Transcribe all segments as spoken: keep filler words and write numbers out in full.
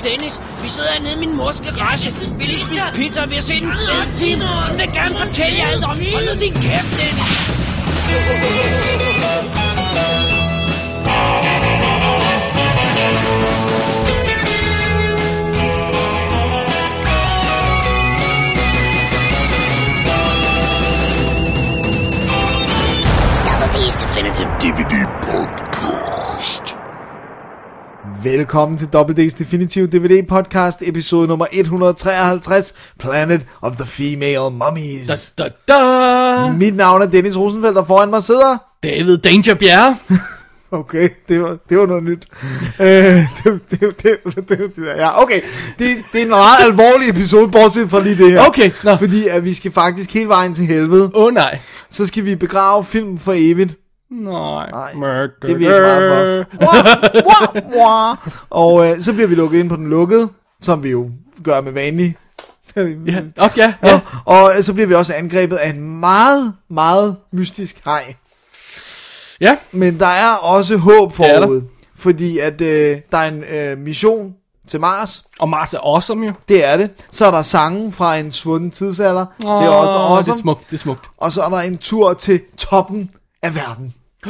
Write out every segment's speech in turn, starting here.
Dennis. Vi sidder hernede i min mors garage. Vi lige spise pizza, og vi har set en fed film. Hun vil gerne fortælle jer alt om. Hold nu din kæft, Dennis. Double D's Definitive D V D Podcast. Velkommen til Double D's Definitive D V D Podcast, episode nummer et hundrede treoghalvtreds, Planet of the Female Mummies. Da, da, da. Mit navn er Dennis Rosenfeldt, og foran mig sidder... David Danger Bjerre. Okay, det var, det var noget nyt. øh, det, det, det, det, det, det, ja, okay. Det, det er en meget alvorlig episode, bortset fra lige det her. Okay, nå. Fordi at vi skal faktisk hele vejen til helvede. Åh oh, nej. Så skal vi begrave filmen for evigt. Nej, Nej, murder. det er vi ikke meget for. Wah, wah, wah. Og øh, så bliver vi lukket ind på den lukkede, som vi jo gør med vanlig. Ja, okay, ja, ja. Og, og så bliver vi også angrebet af en meget, meget mystisk haj. Ja. Men der er også håb der. forud, fordi at øh, der er en øh, mission til Mars. Og Mars er awesome jo. Det er det. Så er der sangen fra en svunden tidsalder. Oh, det er også awesome. Det er smukt, det er smukt. Og så er der en tur til toppen af verden.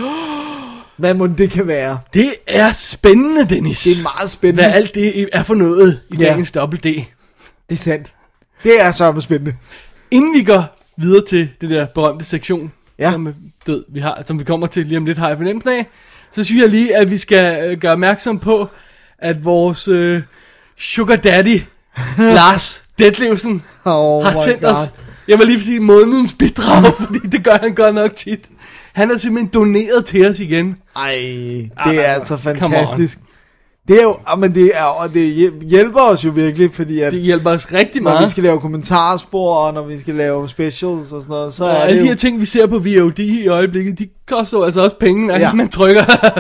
Hvad må det kan være? Det er spændende, Dennis. Det er meget spændende. Hvad alt det er for noget i Ja. dagens Double D. Det er sandt. Det er så spændende. Inden vi går videre til det der berømte sektion, Ja. som, død, vi har, som vi kommer til lige om lidt, har jeg fornemmelsen af, så synes jeg lige, at vi skal øh, gøre opmærksom på, at vores øh, sugar daddy, Lars Detlevsen, Oh har sendt os, jeg vil lige sige, månedens bidrag, fordi det gør han godt nok tit. Han har simpelthen doneret til os igen. Ej, det Ah, er altså, altså fantastisk. Det er jo, ah, men det er, og det hjælper os jo virkelig, fordi at Det hjælper os rigtig når meget. vi skal lave kommentarspor, og når vi skal lave specials og sådan noget, så Og er alle det de jo... her ting, vi ser på V O D i øjeblikket, de koster jo altså også penge, når Ja. man trykker.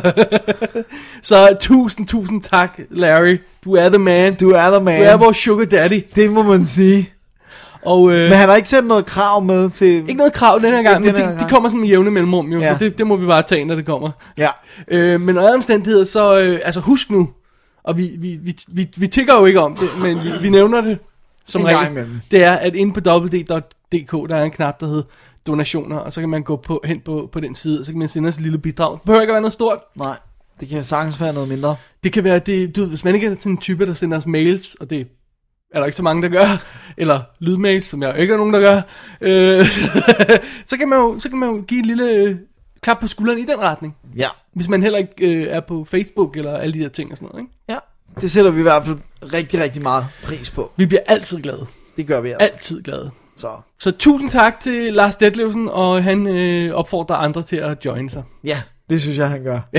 Så tusind, tusind tak, Larry. Du er the man. Du er the man. Du er vores sugar daddy. Det må man sige. Og, øh, Men han har ikke sendt noget krav med til... ikke noget krav den her gang, Den men her de, de gang. kommer sådan med jævne mellemrum jo, Ja. så det, det må vi bare tage, når det kommer. Ja. Øh, men under omstændigheder, så øh, altså husk nu, og vi, vi, vi, vi, vi tigger jo ikke om det, men vi, vi nævner det som En gang regel. imellem. Det er, at inde på w w w punktum d k, der er en knap, der hedder donationer, og så kan man gå på, hen på, på den side, og så kan man sende os et lille bidrag. Det behøver ikke at være noget stort. Nej, det kan sagtens være noget mindre. Det kan være, det, du ved, hvis man ikke er sådan en type, der sender os mails, og det er der ikke så mange, der gør, eller lydmails, som jeg ikke er nogen, der gør, øh, så, kan man jo, så kan man jo give et lille øh, klap på skulderen i den retning. Ja. Hvis man heller ikke øh, er på Facebook, eller alle de der ting og sådan noget, ikke? Ja. Det sætter vi i hvert fald rigtig, rigtig meget pris på. Vi bliver altid glade. Det gør vi altså. Altid glade. Så Så tusind tak til Lars Detlevsen, og han øh, opfordrer andre til at joine sig. ja, det synes jeg, han gør. Ja.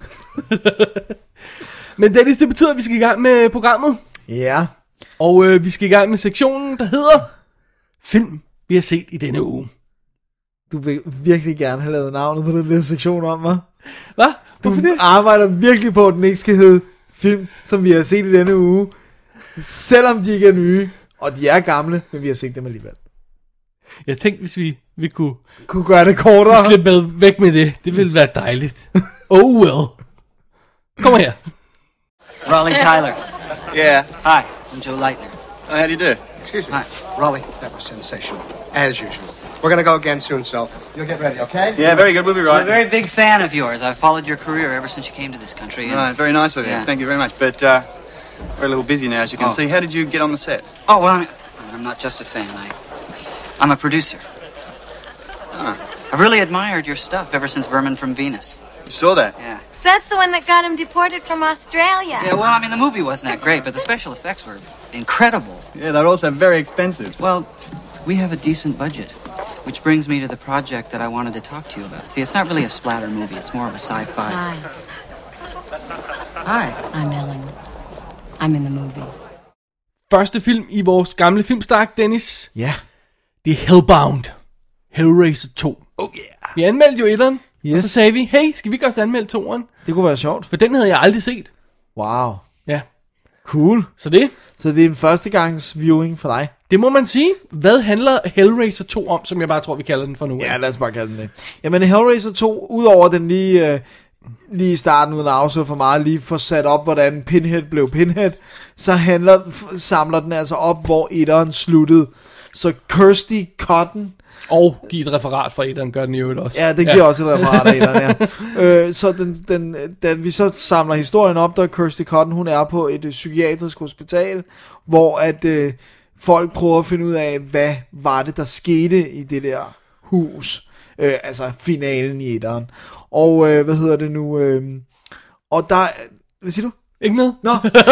Men Dennis, det betyder, at vi skal i gang med programmet. Ja. Og øh, vi skal i gang med sektionen, der hedder Film, vi har set i denne uge. Du vil virkelig gerne have lavet navnet på den der sektion om, hva'? Hvad? Du Hvorfor det? arbejder virkelig på, at den ikke skal hedde film, som vi har set i denne uge. Selvom de ikke er nye, og de er gamle, men vi har set dem alligevel. Jeg tænkte, hvis vi, vi kunne Kunne gøre det kortere. slippe med, væk med det. Det ville være dejligt. Oh well. Kom her. Raleigh Tyler. Yeah. Hi, I'm Joe Lightner. Oh, how do you do? Excuse me. Hi. Raleigh, that was sensational. As usual. We're going to go again soon, so you'll get ready, okay? Yeah, very good. We'll be I'm right. a very big fan of yours. I've followed your career ever since you came to this country. And Right, very nice of you. Yeah. Thank you very much. But uh, we're a little busy now, as you can Oh. see. How did you get on the set? Oh, well, I'm, I'm not just a fan. I, I'm a producer. Ah, I've really admired your stuff ever since Vermin from Venus. you saw that? Yeah. That's the one that got him deported from Australia. Yeah, well, I mean, the movie wasn't that great, but the special effects were incredible. Yeah, they're also very expensive. Well, we have a decent budget, which brings me to the project that I wanted to talk to you about. See, it's not really a splatter movie. It's more of a sci-fi. Hi, Hi. I'm Ellen. I'm in the movie. Første film i vores gamle filmstak, Dennis. Ja. Det er Hellbound. Hellraiser to. Oh yeah. Vi anmeldte jo etteren, Yes. og så sagde vi, hey, skal vi ikke også anmelde toeren? Det kunne være sjovt. For den havde jeg aldrig set. Wow. Ja, Cool. så det, Så det er en førstegangs viewing for dig? det må man sige. Hvad handler Hellraiser to om, som jeg bare tror, vi kalder den for nu? Ja, lad os bare kalde den det. Jamen, Hellraiser to, udover den lige øh, lige i starten, uden at afsløre for meget, lige får sat op, hvordan Pinhead blev Pinhead, så handler, samler den altså op, hvor etteren sluttede. Så Kirsty Cotton... Og give et referat fra etteren, gør den i øvrigt også. Ja, det giver ja. også et referat af etteren, ja. øh, så den, den, da vi så samler historien op, der er Kirsty Cotton, hun er på et psykiatrisk hospital, hvor at øh, folk prøver at finde ud af, hvad var det, der skete i det der hus. Øh, altså finalen i etteren. Og øh, hvad hedder det nu? Øh, og der... Hvad siger du? Ikke noget? Nå.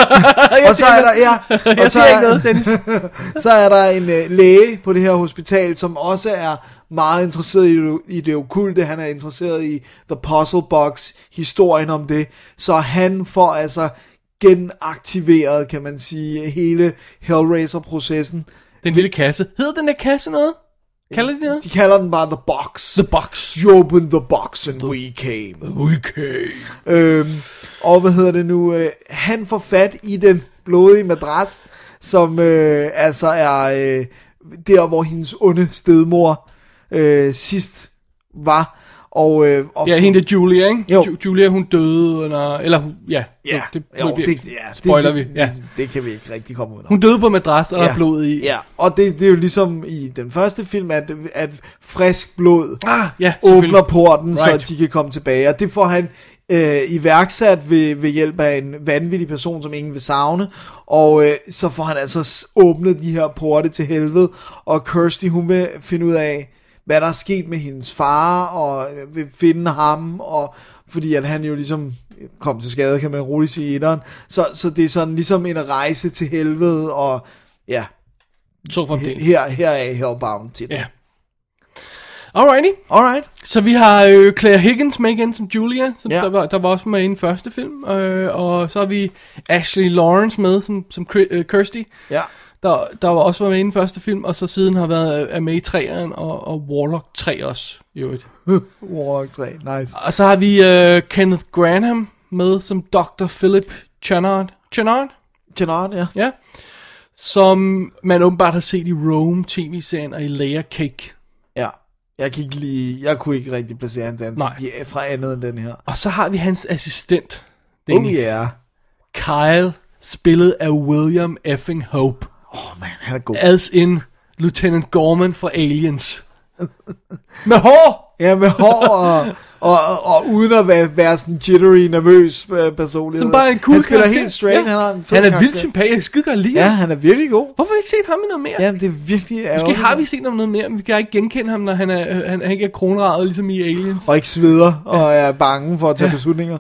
Og så er der, ja, og så er, noget, Dennis. så er der en øh, læge på det her hospital, som også er meget interesseret i det, i det okkulte. Han er interesseret i The Puzzle Box, historien om det. Så han får altså genaktiveret, kan man sige, hele Hellraiser-processen. Den lille kasse. Hedder den der kasse noget? Kalder de det? De kalder den bare The Box. The Box. You open the box and the, we came. We came. Øhm, og hvad hedder det nu? Øh, han får fat i den blodige madras, som øh, altså er øh, der, hvor hendes onde stedmor øh, sidst var. Og, øh, og ja, hende er Julia, ikke? Jo. Ju- Julia, hun døde under... Eller, ja. Ja, det, jo, det, det, ja, spoiler det, vi. Ja. Det, det kan vi ikke rigtig komme ud af. Hun døde på madras, og ja. der er blod i. Ja, og det, det er jo ligesom i den første film, at, at frisk blod ah, ja, åbner porten, right. så de kan komme tilbage. Og det får han øh, iværksat ved, ved hjælp af en vanvittig person, som ingen vil savne. Og øh, så får han altså åbnet de her porte til helvede. Og Kirsty, hun vil finde ud af, hvad der er sket med hendes far, og vil finde ham, og fordi at han jo ligesom kom til skade, kan man roligt sige i etteren. Så, så det er sådan ligesom en rejse til helvede, og ja, så fremdeles. Her, her er Hellbound til det. Ja. Alrighty. Alright. Så vi har øh, Claire Higgins med igen som Julia, som ja. der, var, der var også med i den første film, øh, og så har vi Ashley Lawrence med som, som øh, Kirsty. Ja. Der, der var også med i den første film, og så siden har været er med i treeren, og, og Warlock tre også, i øvrigt. Warlock tre, nice. Og så har vi uh, Kenneth Branagh med som doktor Philip Channard. Channard? Channard, ja. Ja. Som man åbenbart har set i Rome tv-serien og i Layer Cake. Ja. Jeg kan ikke lige, jeg kunne ikke rigtig placere hans ansigt fra andet end den her. Og så har vi hans assistent. Oh yeah. Kyle, spillet af William Effing Hope. Åh oh, man, han er god. As in Lieutenant Gorman for Aliens. Med hår! Ja, med hår og, og, og, og uden at være, være sådan jittery, nervøs personlighed. Som bare en cool Han spiller karakter. helt straight, ja. han har en fed Han er karakter. vildt sympatisk, skide godt lide. Ja, han er virkelig god. Hvorfor har vi ikke set ham i noget mere? Ja, det er virkelig ærgerligt. Måske har vi set ham noget mere, men vi kan ikke genkende ham, når han, er, han, han ikke er kronradet, ligesom i Aliens. Og ikke sveder, og er bange for at tage ja. beslutninger.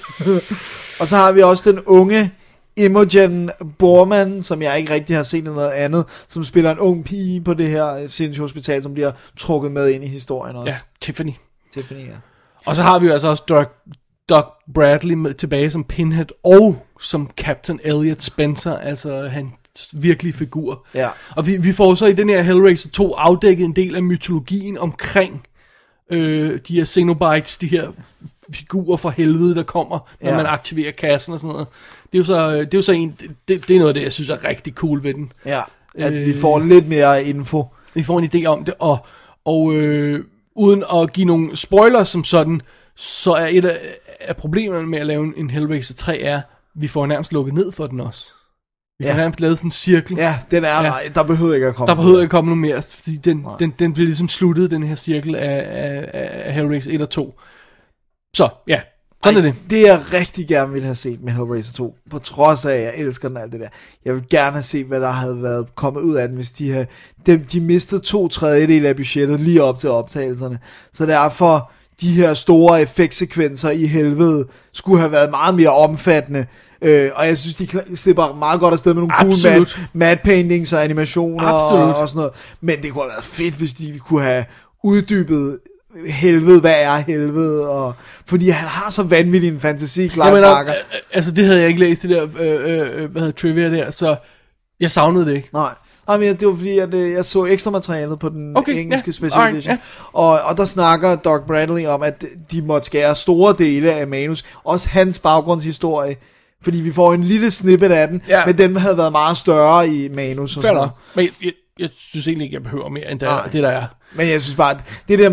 Og så har vi også den unge Imogen Borman, som jeg ikke rigtig har set noget andet, som spiller en ung pige på det her sindssyge hospital, som bliver trukket med ind i historien også. Ja, Tiffany. Tiffany, ja. Og så har vi jo altså også Doc, Doc Bradley med tilbage som Pinhead, og som Captain Elliot Spencer, altså hans virkelige figur. Ja. Og vi, vi får så i den her Hellraiser to afdækket en del af mytologien omkring øh, de her Cenobites, de her figurer fra helvede, der kommer, når ja. man aktiverer kassen og sådan noget. Det er jo så, det er jo så en, det, det er noget af det, jeg synes er rigtig cool ved den. Ja, at øh, vi får lidt mere info. Vi får en idé om det, og, og øh, uden at give nogle spoilers som sådan, så er et af, af problemerne med at lave en, en Hellraiser tre er, vi får nærmest lukket ned for den også. Vi får ja. nærmest lavet sådan en cirkel. Ja, den er, ja. der behøver ikke at komme Der behøver ikke at komme noget mere, fordi den, den, den bliver ligesom sluttet, den her cirkel af, af, af Hellraiser et og to. Så, ja, sådan Ej, er det. Det jeg rigtig gerne ville have set med Hellraiser to, på trods af, at jeg elsker den alt det der. Jeg vil gerne have set, hvad der havde været kommet ud af den, hvis de havde, de, de mistede to tredjedel af budgettet lige op til optagelserne. Så derfor, de her store effektsekvenser i helvede, skulle have været meget mere omfattende. Øh, og jeg synes, de slipper meget godt afsted med nogle cool mad, mad paintings og animationer og, og sådan noget. Men det kunne have været fedt, hvis de kunne have uddybet helvede, hvad er helvede, og fordi han har så vanvittig en fantasi, Clive Barker. Altså det havde jeg ikke læst, det der, øh, øh, hvad hedder trivia der, så jeg savnede det ikke. Nej, Nej men det var fordi, at øh, jeg så ekstra materialet på den okay, engelske yeah, special right, edition, yeah. og, og der snakker Doc Bradley om, at de måtte skære store dele af manus, også hans baggrundshistorie, fordi vi får en lille snippet af den, ja. Men den havde været meget større i manus. Og sådan noget. Men jeg, jeg, jeg synes egentlig ikke, jeg behøver mere end der, det, der er. Men jeg synes bare, at det der med,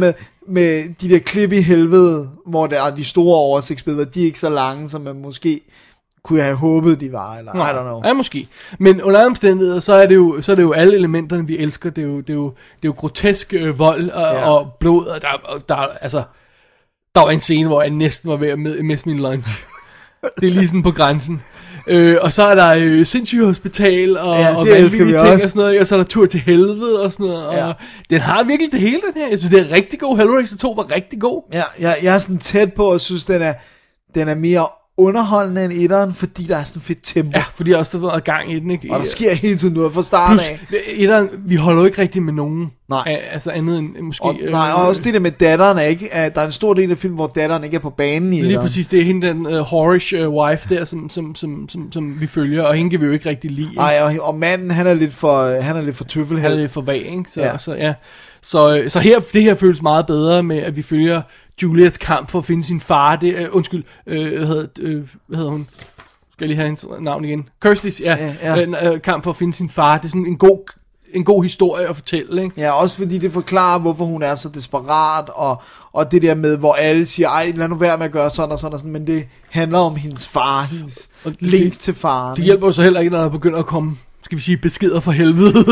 med de der klip i helvede, hvor der er de store oversigtsbilleder, de er ikke så lange, som man måske kunne have håbet, de var, eller I don't know. Ja, måske. Men under omstændigheder, så er det jo, så er det jo alle elementerne, vi elsker. Det er jo, det er jo, det er jo grotesk øh, vold og, ja. og blod, og der, og der, altså, der var en scene, hvor jeg næsten var ved at miste min lunch. Det er lige sådan på grænsen. Øh, og så er der øh, sindssyge hospital og, ja, og vanvittige ting og sådan noget, og så er der tur til helvede og sådan noget. Og ja. Den har virkelig det hele, den her. Jeg synes, det er rigtig god. Hellraiser to var rigtig god. Ja, jeg, jeg er sådan tæt på og synes, den er, den er mere underholdende end etteren, fordi der er sådan fedt tempo. Ja, fordi også der var gang i den, ikke? Og der sker hele tiden noget fra starten af. Etteren, vi holder jo ikke rigtig med nogen. Nej. Altså andet end måske... Og, øh, nej, og også det der med datteren er ikke... Uh, der er en stor del af filmen, hvor datteren ikke er på banen i etteren. Lige præcis, det er hende, den uh, whorish uh, wife der, som, som, som, som, som vi følger, og hende kan vi jo ikke rigtig lide. Nej, og, og manden, han er lidt for, han er lidt for tøffelhæld. Han er lidt for vag, ikke? Så, ja. Så, ja. Så, så her, det her føles meget bedre med, at vi følger Juliets kamp for at finde sin far. Det, uh, undskyld, uh, hvad, hedder, uh, hvad hedder hun? Skal jeg lige have hendes navn igen? Kirstys, ja. ja, ja. Uh, uh, kamp for at finde sin far. Det er sådan en god... en god historie at fortælle, ikke? Ja, også fordi det forklarer, hvorfor hun er så desperat, og, og det der med, hvor alle siger, ej, lad nu være med at gøre sådan og sådan og sådan, men det handler om hendes far, hendes og link til faren. Det hjælper jo så heller ikke, når der begynder at komme, skal vi sige, beskeder fra helvede.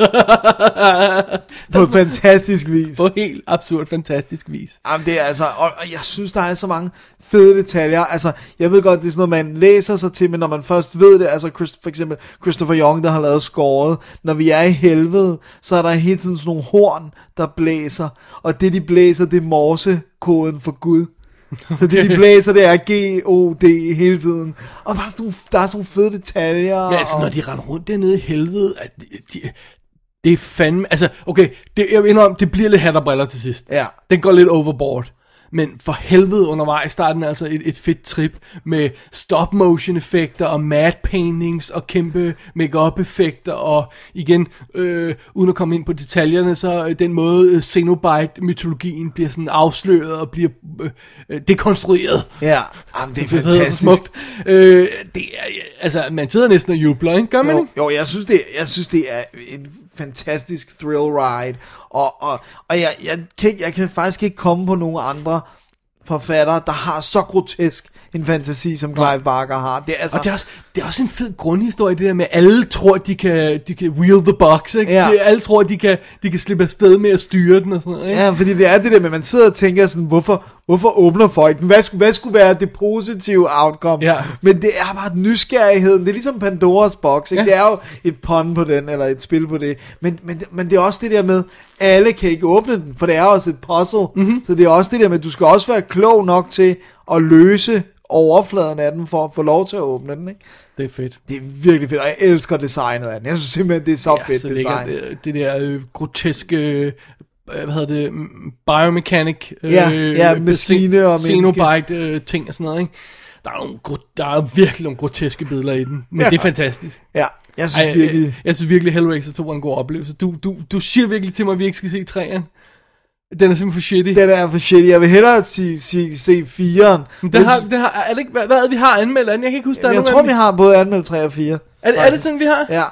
På fantastisk vis. På helt absurd fantastisk vis. Jamen det er altså, og, og jeg synes, der er så mange fede detaljer. Altså, jeg ved godt, det er sådan noget, man læser sig til, men når man først ved det, altså Christ, for eksempel Christopher Young, der har lavet skåret, når vi er i helvede, så er der hele tiden sådan nogle horn, der blæser, og det de blæser, det er morsekoden for Gud. Okay. Så det de blæser, det er G O D hele tiden. Og bare sådan nogle, der er sådan nogle fede detaljer. Men altså, og... når de render rundt dernede i helvede, at de, de, det er fandme... Altså, okay, det, jeg indrømmer, det bliver lidt hat og briller til sidst. Ja. Den går lidt overboard. Men for helvede undervejs starter den altså et, et fedt trip med stop motion effekter og matte paintings og kæmpe make-up effekter og igen, øh, uden at komme ind på detaljerne, så den måde Cenobite-mytologien bliver sådan afsløret og bliver øh, dekonstrueret. Ja, jamen, det er fantastisk. Det er smukt. Øh, det er, altså, man sidder næsten og jubler, ikke? Gør man jo, ikke? Jo, jeg synes, det, jeg synes, det er en fantastisk thrill ride, og, og, og jeg, jeg, kan, jeg kan faktisk ikke komme på nogen andre forfattere, der har så grotesk en fantasi, som Clive Barker har. Det er, altså... Og det er, også, det er også en fed grundhistorie, det der med, at alle tror, de kan, de kan wheel the box, ikke? Ja. Det, alle tror, de kan, de kan slippe afsted med at styre den og sådan noget, ikke? Ja, fordi det er det der med, at man sidder og tænker sådan, hvorfor, hvorfor åbner folk den? Hvad skulle, hvad skulle være det positive outcome? Ja. Men det er bare nysgerrigheden. Det er ligesom Pandoras box, ikke? Ja. Det er jo et pun på den, eller et spil på det. Men, men, men det er også det der med, alle kan ikke åbne den, for det er også et puzzle. Mm-hmm. Så det er også det der med, at du skal også være klog nok til at løse overfladen af den, for at få lov til at åbne den, ikke? Det er fedt. Det er virkelig fedt, og jeg elsker designet af den. Jeg synes simpelthen, det er så ja, fedt så design. Det, det der øh, groteske, øh, hvad hedder det, biomechanic, øh, ja, ja, maskine og Cenobite øh, ting og sådan noget, ikke? Der er, nogle, der er virkelig nogle groteske billeder i den, men ja. Det er fantastisk. Ja, jeg synes Ej, virkelig... Jeg, jeg synes virkelig, Hellraiser to var en god oplevelse. Du, du, du siger virkelig til mig, at vi ikke skal se træerne. Den er simpelthen for shitty. Den er for shitty. Jeg vil hellere sige, sige, se fireren. Men den har, den har, er det ikke, hvad, hvad er det, vi har anmeldt? Jeg kan ikke huske, der jeg er tror, vi har både anmeldt tre og fire. Er det, er det sådan, vi har? Ja.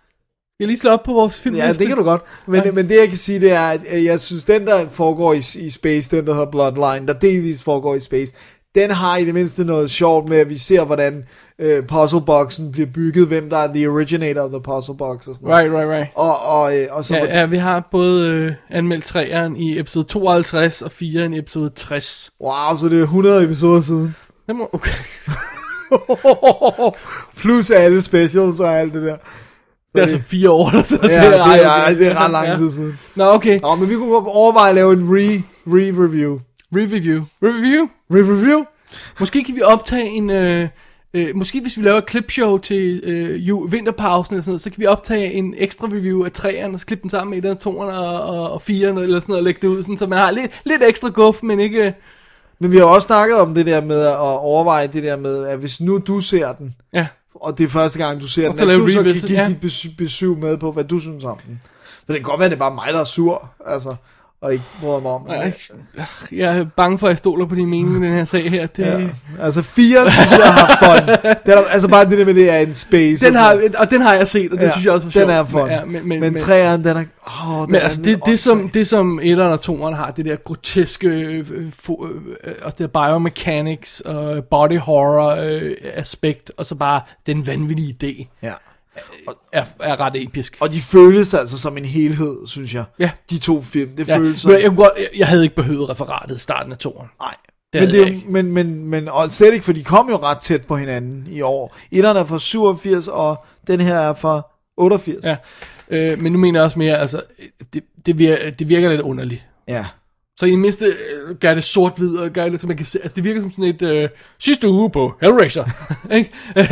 Jeg lige slå op på vores filmliste. Ja, det kan du godt. Men, ja. men det, jeg kan sige, det er, at jeg synes, den, der foregår i, i Space, den, der hedder Bloodline, der delvis foregår i Space, den har i det mindste noget sjovt med, at vi ser, hvordan øh, puzzleboxen bliver bygget, hvem der er the originator of the puzzlebox og sådan noget. Right, right, right. Og, og, øh, og så ja, ja, vi har både øh, anmeldt treeren i episode tooghalvtreds og fireren i episode tres. Wow, så det er hundrede episoder siden. Det må, okay. Plus alle specials og alt det der. Det er altså fire år eller sådan. Ja, det er, det er, det er ret lang tid siden. Nå, okay. Nå, men vi kunne overveje at lave en re, re-review. Re-review. Re-review? Re-review? Måske kan vi optage en... Øh, øh, måske hvis vi laver et clipshow til øh, ju, vinterpausen eller sådan noget, så kan vi optage en ekstra review af træerne, og så klippe dem sammen med et af toerne og, og, og firerne eller sådan noget, og lægge det ud, sådan, så man har lidt, lidt ekstra guf, men ikke... Men vi har også snakket om det der med at overveje det der med, at hvis nu du ser den, ja. og det er første gang du ser og den, at du så kan give ja. dit besøg med på, hvad du synes om den. For det kan godt være, at det er bare mig, der er sur, altså... og ikke bryder mig om. Jeg, jeg er bange for, at jeg stoler på din mening i den her sag her. Det... Ja. Altså fire synes jeg har fun. Det er, altså bare det der med, det er en space. Den har, og den har jeg set, og det ja, synes jeg også var sjovt. Den er fun. Ja, men, men, men træeren, den er... Oh, den men er altså, det, det, som, det som etteren og toeren har, det der groteske, øh, for, øh, altså det der biomechanics og body horror øh, aspekt, og så bare den vanvittige idé. Ja. Er, er ret episk. Og de føles altså som en helhed, synes jeg. Ja. De to film, det ja. føles som... Jeg, jeg, jeg havde ikke behøvet referatet i starten af toeren. Nej. Men, det, men, men, men og slet ikke, for de kom jo ret tæt på hinanden i år. Etteren er fra syvogfirs, og den her er fra otteogfirs. Ja. Øh, men nu mener jeg også mere, altså, det, det, virker, det virker lidt underligt. Ja. Så i det mindste øh, gør det sort-hvid, og gør det, så man kan se, altså det virker som sådan et, øh, sidste uge på Hellraiser. Ikke?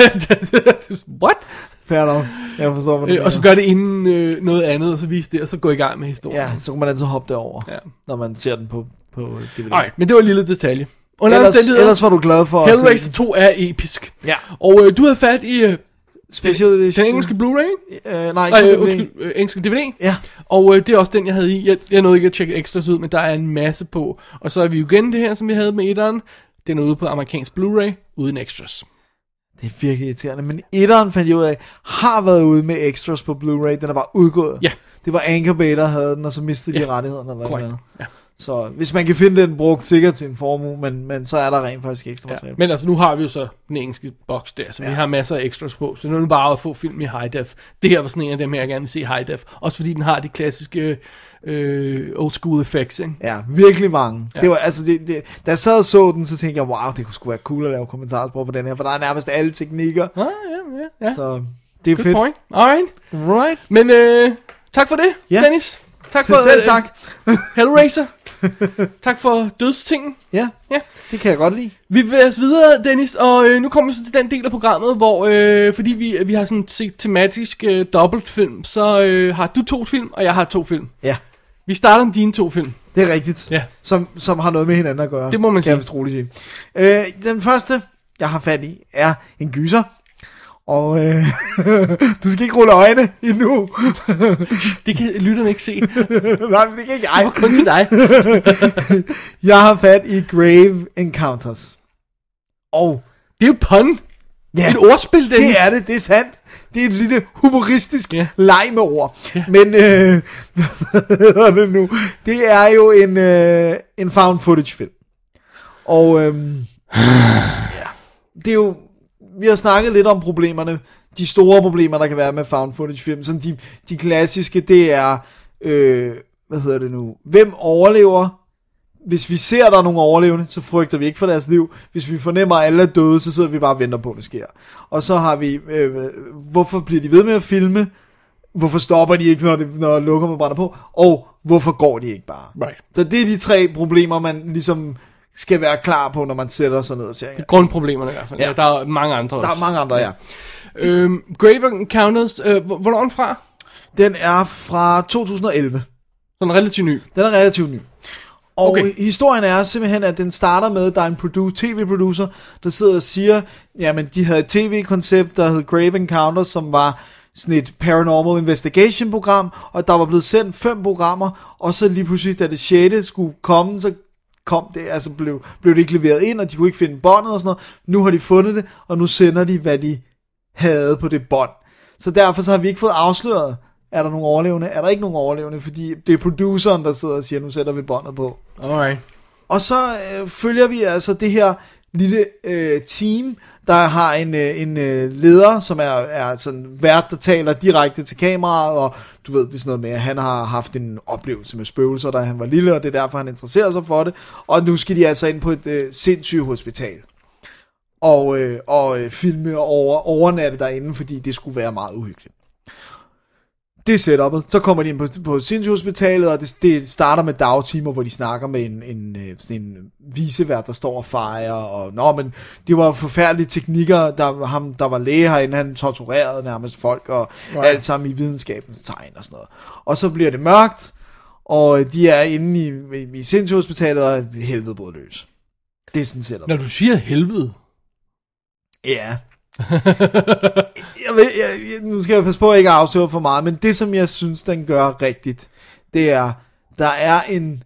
What? Fair nok. Jeg forstår, hvad du øh, Og så gør det inden øh, noget andet, og så vise det, og så gå i gang med historien. Ja, så kan man altid hoppe derover, ja. Når man ser den på, på D V D. Nej, men det var en lille detalje. Ellers, ellers var du glad for Hellraiser at se to er episk. Ja. Og øh, du havde fat i... Øh, Special edition. Den engelske Blu-ray? Øh, nej, ikke øh, undskyld, øh, engelske D V D. Ja. Og øh, det er også den, jeg havde i. Jeg, jeg nåede ikke at tjekke extras ud, men der er en masse på. Og så er vi jo igen det her, som vi havde med etteren. Den er ude på amerikansk Blu-ray, uden extras. Det er virkelig irriterende. Men etteren fandt jeg ud af, har været ude med extras på Blu-ray. Den er bare udgået. Ja. Det var Anchor Bay, der havde den, og så mistede de ja. rettighederne. Eller Korrekt. Ja. Så hvis man kan finde den brugt sikkert til en formue, men, men så er der rent faktisk ekstra materiale. Ja, men altså nu har vi jo så den engelske boks der, så ja. Vi har masser af extras på, så nu er det bare at få film i high def. Det her var sådan en af dem, jeg gerne vil se i high def, også fordi den har de klassiske øh, old school effects, ikke? Ja, virkelig mange. Ja. Det var, altså, det, det, da jeg sad og så den, så tænkte jeg, wow, det kunne sgu være cool at lave kommentarspor på den her, for der er nærmest alle teknikker. Ah, ja, ja, ja. Så det er Good fedt. Point. Alright. Right. Men øh, tak for det, ja. Dennis. Tak for selv tak. Hellraiser. Tak for dødstingen. Ja, ja, det kan jeg godt lide. Vi vil os videre, Dennis, og øh, nu kommer vi så til den del af programmet, hvor øh, fordi vi, vi har sådan en tematisk øh, dobbeltfilm, så øh, har du to film, og jeg har to film. Ja. Vi starter med dine to film. Det er rigtigt. Ja. Som, som har noget med hinanden at gøre. Det må man sige. Kan jeg vist roligt sige. Øh, den første, jeg har fat i, er en gyser. Og øh, du skal ikke rulle øjne endnu. Det kan lytterne ikke se. Nej, men det kan ikke jeg. Det var kun til dig. Jeg har fat i Grave Encounters. Og det er jo pun. Ja, et ordspil, Dennis. Det er det, det er sandt. Det er et lille humoristisk ja. leg med ord. Ja. Men øh, hvad hedder det nu? Det er jo en, øh, en found footage film. Og øh, ja, det er jo, vi har snakket lidt om problemerne, de store problemer, der kan være med found footage film. Sådan de, de klassiske, det er, øh, hvad hedder det nu? Hvem overlever? Hvis vi ser, der er nogle overlevende, så frygter vi ikke for deres liv. Hvis vi fornemmer, at alle er døde, så sidder vi bare og venter på, at det sker. Og så har vi, øh, hvorfor bliver de ved med at filme? Hvorfor stopper de ikke, når, det, når lukkerne brænder på? Og hvorfor går de ikke bare? Right. Så det er de tre problemer, man ligesom skal være klar på, når man sætter sig ned og ser. Grundproblemerne i hvert fald. Ja. Ja, der er mange andre også. Der er mange andre, ja. ja. Øhm, Grave Encounters, øh, hvornår er den fra? Den er fra to tusind og elleve. Så den er relativt ny? Den er relativt ny. Og okay. Historien er simpelthen, at den starter med, at der er en produ- tv-producer, der sidder og siger, jamen de havde et tv-koncept, der hed Grave Encounters, som var sådan et paranormal investigation program, og der var blevet sendt fem programmer, og så lige pludselig, da det sjette skulle komme, så kom det, altså blev, blev det ikke leveret ind, og de kunne ikke finde båndet og sådan noget. Nu har de fundet det, og nu sender de, hvad de havde på det bånd. Så derfor så har vi ikke fået afsløret, er der nogle overlevende, er der ikke nogen overlevende, fordi det er produceren, der sidder og siger, nu sætter vi båndet på. Alright. Og så øh, følger vi altså det her lille øh, team, der har en, øh, en øh, leder, som er, er sådan vært, der taler direkte til kameraet, og du ved, det er sådan noget med, at han har haft en oplevelse med spøgelser, da han var lille, og det er derfor, han interesserer sig for det. Og nu skal de altså ind på et øh, sindssygt hospital. Og, øh, og øh, filme og over, overnatte derinde, fordi det skulle være meget uhyggeligt. Det er setupet. Så kommer de ind på, på sindssygehospitalet, og det, det starter med dagtimer, hvor de snakker med en, en, sådan en vicevært, der står og fejrer, og nå, men det var forfærdelige teknikker, der, ham, der var læge herinde, han torturerede nærmest folk, og right. alt sammen i videnskabens tegn og sådan noget. Og så bliver det mørkt, og de er inde i, i, i sindssygehospitalet, og helvede både løs. Det er sådan setup. Når du siger helvede? Ja. jeg, ved, jeg, jeg, nu skal jeg passe på, at jeg ikke afsløre for meget, men det som jeg synes den gør rigtigt, det er, der er en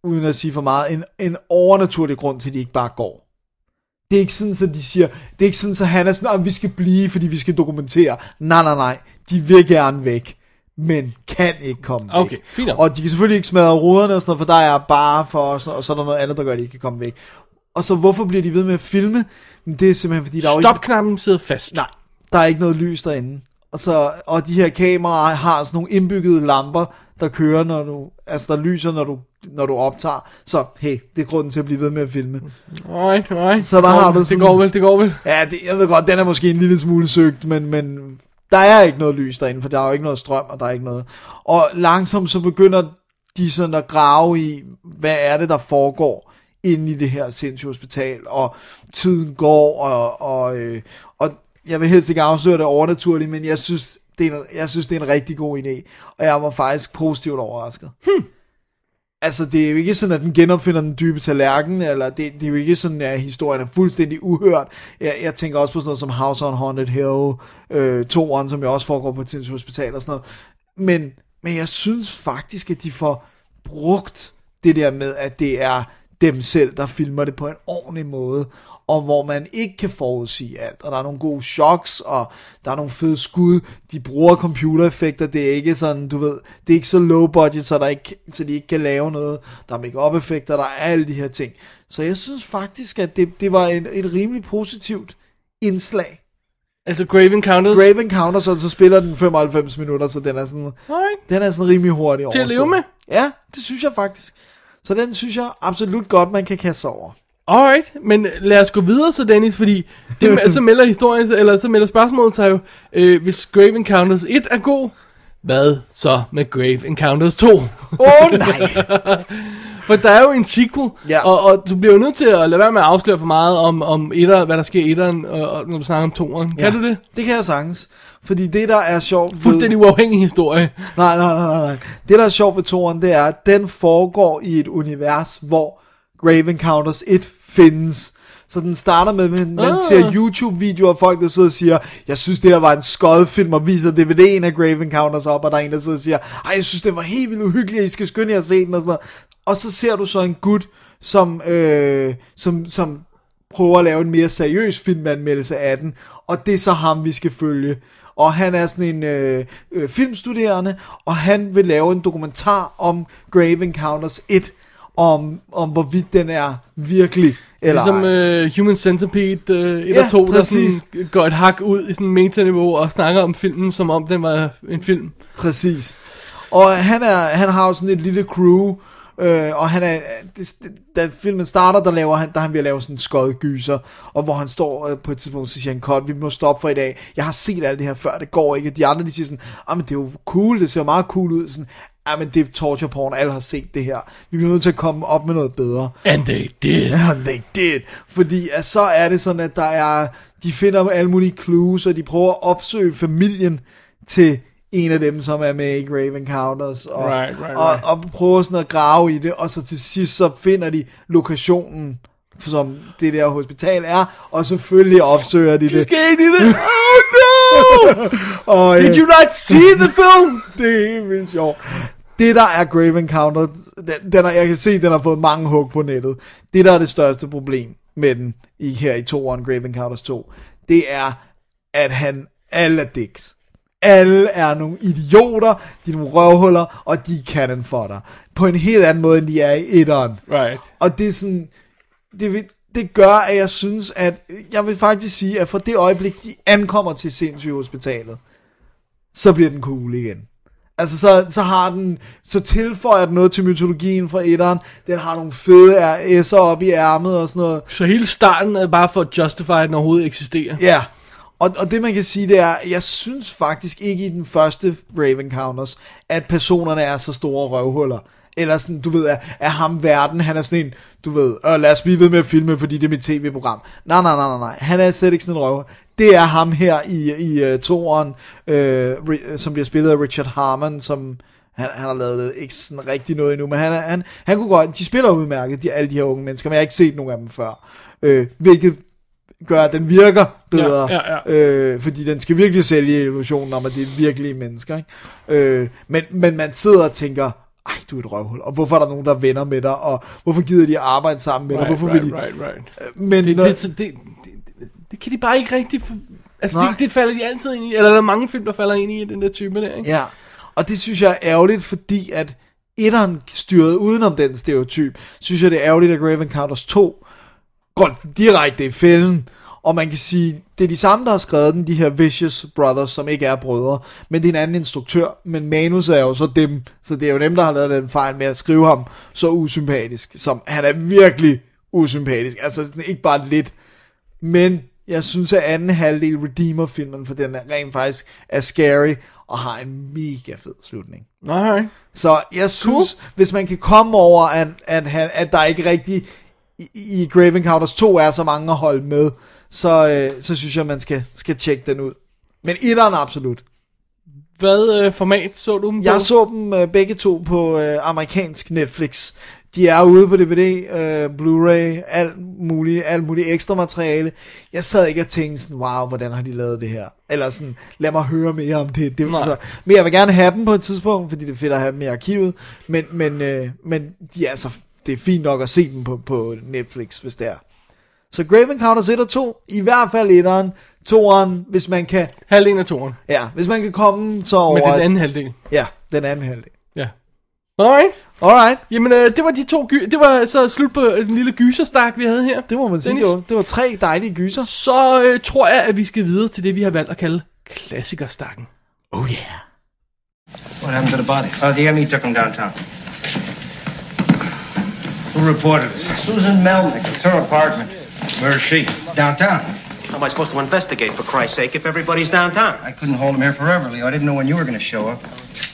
uden at sige for meget, en, en overnaturlig grund til, at de ikke bare går. Det er ikke sådan, så de siger, det er ikke sådan, så han er sådan, at vi skal blive, fordi vi skal dokumentere. Nej, nej, nej. De vil gerne væk, men kan ikke komme væk. Okay, fint. Og de kan selvfølgelig ikke smadre ruderne og sådan noget, for der er bare for, og, sådan, og så er der noget andet, der gør, at de ikke kan komme væk. Og så hvorfor bliver de ved med at filme? Det er simpelthen, fordi der er jo ikke... Stopknappen sidder fast. Nej, der er ikke noget lys derinde. Og, så, og de her kameraer har sådan nogle indbyggede lamper, der kører, når du... Altså, der lyser, når du, når du optager. Så, hey, det er grunden til at blive ved med at filme. Nej, nej. Så der har du sådan... Det går vel, det går vel. Ja, det, jeg ved godt, den er måske en lille smule søgt, men, men der er ikke noget lys derinde, for der er jo ikke noget strøm, og der er ikke noget... Og langsomt så begynder de sådan at grave i, hvad er det, der foregår inde i det her sindssyge hospital, og tiden går, og, og, øh, og jeg vil helst ikke afsløre det overnaturligt, men jeg synes, det er en, jeg synes, det er en rigtig god idé, og jeg var faktisk positivt overrasket. Hmm. Altså, det er jo ikke sådan, at den genopfinder den dybe tallerken, eller det, det er jo ikke sådan, at historien er fuldstændig uhørt. Jeg, jeg tænker også på sådan noget som House on Haunted Hill, øh, toeren, som jo også foregår på et sindssygt hospital og sådan noget. Men, men jeg synes faktisk, at de får brugt det der med, at det er dem selv, der filmer det på en ordentlig måde, og hvor man ikke kan forudsige alt, og der er nogle gode shocks, og der er nogle fede skud, de bruger computereffekter, det er ikke sådan, du ved, det er ikke så low budget, så, der ikke, så de ikke kan lave noget, der er make-up effekter, der er alle de her ting, så jeg synes faktisk, at det, det var et, et rimelig positivt indslag. Altså Grave Encounters? Grave Encounters, så, så spiller den femoghalvfems minutter, så den er sådan, right. den er sådan rimelig hurtig til at leve med? Ja, det synes jeg faktisk. Så den synes jeg absolut godt, man kan kaste over. Alright, men lad os gå videre så, Dennis, fordi det, så melder historien, eller så melder spørgsmålet sig jo, øh, hvis Grave Encounters et er god, hvad så med Grave Encounters to? Åh oh, nej! For der er jo en sequel, ja. og, og du bliver jo nødt til at lade være med at afsløre for meget om, om etter, hvad der sker i etteren, og, og, når du snakker om toeren. Kan ja, du det? Det kan jeg sagtens. Fordi det, der er sjovt ved... Fuldstændig uafhængig historie. Nej, nej, nej, nej. Det, der er sjovt ved toeren, det er, at den foregår i et univers, hvor Grave Encounters et findes. Så den starter med, at man ah. ser YouTube-videoer af folk, der sidder og siger, jeg synes, det her var en skodfilm, og viser D V D'en af Grave Encounters op, og der er en, der sidder og siger, ej, jeg synes, det var helt vildt uhyggeligt, I skal skynde jer at se den, og sådan noget. Og så ser du så en gut, som, øh, som, som prøver at lave en mere seriøs filmanmeldelse af den, og det er så ham, vi skal følge. Og han er sådan en øh, øh, filmstuderende, og han vil lave en dokumentar om Grave Encounters et, om, om hvorvidt den er virkelig, eller ligesom uh, Human Centipede uh, et ja, og to, præcis. Der sådan går et hak ud i sådan en metaniveau og snakker om filmen, som om den var en film. Præcis. Og han, er, han har jo sådan et lille crew, øh, og han er, det, da filmen starter, der laver han, der han vil lave sådan en skodgyser, og hvor han står øh, på et tidspunkt, så siger han, cut, vi må stoppe for i dag, jeg har set alt det her før, det går ikke, de andre, de siger sådan, ah, men det er jo cool, det ser meget cool ud, sådan, ah, men det er torture porn, alle har set det her, vi bliver nødt til at komme op med noget bedre. And they did. And they did. Fordi at så er det sådan, at der er, de finder alle mulige clues, og de prøver at opsøge familien til en af dem, som er med i Grave Encounters, og, right, right, og, right. og prøver sådan at grave i det, og så til sidst så finder de lokationen, som det der hospital er, og selvfølgelig opsøger de, de det. De skal ind i det. Oh no! og, Did you not see the film? Det er helt vildt sjovt. Det der er Grave Encounter, den, den er, jeg kan se, den har fået mange hug på nettet. Det der er det største problem med den, i, her i toeren, Grave Encounters to, det er, at han, alle er dicks. Alle er nogle idioter, de er nogle røvhuller, og de kan den for dig. På en helt anden måde, end de er i etteren. Right. Og det er sådan, det, det gør, at jeg synes, at, jeg vil faktisk sige, at fra det øjeblik, de ankommer til sindssygehospitalet, så bliver den cool igen. Altså, så, så har den, så tilføjer den noget til mytologien fra etteren. Den har nogle fede S'er op i ærmet og sådan noget. Så hele starten er bare for at justify, at den overhovedet eksisterer. Ja, og, og det man kan sige, det er, jeg synes faktisk ikke i den første Grave Encounters, at personerne er så store røvhuller. Eller sådan, du ved, er, er ham verden, han er sådan en, du ved, øh, lad os blive ved med at filme, fordi det er mit tv-program. Nej, nej, nej, nej, nej, han er slet ikke sådan en røvhul. Det er ham her i, i uh, toeren, øh, som bliver spillet af Richard Harmon, som, han, han har lavet ikke sådan rigtig noget endnu, men han, er, han, han kunne godt, de spiller udmærket, de, alle de her unge mennesker, men jeg har ikke set nogen af dem før. Øh, hvilket gør, at den virker bedre, ja, ja, ja. Øh, fordi den skal virkelig sælge illusionen om, at det er virkelige mennesker, ikke? Øh, men, men man sidder og tænker, ej, du er et røvhul, og hvorfor er der nogen, der er venner med dig, og hvorfor gider de at arbejde sammen med dig, right, hvorfor right, vil de... right, right. Men det, når... det, det, det, det, det kan de bare ikke rigtig... For... Altså, det, det falder de altid ind i, eller der er mange film, der falder ind i den der type der, ikke? Ja, og det synes jeg er ærgerligt, fordi at etteren styrede udenom den stereotyp, synes jeg det er ærgerligt, at Grave Encounters to går direkte i fælden, og man kan sige, det er de samme, der har skrevet den, de her Vicious Brothers, som ikke er brødre, men det er en anden instruktør, men manus er jo så dem, så det er jo dem, der har lavet den fejl med at skrive ham så usympatisk, som han er virkelig usympatisk, altså ikke bare lidt, men jeg synes, at anden halvdel redeemer filmen, for den er rent faktisk er scary, og har en mega fed slutning. Okay. Så jeg synes, cool. Hvis man kan komme over, at, at, at der ikke rigtig i, i Grave Encounters to er så mange at holde med, så, øh, så synes jeg, man skal, skal tjekke den ud. Men etteren absolut. Hvad øh, format så du dem på? Jeg så dem øh, begge to på øh, amerikansk Netflix. De er ude på D V D, øh, Blu-ray, alt muligt, alt muligt ekstra materiale. Jeg sad ikke og tænkte sådan, wow, hvordan har de lavet det her? Eller sådan, lad mig høre mere om det. det så, men jeg vil gerne have dem på et tidspunkt, fordi det er fedt at have dem i arkivet. Men, men, øh, men de er altså, det er fint nok at se dem på, på Netflix, hvis det er. Så Grave Encounters et og to, i hvert fald etteren, toeren, hvis man kan... Halvdelen af toeren. Ja, hvis man kan komme så over... Men den anden halvdel. Ja, den anden halvdel. Ja. Alright. Alright. Jamen, øh, det var de to gy- det var så slut på den lille gyserstak, vi havde her. Det må man sige, det var, det var tre dejlige gyser. Så øh, tror jeg, at vi skal videre til det, vi har valgt at kalde klassikerstakken. Oh yeah. What happened to the body? Oh, the M E took him downtown. Who reported it? Susan Melnick. It's her apartment. Where is she? Downtown. How am I supposed to investigate, for Christ's sake, if everybody's downtown? I couldn't hold him here forever, Leo. I didn't know when you were going to show up.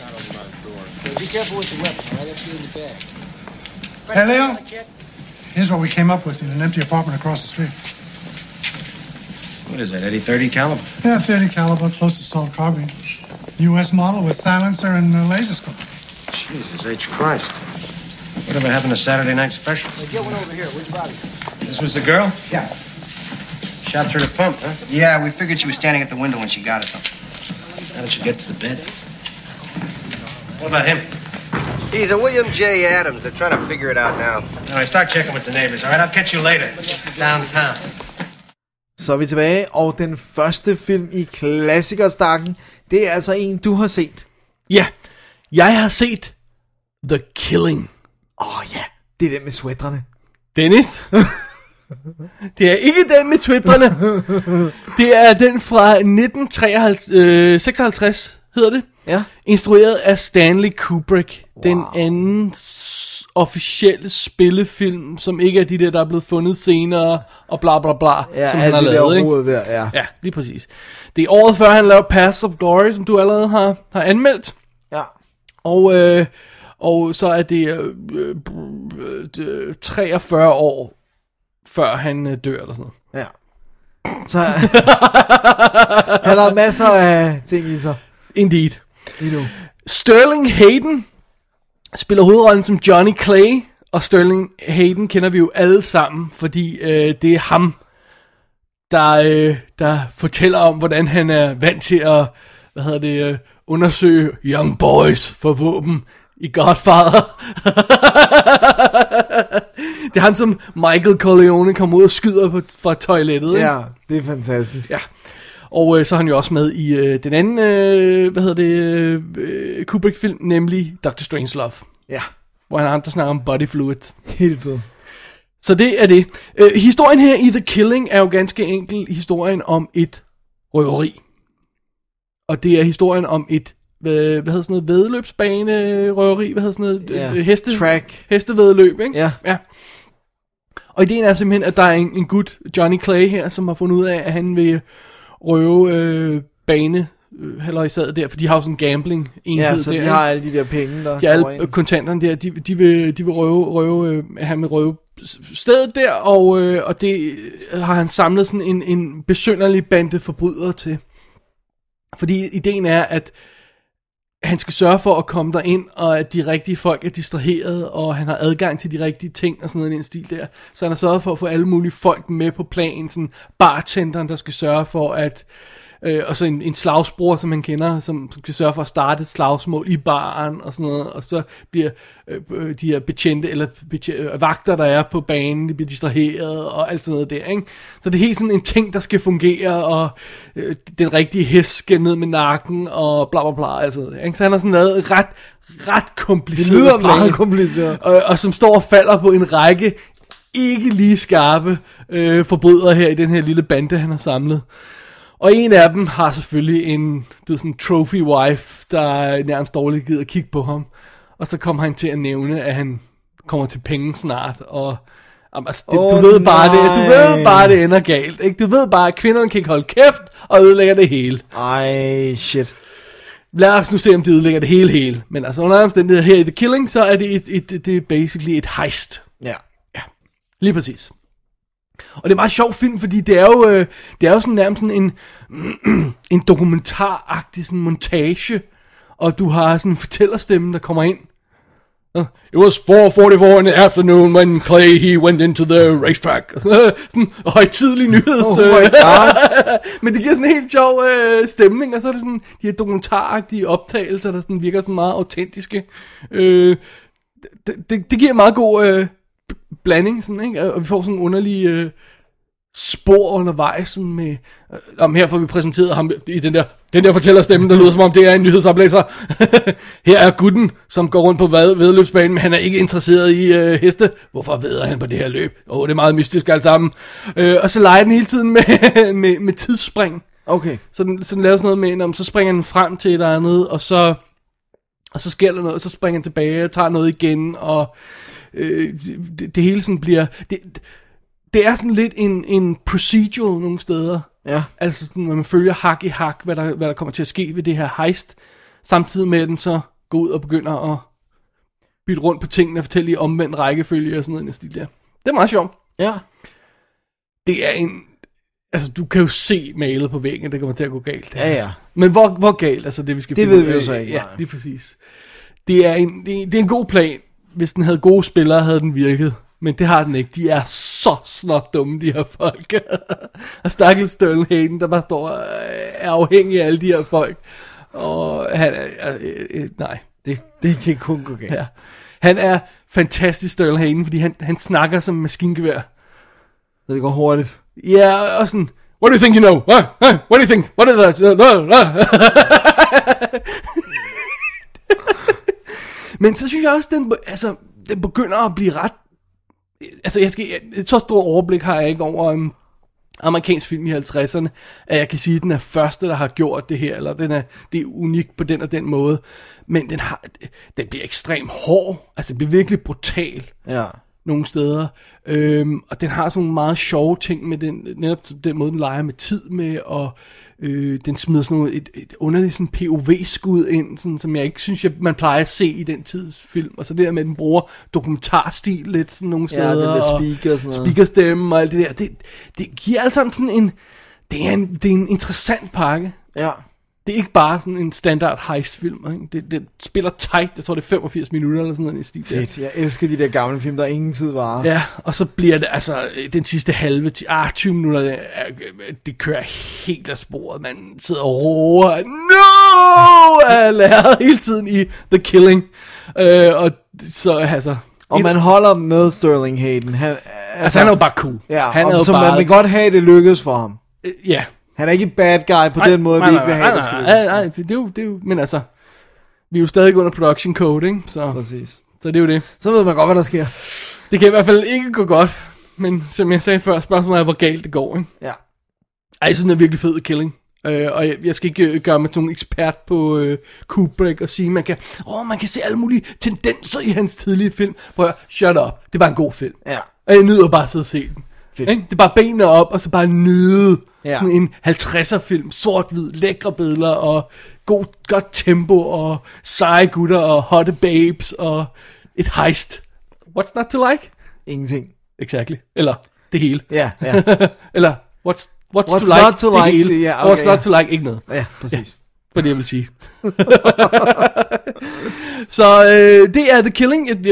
Be careful with the weapon, all right? That's in the bag. Hey, Leo. Here's what we came up with in an empty apartment across the street. What is that, Eddie thirty caliber? Yeah, thirty caliber, close to assault carbine. U S model with silencer and uh, laser scope. Jesus H. Christ. Whatever happened to Saturday Night Special? Hey, get one over here. Which body? This was the girl? Yeah. Shot through the pump, huh? Yeah, we figured she was standing at the window when she got it, though. How did she get to the bed? What about him? He's a William J. Adams. They're trying to figure it out now. All right, start checking with the neighbors, all right? I'll catch you later. Downtown. Så er vi tilbage, og den første film i klassikerstakken, det er altså en, du har set. Ja, jeg har set The Killing. Åh oh, ja, det er den med sweatrene. Dennis? Det er ikke den med sweatrene. Det er den fra nitten seksoghalvtreds, hedder det. Ja. Instrueret af Stanley Kubrick. Wow. Den anden s- officielle spillefilm, som ikke er de der, der er blevet fundet senere, og bla bla bla, Ja, som han har det lavet, der ikke? Der, ja. Ja, lige præcis. Det er året før, han lavede Paths of Glory, som du allerede har, har anmeldt. Ja. Og, øh, og så er det øh, øh, treogfyrre år, før han øh, dør, eller sådan noget. Ja. Så han har masser af ting i sig. Indeed. Endnu. Sterling Hayden spiller hovedrollen som Johnny Clay, og Sterling Hayden kender vi jo alle sammen, fordi øh, det er ham, der, øh, der fortæller om, hvordan han er vant til at, hvad hedder det, øh, undersøge young boys for våben i Godfather. Det er ham, som Michael Corleone kommer ud og skyder på, fra toilettet. Ikke? Ja, det er fantastisk. Ja. Og øh, så er han jo også med i øh, den anden, øh, hvad hedder det, øh, Kubrick-film, nemlig doctor Strangelove. Ja. Hvor han er ham, der snakker om body fluids. Hele tiden. Så det er det. Øh, historien her i The Killing er jo ganske enkel historien om et røveri. Og det er historien om et, hvad, hvad hedder sådan noget, væddeløbsbane røveri, hvad hedder sådan noget, ja. øh, heste, Track. hestevæddeløb, ikke? Ja. Ja. Og ideen er simpelthen, at der er en, en gut, Johnny Clay her, som har fundet ud af, at han vil røve øh, bane, øh, halløjsaget der, for de har jo sådan en gambling enhed der. Ja, så de der, har alle de der penge, der de alle ind. Kontanterne der, de, de vil, de vil røve, røve øh, han vil røve stedet der, og, øh, og det har han samlet sådan en, en besynderlig bande forbrydere til. Fordi ideen er, at han skal sørge for at komme der ind, og at de rigtige folk er distraheret, og han har adgang til de rigtige ting, og sådan noget i den stil der. Så han har sørget for at få alle mulige folk med på planen, sådan bartenderen, der skal sørge for, at Øh, og så en, en slagsbror, som han kender, som, som kan sørge for at starte et slagsmål i baren og sådan noget. Og så bliver øh, de her betjente, eller betjente, vagter, der er på banen, de bliver distraheret og alt sådan noget der, ikke? Så det er helt sådan en ting, der skal fungere, og øh, den rigtige hest skal ned med nakken, og bla bla bla, altså det, ikke? Så han har sådan noget ret, ret kompliceret. Det lyder meget kompliceret. Og, og som står og falder på en række ikke lige skarpe øh, forbrydere her i den her lille bande, han har samlet. Og en af dem har selvfølgelig en, du ved, sådan en trophy wife, der nærmest dårligt gider at kigge på ham. Og så kommer han til at nævne, at han kommer til penge snart, og altså, det, oh, du ved bare det, du ved bare det ender galt, ikke? Du ved bare, at kvinderne kan ikke holde kæft og ødelægger det hele. Ej, shit. Lad os nu se, om de ødelægger det hele hele. Men altså under omstændigheder her i The Killing, så er det et, et, et, det er basically et heist. Ja. Ja, lige præcis. Og det er en meget sjov film, fordi det er jo, øh, det er jo sådan nærmest sådan en, en dokumentaragtig sådan montage, og du har sådan en fortællerstemme, der kommer ind. Uh, it was four forty-four in the afternoon when Clay he went into the racetrack. Sådan, sådan højtidelig nyheds. Oh my God. Men det giver sådan en helt sjov øh, stemning, og så er det sådan de her dokumentaragtige optagelser, der sådan virker sådan meget autentiske. Øh, det, det, det giver en meget god øh, blanding, sådan, ikke? Og vi får sådan en underlig øh, spor undervejs sådan med, øh, om her får vi præsenteret ham i den der den der fortællerstemme, der lyder som om det er en nyhedsoplæser. Her er gutten, som går rundt på væddeløbsbanen, men han er ikke interesseret i øh, heste. Hvorfor vædder han på det her løb? Åh, oh, det er meget mystisk alt sammen. Øh, og så leger den hele tiden med, med, med tidsspring. Okay. Så den, så den laver sådan noget med, om så springer den frem til et eller andet, og så, og så sker der noget, og så springer den tilbage og tager noget igen, og øh, det, det hele sådan bliver... Det, det er sådan lidt en, en procedural nogle steder. Ja. Altså sådan, når man følger hak i hak, hvad der, hvad der kommer til at ske ved det her heist, samtidig med at den så går ud og begynder at bytte rundt på tingene og fortælle i omvendt rækkefølge og sådan noget i den stil der. Det er meget sjovt. Ja. Det er en... Altså, du kan jo se malet på væggen, det kommer til at gå galt. Ja, ja. Men hvor, hvor galt, altså det vi skal det finde ved vi jo så ikke. Ja, lige præcis. Det er, en, det, er, det er en god plan. Hvis den havde gode spillere, havde den virket. Men det har den ikke. De er så snot dumme, de her folk. Og stakkels Sterling Hayden, der bare står og er afhængig af alle de her folk. Og han er... Øh, øh, nej. Det, det kan kun gå galt. Ja. Han er fantastisk, Sterling Hayden, fordi han, han snakker som en maskingevær. Så det går hurtigt. Ja, og sådan... What do you think you know? What, what do you think? What is that? Men så synes jeg også, den, altså, den begynder at blive ret... Altså, jeg skal, et så stort overblik har jeg ikke over um, amerikansk film i halvtredserne, at jeg kan sige, at den er første, der har gjort det her, eller den er, det er unikt på den og den måde. Men den, har, den bliver ekstremt hård, altså den bliver virkelig brutal. Ja. Nogle steder. Øhm, og den har sådan nogle meget sjove ting med den, netop den måde, den leger med tid med, og øh, den smider sådan noget, et, et underligt sådan P O V-skud ind, sådan, som jeg ikke synes, jeg, man plejer at se i den tids film. Og så det der med, at den bruger dokumentarstil lidt sådan nogle steder. Ja, den der speaker og sådan noget. Speakerstemme og alt det der. Det, det giver alt sammen sådan en, det er en, det er en interessant pakke. Ja. Det er ikke bare sådan en standard heist-film. Ikke? Det, det spiller tight, jeg tror det er femogfirs minutter eller sådan noget i stil. Fedt, jeg elsker de der gamle film, der ingen tid varer. Ja, og så bliver det altså den sidste halve, ah, tyve minutter, det, det kører helt af sporet. Man sidder og roer, no! Jeg lærer hele tiden i The Killing. Øh, og så altså... Og man holder med Sterling Hayden. Han, altså, altså han er jo bare cool. Ja, han og er jo så bare... man vil godt have, det lykkes for ham. Øh, ja. Han er ikke en bad guy på nej, den måde, nej, vi ikke vil have, nej, det skal nej, nej, nej, det er jo, det er jo, men altså, vi er jo stadig under production code, ikke? Så, præcis. Så det er jo det. Så ved man godt, hvad der sker. Det kan i hvert fald ikke gå godt, men som jeg sagde før, spørgsmålet er, hvor galt det går, ikke? Ja. Ej, sådan en virkelig fed Killing. Øh, og jeg, jeg skal ikke gøre mig til nogen ekspert på øh, Kubrick og sige, man kan, åh, man kan se alle mulige tendenser i hans tidlige film. Prøv at shut up. Det er bare en god film. Ja. Og jeg nyder bare at sidde og se den. Ikke? Det er bare benene op, og så bare nyde ja. sådan en halvtredser film, sort-hvid, lækre billeder, og god, godt tempo, og seje gutter, og hotte babes, og et heist. What's not to like? Ingenting. Exactly. Eller det hele. Ja, ja. Eller what's, what's, what's to like? Not to det like? hele. Yeah, okay, what's not to like? Ikke noget. Ja, præcis. Ja, for det jeg vil sige. Så øh, det er The Killing. Jeg, jeg,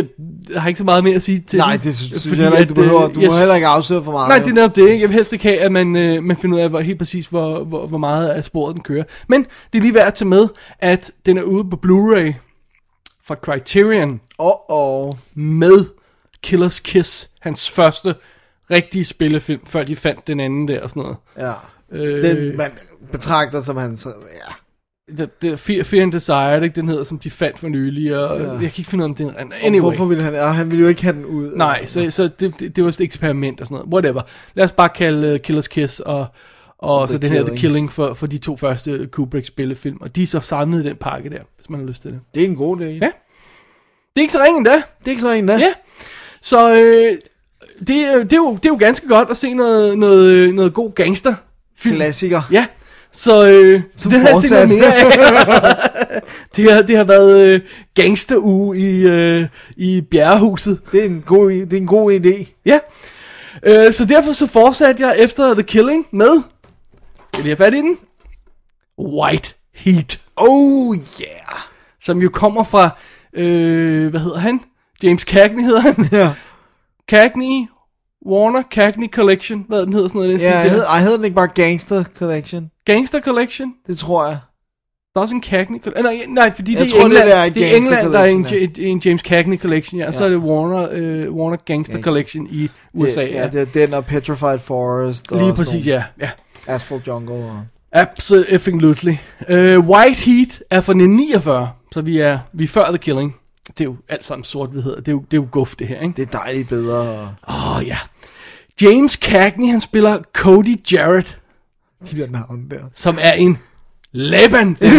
jeg har ikke så meget mere at sige til Nej, den, det synes jeg heller ikke, du behøver. Du må heller ikke afsløre for meget. Nej, det er netop det, ikke? Jeg vil helst ikke have, at man, øh, man finder ud af hvor, helt præcis, hvor, hvor, hvor meget af sporet den kører. Men det er lige værd at tage med, at den er ude på Blu-ray fra Criterion. Uh-oh. Med Killer's Kiss, hans første rigtige spillefilm, før de fandt den anden der og sådan noget. Ja, øh, den man betragter som hans, ja. Det, det, Fear, Fear and Desire, ikke? Den hedder, som de fandt for nylig, og ja. Jeg kan ikke finde ud af, om den anyway. Hvorfor ville han, ja, han ville jo ikke have den ud. Nej, så, så det, det, det var et eksperiment og sådan noget, whatever. Lad os bare kalde uh, Killer's Kiss og, og så den her The Killing for, for de to første Kubrick spillefilm, og de er så samlet i den pakke der, hvis man har lyst til det. Det er en god idé. Ja. Det er ikke så ringe endda. Det er ikke så ringe endda. Ja. Så øh, det, det, er jo, det er jo ganske godt at se noget, noget, noget god gangsterfilm. Klassiker. Ja. Så, øh, så det har jeg set noget mere af. det, har, det har været øh, gangsteruge i, øh, i Bjerrehuset. Det er en god, det er en god idé. Ja. Øh, så derfor så fortsatte jeg efter The Killing med, vil jeg have fat i den? White Heat. Oh yeah. Som jo kommer fra, øh, hvad hedder han? James Cagney hedder han. Ja. Cagney, Warner Cagney Collection, hvad den hedder, sådan noget. Ja, jeg hed, jeg hed den ikke bare Gangster Collection? Gangster Collection? Det tror jeg. Der er også en Cagney Collection. Nej, nej, fordi jeg det er tror, England, det er, det er England, der er en, ja. en James Cagney Collection, ja, og ja. Så er det Warner, uh, Warner Gangster ja. Collection i U S A. Det, ja, det er den og Petrified Forest. Lige og præcis, ja. ja. Asphalt Jungle. Og... Absolutely. Uh, White Heat er fra nitten niogfyrre, så vi er, vi er før The Killing. Det er jo alt sammen sort-hvid. Det er jo, det er jo guf, det her, ikke? Det er dejligt bedre. Åh, oh, ja. James Cagney, han spiller Cody Jarrett. De der navne der. Som er en Laban. Det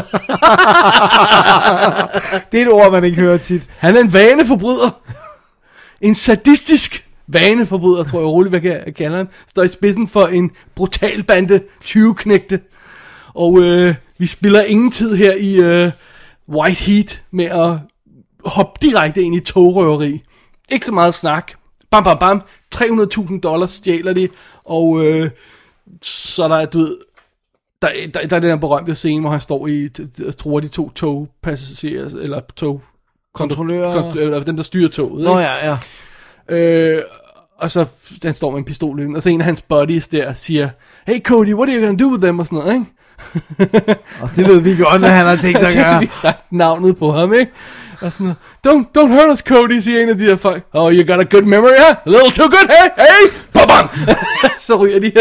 er et ord, man ikke hører tit. Han er en vaneforbryder. En sadistisk vaneforbryder, tror jeg roligt, hvad jeg kalder ham. Står i spidsen for en brutal bande tyveknægte. Og øh, vi spiller ingen tid her i øh, White Heat med at hoppe direkte ind i togrøveri. Ikke så meget snak. Bam, bam, bam. tre hundrede tusind dollars stjæler de. Og øh, så der, du ved, der, der, der er den her berømte scene, hvor han står i, tror de to togpassagerer, eller tog... Kontrollører. Kont- eller den, der styrer toget. Nå ja, ja. Øh, og så han står med en pistol i den, og så en af hans buddies der siger, hey Cody, what are you gonna do with them? Og sådan noget, ikke? Og det ved vi godt, hvad han har tænkt sig at gøre. Så har vi sagt navnet på ham, ikke? Og sådan noget, don't, don't hurt us, Cody, siger en af de der folk. Oh, you got a good memory, huh? A little too good, hey, hey, babam! Så ryger de.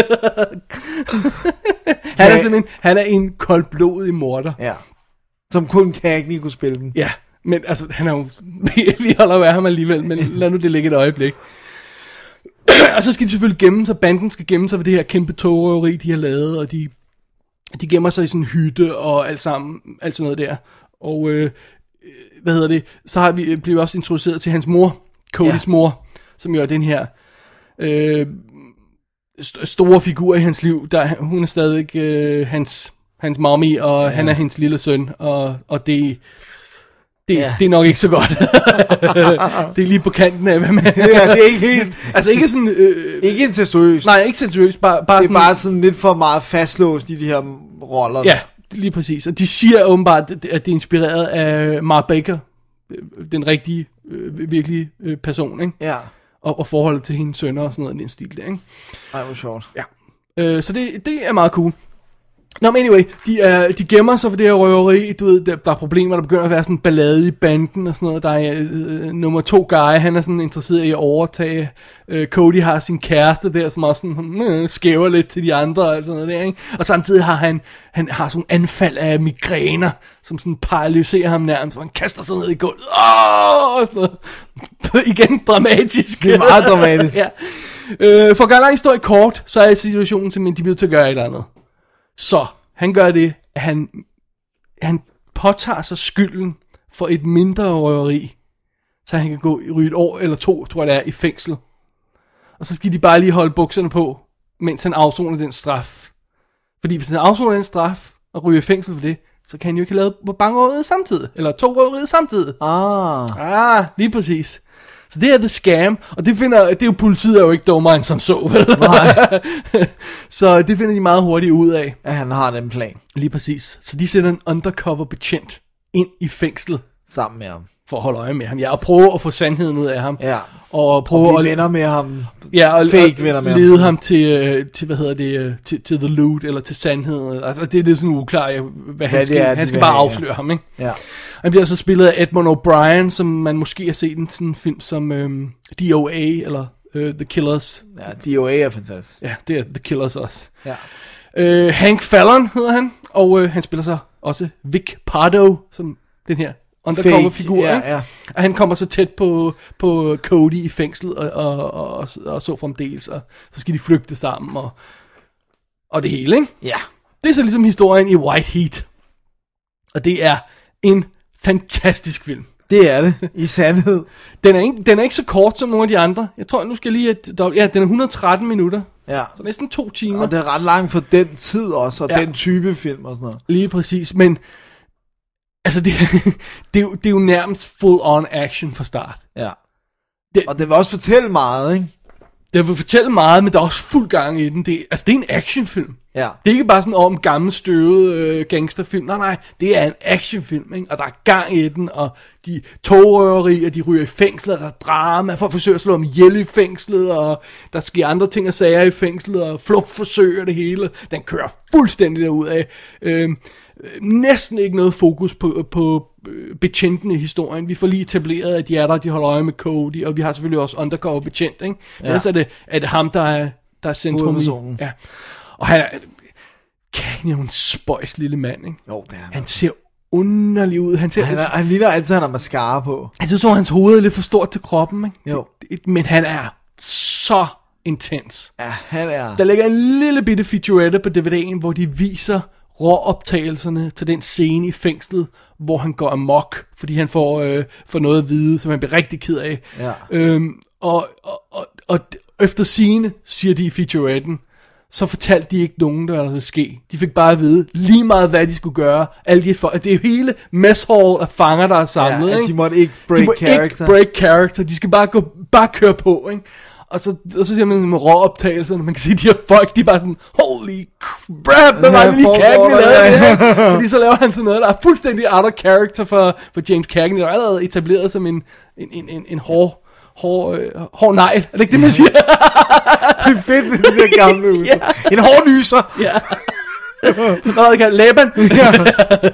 Han er sådan en, han er en koldblodig morder. Ja. Som kun Cagney kunne spille den. Ja, men altså, han er jo, vi, vi holder jo af ham alligevel, men lad nu det ligge et øjeblik. Og så skal de selvfølgelig gemme sig, banden skal gemme sig for det her kæmpe togrøveri, de har lavet, og de, de gemmer sig i sådan en hytte og alt sammen, alt sådan noget der. Og øh, hvad hedder det, så har vi blevet også introduceret til hans mor, Codys ja. mor, som jo er den her øh, st- store figur i hans liv. Der, hun er stadigvæk øh, hans, hans mommy, og ja. han er hendes lille søn, og, og det, det, ja. det er nok ikke så godt. Det er lige på kanten af, hvad man... Ja, det er ikke helt... altså ikke sådan... Øh, ikke interessøst. Nej, ikke seriøst, bare, bare det er sådan... bare sådan lidt for meget fastlåst i de her roller. Ja, lige præcis. Og de siger åbenbart, at det er inspireret af Mark Baker, den rigtige, øh, virkelige øh, person, ikke? Ja. Og, og forholdet til hendes sønner og sådan noget, den stil der, ikke? Ej, hvor sjovt. Ja. Øh, så det, det er meget cool. Nå, men anyway, de, er, de gemmer sig for det her røveri, du ved, der, der er problemer, der begynder at være sådan en ballade i banden og sådan noget. Der er øh, nummer to guy, han er sådan interesseret i at overtage. Øh, Cody har sin kæreste der, som også sådan, øh, skæver lidt til de andre og sådan noget der, ikke? Og samtidig har han, han har sådan en anfald af migræner, som sådan paralyserer ham nærmest, så han kaster sig ned i gulvet. Åh! Og sådan noget. Igen dramatisk. Det er meget dramatisk. Ja. øh, for at gøre en lang historie kort, så er situationen simpelthen, de bliver til at gøre et eller andet. Så han gør det, at han, han påtager sig skylden for et mindre røveri, så han kan gå ryge et år eller to, tror jeg det er, i fængsel. Og så skal de bare lige holde bukserne på, mens han afsoner den straf. Fordi hvis han afsoner den straf og ryger i fængsel for det, så kan han jo ikke have lavet bankrøveriet samtidig, eller to røveriet samtidig. Ah. Ah, lige præcis. Så det er The Scam, og det finder, det er jo politiet er jo ikke dummere end som så, vel? Nej. Så det finder de meget hurtigt ud af. At han har den plan. Lige præcis. Så de sætter en undercover betjent ind i fængslet. Sammen med ham. for at holde øje med ham. Ja, og prøve at få sandheden ud af ham. Ja. Og prøve og blive at venner med ham. Ja, og, fake og venner med lede ham. ham til, til, hvad hedder det, til, til the loot, eller til sandheden. Altså, det er lidt sådan uklart, hvad, hvad han skal. Er, han skal bare have, afsløre ja. ham, ikke? Ja. Han bliver så spillet af Edmund O'Brien, som man måske har set en sådan en film som øhm, D O A, eller øh, The Killers. Ja, D O A er fantastisk. Ja, det er The Killers også. Ja. Øh, Hank Fallon hedder han, og øh, han spiller så også Vic Pardo, som den her undercover-figur, ja, ikke? ja. Og han kommer så tæt på, på Cody i fængslet, og, og, og, og, og så fremdeles, og så skal de flygte sammen, og, og det hele, ikke? Ja. Det er så ligesom historien i White Heat, og det er en fantastisk film. Det er det, i sandhed. Den er, ikke, den er ikke så kort som nogle af de andre. Jeg tror, nu skal jeg lige... At, ja, den er et hundrede og tretten minutter. Ja. Så næsten to timer. Og det er ret langt for den tid også, og ja. den type film og sådan noget. Lige præcis, men... Altså, det, det, er, jo, det er jo nærmest full-on action fra start. Ja. Det, og det vil også fortælle meget, ikke? Det vil fortælle meget, men der er også fuld gang i den. Det, altså, det er en actionfilm. Ja. Det er ikke bare sådan om gammel støvet øh, gangsterfilm. Nej, nej, det er en actionfilm, ikke? Og der er gang i den, og de togrøverier, de ryger i fængslet, og der er drama, for at forsøge at slå om ihjel i fængslet, og der sker andre ting og sager i fængslet, og flugtforsøg og det hele. Den kører fuldstændig derudad. Øh, næsten ikke noget fokus på, på betjenten i historien. Vi får lige etableret, at de er der, de holder øje med Cody, og vi har selvfølgelig også undercover betjent, ikke? Ja. Ellers er det, er det ham, der er, der er centrum i. Ja. Og han er, kan jo en spøjs lille mand, ikke? Jo, det er han. Han ser underlig ud. Han, ser, han, er, han ligner altid, han har mascara på. Jeg synes, at hans hoved er lidt for stort til kroppen, ikke? Jo. Men han er så intens. Ja, han er. Der ligger en lille bitte featurette på D V D'en, hvor de viser råoptagelserne til den scene i fængslet, hvor han går amok, fordi han får, øh, får noget at vide, som han bliver rigtig ked af. Ja. Øhm, og, og, og, og efter scene, siger de i featuretten, så fortalte de ikke nogen, der ville ske. De fik bare at vide lige meget, hvad de skulle gøre. Alle de for, det er jo hele mess hall af fanger, der er samlet. Ja, ikke? de måtte ikke break de må character. Ikke break character. De skal bare, gå, bare køre på, ikke? Og så, og så siger man med råoptagelserne, man kan sige, at de her folk, de er bare sådan, holy crap, hvad var det lige Cagney lavede det her? Fordi så laver han sådan noget, der er fuldstændig out of character for, for James Cagney, der er allerede etableret som en, en, en, en, en hård, hård, øh, hård negl. Er det ikke det, man siger? Det er fedt med de der gamle ud. Ja. En hård nyser. Ja. Hvad er det, kan Laban? Ja.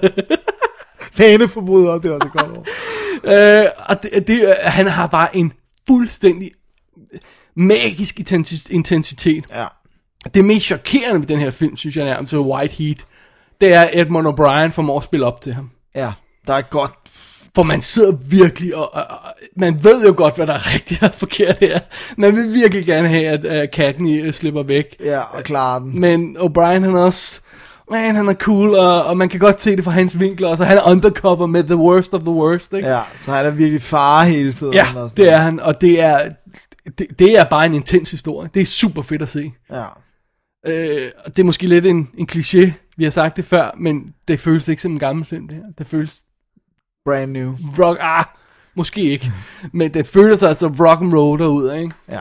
Pæne forbrydere, det er også godt over. Øh, og det, det, han har bare en fuldstændig magisk intensitet. Ja. Det mest chokerende ved den her film, synes jeg nærmest, White Heat, det er Edmund O'Brien formår at spille op til ham. Ja, der er godt. For man sidder virkelig, og, og, og man ved jo godt, hvad der er rigtigt og forkert her. Man vil virkelig gerne have, at uh, Cagney uh, slipper væk. Ja, og klarer den. Men O'Brien, han er også, man, han er cool, og, og man kan godt se det fra hans vinkler, og så han er undercover med the worst of the worst, ikke? Ja, så han er virkelig far hele tiden. Ja, det er han, og det er, det, det er bare en intens historie. Det er super fedt at se. Ja. Øh, det er måske lidt en, en kliché, vi har sagt det før, men det føles ikke som en gammel film, det her. Det føles brand new. Rock, ah, måske ikke. Men det føles altså rock and roll derude, ikke? Ja.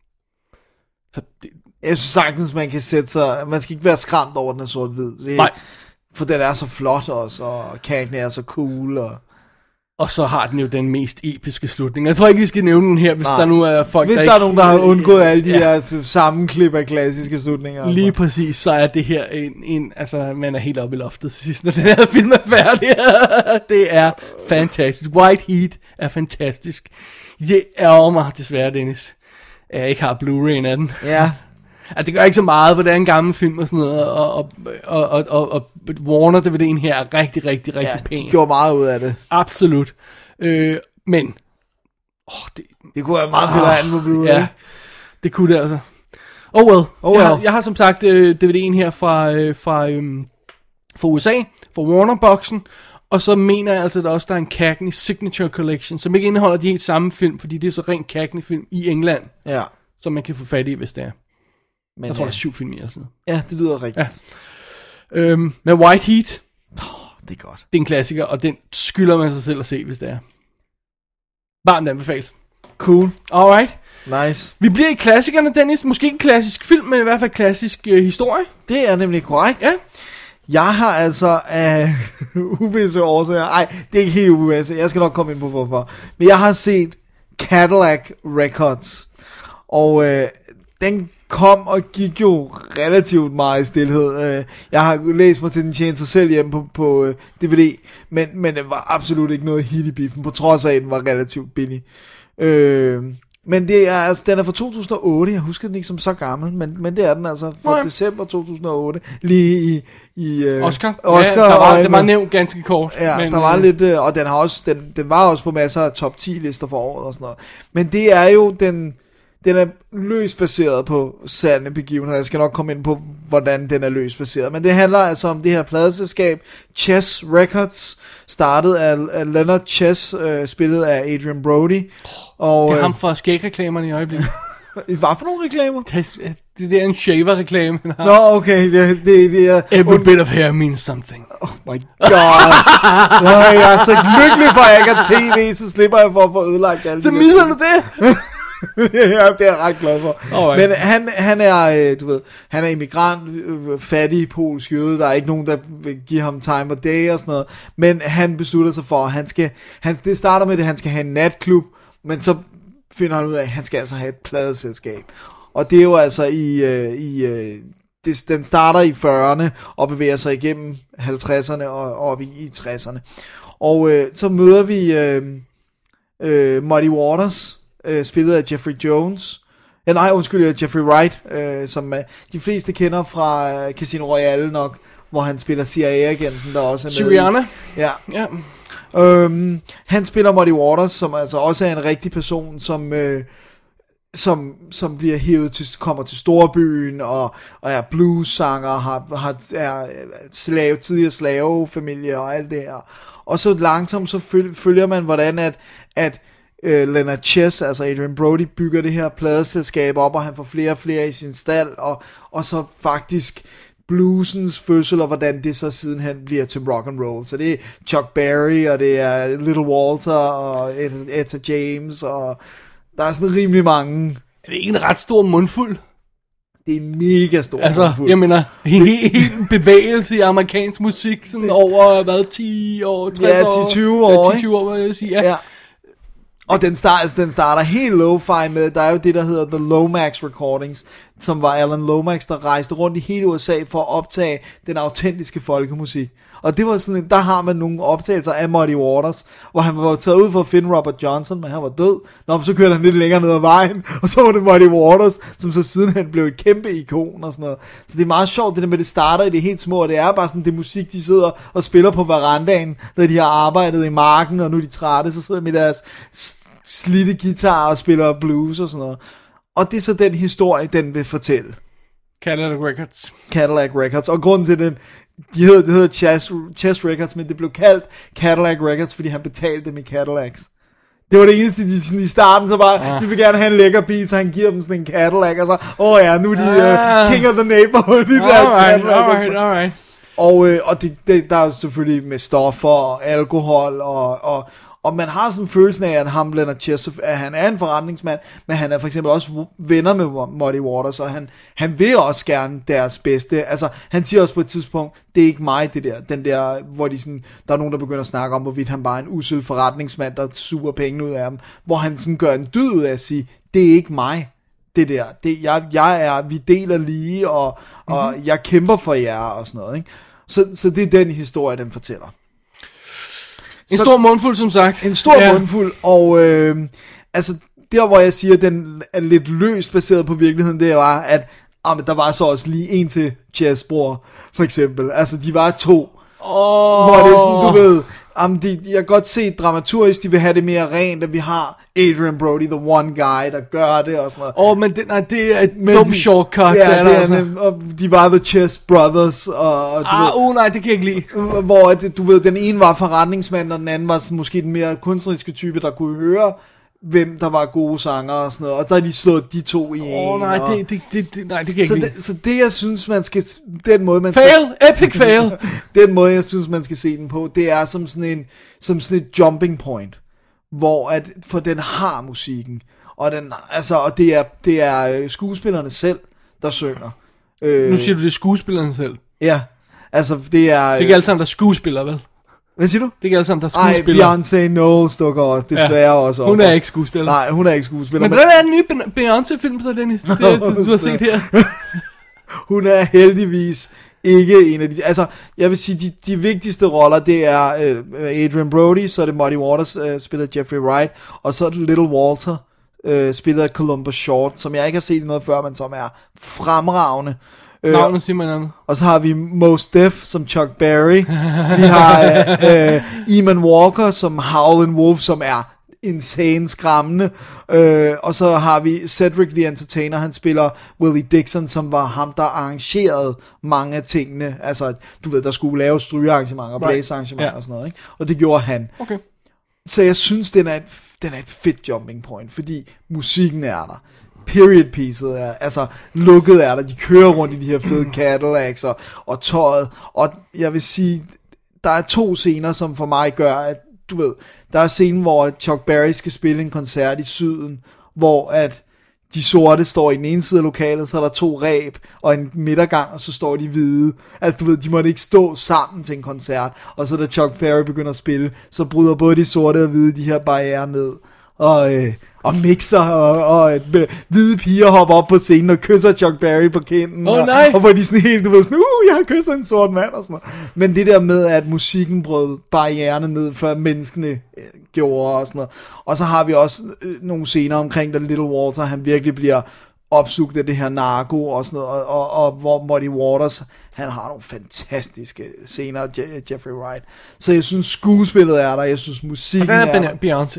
Så det, jeg synes sagtens, man kan sætte sig, man skal ikke være skræmt over, den er sort-hvid. Det, nej. For den er så flot også, og Cagney er så cool, og... Og så har den jo den mest episke slutning. Jeg tror ikke, vi skal nævne den her, hvis Nej. der nu er folk, hvis der der er ikke... nogen, der har undgået alle de ja. her sammenklip af klassiske slutninger. Lige altså. Præcis, så er det her en, en... Altså, man er helt oppe i loftet til sidst, når den her film er færdig. Det er fantastisk. White Heat er fantastisk. Det ærger mig desværre, Dennis, at jeg ikke har Blu-ray'en af den. Ja. Altså, det gør ikke så meget, for det er en gammel film og sådan noget, og, og, og, og, og, og Warner D V D'en her er rigtig, rigtig, rigtig ja, pæn. de gjorde meget ud af det. Absolut. Øh, men... Oh, det, det kunne være meget fedt at have på Blu-ray. Ja, det kunne det altså. Oh well. Oh well. Jeg, har, jeg har som sagt øh, D V D'en her fra, øh, fra, øh, fra U S A, fra Warner-boksen, og så mener jeg altså, at der også der er en Cagney Signature Collection, som ikke indeholder de helt samme film, fordi det er så rent Cagney-film i England, ja. som man kan få fat i, hvis det er. Men, jeg tror, ja. der er syv film i. Sådan. Ja, det lyder rigtigt. Ja. Øhm, men White Heat, oh, det er godt. Det er en klassiker, og den skylder man sig selv at se, hvis det er. Varmt anbefalt. Cool. Alright. Nice. Vi bliver i klassikerne, Dennis. Måske ikke en klassisk film, men i hvert fald klassisk øh, historie. Det er nemlig korrekt. Ja. Jeg har altså af uvisse årsager, ej, det er ikke helt uvisse, jeg skal nok komme ind på hvorfor, men jeg har set Cadillac Records, og øh, den kom og gik jo relativt meget i stilhed. Jeg har læst mig til, den tjente sig selv hjemme på, på D V D, men, men det var absolut ikke noget hit i biffen, på trods af, at den var relativt billig. Øh, men det er, altså, den er fra to tusind og otte, jeg husker den ikke som så gammel, men, men det er den altså fra december to tusind og otte, lige i, i øh, Oscar. Oscar. Ja, der var, og, det var nævnt ganske kort. Ja, men, der var øh, lidt, øh, og den, har også, den, den var også på masser af top ti lister for året og sådan noget. Men det er jo den... Den er løst baseret på sande begivenheder. Jeg skal nok komme ind på, hvordan den er løst baseret. Men det handler altså om det her pladeselskab, Chess Records, startet af, af Leonard Chess, øh, spillet af Adrian Brody. Og, det er ham fra skægreklamerne i øjeblikket. Hvad for nogle reklamer? Det, det er en shaver-reklame. Nå, okay. Det, det, det er, Every bit of hair means something. Oh my god. Nå, jeg er så lykkelig for, at jeg ikke har tv, så slipper jeg for at få ødelagt alt. Så misser du det? Ja, det er jeg ret glad for. Oh, men han, han er, du ved, han er immigrant, fattig, polsk jøde, der er ikke nogen, der vil give ham time of day og sådan noget, men han beslutter sig for, at han skal, han, det starter med det, at han skal have en natklub, men så finder han ud af, at han skal altså have et pladeselskab. Og det er jo altså i, i det, den starter i fyrrerne og bevæger sig igennem halvtredserne og, og op i, i tresserne. Og øh, så møder vi øh, øh, Muddy Waters, øh, spillet af Jeffrey Jones. Ja, nej, undskyld, Jeffrey Wright, øh, som øh, de fleste kender fra øh, Casino Royale nok, hvor han spiller C I A-agenten, der også er med. Syriana. Ja. Ja. Øhm, han spiller Muddy Waters, som altså også er en rigtig person, som øh, som som bliver hævet til, kommer til storbyen og og er blues-sanger, har har er slave tidligere slavefamilie og alt det her. Og så langsomt så følger man hvordan at at øh, Leonard Chess, altså Adrian Brody, bygger det her pladeselskab op, og han får flere og flere i sin stald, og og så faktisk bluesens fødsel, og hvordan det så sidenhen bliver til rock and roll. Så det er Chuck Berry, og det er Little Walter, og Etta James, og der er sådan rimelig mange. Er det ikke en ret stor mundfuld? Det er en mega stor altså, mundfuld. Jeg mener, helt en bevægelse i amerikansk musik, sådan det, over, hvad, ti år, tres ja, år? ti til tyve år, ti til tyve år, hvad jeg vil sige, ja. ja. Og den starter, altså, den starter helt lo-fi med, der er jo det, der hedder The Lomax Recordings, som var Alan Lomax, der rejste rundt i hele U S A for at optage den autentiske folkemusik. Og det var sådan, der har man nogle optagelser af Muddy Waters, hvor han var taget ud for at finde Robert Johnson, men han var død. Nå, så kørte han lidt længere ned ad vejen, og så var det Muddy Waters, som så siden han blev et kæmpe ikon og sådan noget. Så det er meget sjovt, det der med, det starter i det helt små, og det er bare sådan, det musik, de sidder og spiller på verandaen, da de har arbejdet i marken, og nu er de trætte, så sidder de med deres slidte guitar og spiller blues og sådan noget. Og det er så den historie, den vil fortælle. Cadillac Records. Cadillac Records. Og grunden til den, de hedder, det hedder Chess, Chess Records, men det blev kaldt Cadillac Records, fordi han betalte dem i Cadillacs. Det var det eneste, de sådan i starten, så bare, ah. de vil gerne have en lækker bil, så han giver dem sådan en Cadillac, og så, åh oh ja, nu er de ah. uh, king of the neighborhood i deres alright, Cadillac. Alright, alright. Og, øh, og det, det, der er jo selvfølgelig med stoffer og alkohol, og, og Og man har sådan en følelse af, at ham, Leonard Chess, at han er en forretningsmand, men han er for eksempel også venner med Muddy Waters, og han, han vil også gerne deres bedste. Altså, han siger også på et tidspunkt, det er ikke mig, det der, den der, hvor de sådan, der er nogen, der begynder at snakke om, hvorvidt han bare er en usel forretningsmand, der suger penge ud af ham, hvor han sådan gør en dyd ud af at sige, det er ikke mig, det der, det, jeg, jeg er, vi deler lige, og, og mm-hmm. jeg kæmper for jer, og sådan noget, ikke? Så, så det er den historie, den fortæller. En så, stor mundfuld, som sagt. En stor ja. mundfuld, og øh, altså, der hvor jeg siger, at den er lidt løst baseret på virkeligheden, det var, at ah, men der var så også lige en til Chess bror, for eksempel. Altså, de var to. Oh. Hvor det er sådan, du ved, um, de, jeg kan godt se dramaturgisk, de vil have det mere rent, at vi har Adrian Brody, the one guy, der gør det, og sådan noget. Åh, oh, men det, nej, det er et dumt shortcut. Ja, det er, det er altså. nem, og de var the Chess Brothers, og, og du ah, ved, uh, nej, det kan jeg ikke lide. Hvor, du ved, den ene var forretningsmand, og den anden var sådan, måske den mere kunstneriske type, der kunne høre, hvem der var gode sanger og sådan noget, og så har de slået de to i oh, en. Åh, nej, og... det, det, det, det, nej, det kan jeg så ikke lide. Det, så det, jeg synes, man skal, den måde, man fail, skal... epic fail! Den måde, jeg synes, man skal se den på, det er som sådan en, som sådan et jumping point, hvor at, for den har musikken, og den, altså, og det er, det er skuespillerne selv, der synger. Nu siger du, det er skuespillerne selv? Ja. Altså, det er... Det er ikke alle sammen, der er skuespillere, vel? Hvad siger du? Det er ikke alle sammen, der er skuespillere. Ej, Beyoncé Knowles dukker også, desværre ja. også op. Hun er ikke skuespiller. Nej, hun er ikke skuespiller. Men, men... det er en ny Beyoncé-film, så Dennis. Det er, du, du har set her. Hun er heldigvis ikke en af de... Altså, jeg vil sige, de, de vigtigste roller, det er uh, Adrian Brody, så er det Muddy Waters, uh, spiller Jeffrey Wright, og så er det Little Walter, uh, spiller Columbus Short, som jeg ikke har set i noget før, men som er fremragende. Navnet siger man andet. Og så har vi Mos Def som Chuck Berry. Vi har uh, uh, Eamon Walker som Howlin' Wolf, som er insane skræmmende. Uh, og så har vi Cedric the Entertainer, han spiller Willie Dixon, som var ham, der arrangerede mange af tingene. Altså, du ved, der skulle lave strygearrangementer, right. blæsearrangementer yeah. og sådan noget, ikke? Og det gjorde han. Okay. Så jeg synes, den er, et, den er et fedt jumping point, fordi musikken er der. Period piecet er, altså lukket er der, de kører rundt i de her fede Cadillacs og, og tøjet, og jeg vil sige, der er to scener, som for mig gør, at du ved, der er scenen, hvor Chuck Berry skal spille en koncert i syden, hvor at de sorte står i den ene side af lokalet, så er der to reb og en midtergang, og så står de hvide. Altså du ved, de måtte ikke stå sammen til en koncert, og så da Chuck Berry begynder at spille, så bryder både de sorte og hvide de her barrierer ned. Og, øh, og mixer, og, og øh, hvide piger hopper op på scenen og kysser Chuck Berry på kinden. Oh, og, og hvor de sådan helt, du ved sådan, uh, jeg har kysset en sort mand og sådan noget. Men det der med, at musikken brød barriererne ned, før menneskene øh, gjorde og sådan noget. Og så har vi også øh, nogle scener omkring, da Little Walter, han virkelig bliver opsugt af det her narko og sådan noget. Og, og, og hvor Muddy Waters, han har nogle fantastiske scener, Je- Jeffrey Wright. Så jeg synes, skuespillet er der, jeg synes, musikken er, er der. Beyoncé.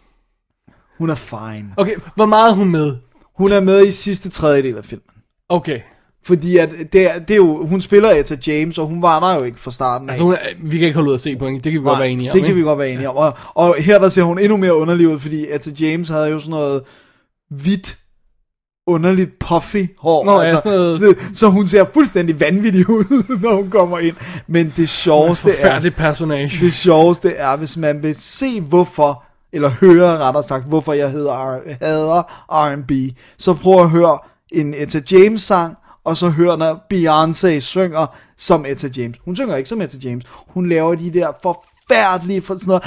Hun er fine. Okay, hvor meget er hun med? Hun er med i sidste tredjedel af filmen. Okay. Fordi at det er, det er jo, hun spiller Etta James, og hun var der jo ikke fra starten af. Altså hun er, vi kan ikke holde ud at se på hende, det kan vi Nej, godt være enige om. det kan ikke? vi godt være enige om. Og, og her der ser hun endnu mere underlig ud, fordi Etta James havde jo sådan noget hvidt, underligt puffy hår. Nå, altså, ja, sådan noget... så, så hun ser fuldstændig vanvittig ud, når hun kommer ind. Men det sjoveste er... Forfærdelig personage. Det sjoveste er, hvis man vil se hvorfor, eller høre rettere sagt, hvorfor jeg hedder, hader R and B, så prøv at høre en Etta James sang, og så hør når Beyoncé synger som Etta James. Hun synger ikke som Etta James. Hun laver de der forfærdelige sådan noget,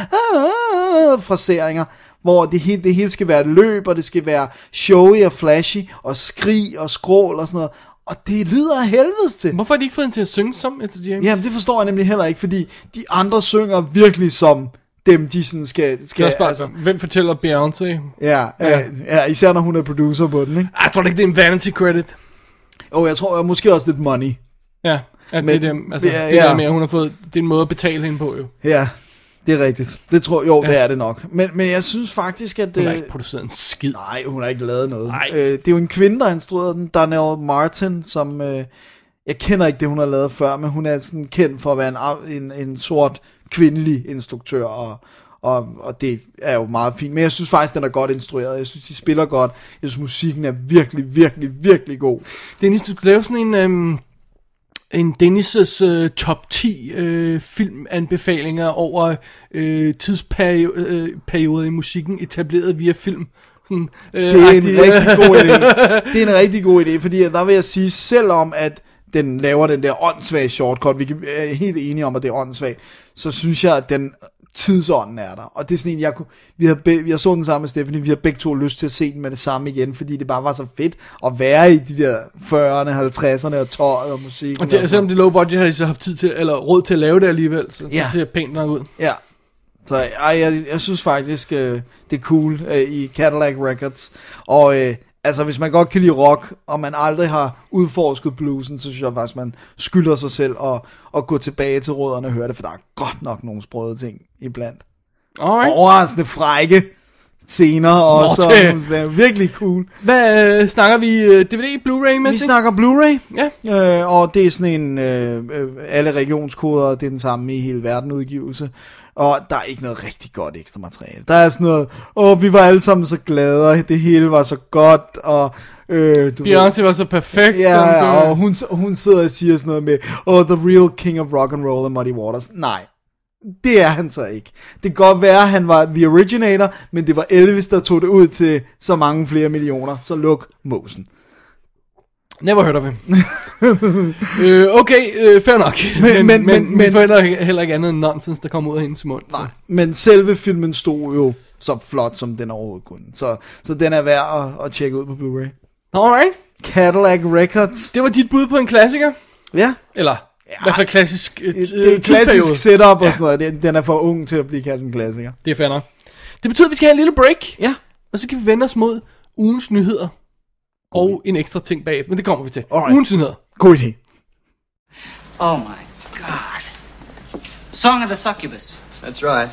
ah, fraseringer, hvor det hele, det hele skal være et løb, og det skal være showy og flashy, og skrig og skrål og sådan noget. Og det lyder af helvedes til. Hvorfor har de ikke fået hende til at synge som Etta James? Jamen, det forstår jeg nemlig heller ikke, fordi de andre synger virkelig som dem, de sådan skal... skal bare, altså, hvem fortæller Beyoncé? Ja, ja. Øh, ja, især når hun er producer på den, ikke? Jeg tror ikke, det er en vanity credit. Og oh, jeg tror måske også lidt money. Ja, at Men, det, der, altså, ja, det ja. der med, at hun har fået... Det er en måde at betale hende på, jo. Ja, det er rigtigt. Det tror jo, Ja. det er det nok. Men, men jeg synes faktisk, at... Hun har øh, ikke produceret en skid. Nej, hun har ikke lavet noget. Nej. Øh, det er jo en kvinde, der har instrueret den, Darnell Martin, som... Øh, jeg kender ikke det, hun har lavet før, men hun er sådan kendt for at være en, en, en sort kvindelig instruktør, og, og, og det er jo meget fint. Men jeg synes faktisk, den er godt instrueret. Jeg synes, de spiller godt. Jeg synes, musikken er virkelig, virkelig, virkelig god. Dennis, du skal lave sådan en... Øhm, en Dennis' øh, top ti øh, filmanbefalinger over øh, tidsperioder øh, i musikken, etableret via film. Sådan, øh, det er en rigtig, rigtig god idé. Det er en rigtig god idé, fordi der vil jeg sige, selvom at den laver den der åndssvage shortcut, vi er helt enige om, at det er åndssvagt, så synes jeg, at den tidsånden er der. Og det er sådan en, jeg, kunne, vi har be, jeg så den sammen med Stephanie, vi har begge to lyst til at se den med det samme igen, fordi det bare var så fedt at være i de der fyrrerne, halvtredserne og tøjet og musikken. og det, selvom det er low budget, har de så haft tid til, eller råd til at lave det alligevel, så, Ja. så ser det pænt nok ud. Ja. Så ej, jeg, jeg synes faktisk, øh, det er cool øh, i Cadillac Records. Og øh, altså, hvis man godt kan lide rock, og man aldrig har udforsket bluesen, så synes jeg faktisk, man skylder sig selv at, at gå tilbage til rødderne og høre det, for der er godt nok nogle sprøde ting iblandt. Alright. Overraskende frække scener, og Nå, så det- det er virkelig cool. Hvad øh, snakker vi? Øh, D V D, Blu-ray med? Vi snakker Blu-ray, Ja. øh, og det er sådan en, øh, øh, alle regionskoder, det er den samme i hele verden udgivelse. Og der er ikke noget rigtig godt ekstra materiale. Der er sådan noget, åh, vi var alle sammen så glade, og det hele var så godt, og... Øh, du Beyoncé var så perfekt. Ja, som ja, du... og hun, hun sidder og siger sådan noget med, oh, the real king of rock and roll er Muddy Waters. Nej, det er han så ikke. Det kan godt være, at han var the originator, men det var Elvis, der tog det ud til så mange flere millioner, så luk mosen. Never heard of him. øh, okay, øh, fair nok. Men, men, men, men vi får heller ikke andet end nonsens, der kommer ud af hendes mund. Så. Nej, men selve filmen stod jo så flot, som den overhovedet kunne. Så, så den er værd at, at tjekke ud på Blu-ray. Alright. Cadillac Records. Det var dit bud på en klassiker? Ja. Eller, ja, i hvert fald klassisk uh, det, det er klassisk setup og ja. sådan noget. Den er for ung til at blive kaldt en klassiker. Det er fair nok. Det betyder, at vi skal have en lille break. Ja. Og så kan vi vende os mod ugens nyheder. Og okay. en ekstra ting bagefter, men det kommer vi til. Alright. Ugens nyheder. God idé. Oh my God. Song of the Succubus. That's right.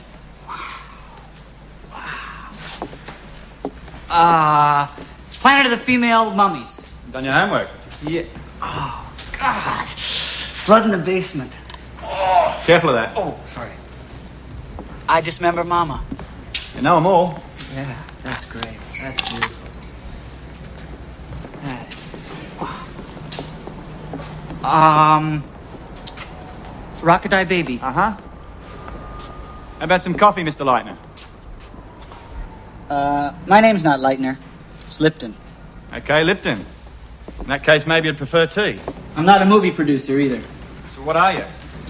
Uh, Planet of the Female Mummies. Done your homework? Yeah. Oh, God. Blood in the Basement. Oh. Careful of that. Oh, sorry. I Dismember Mama. You know them all. Yeah, that's great. That's beautiful. That is... Wow. Um... Rockadie Baby. Uh-huh. How about some coffee, Mister Leitner? Uh, my name's not Leitner. It's Lipton. Okay, Lipton. In that case, maybe you'd prefer tea. I'm not a movie producer either. So what are you?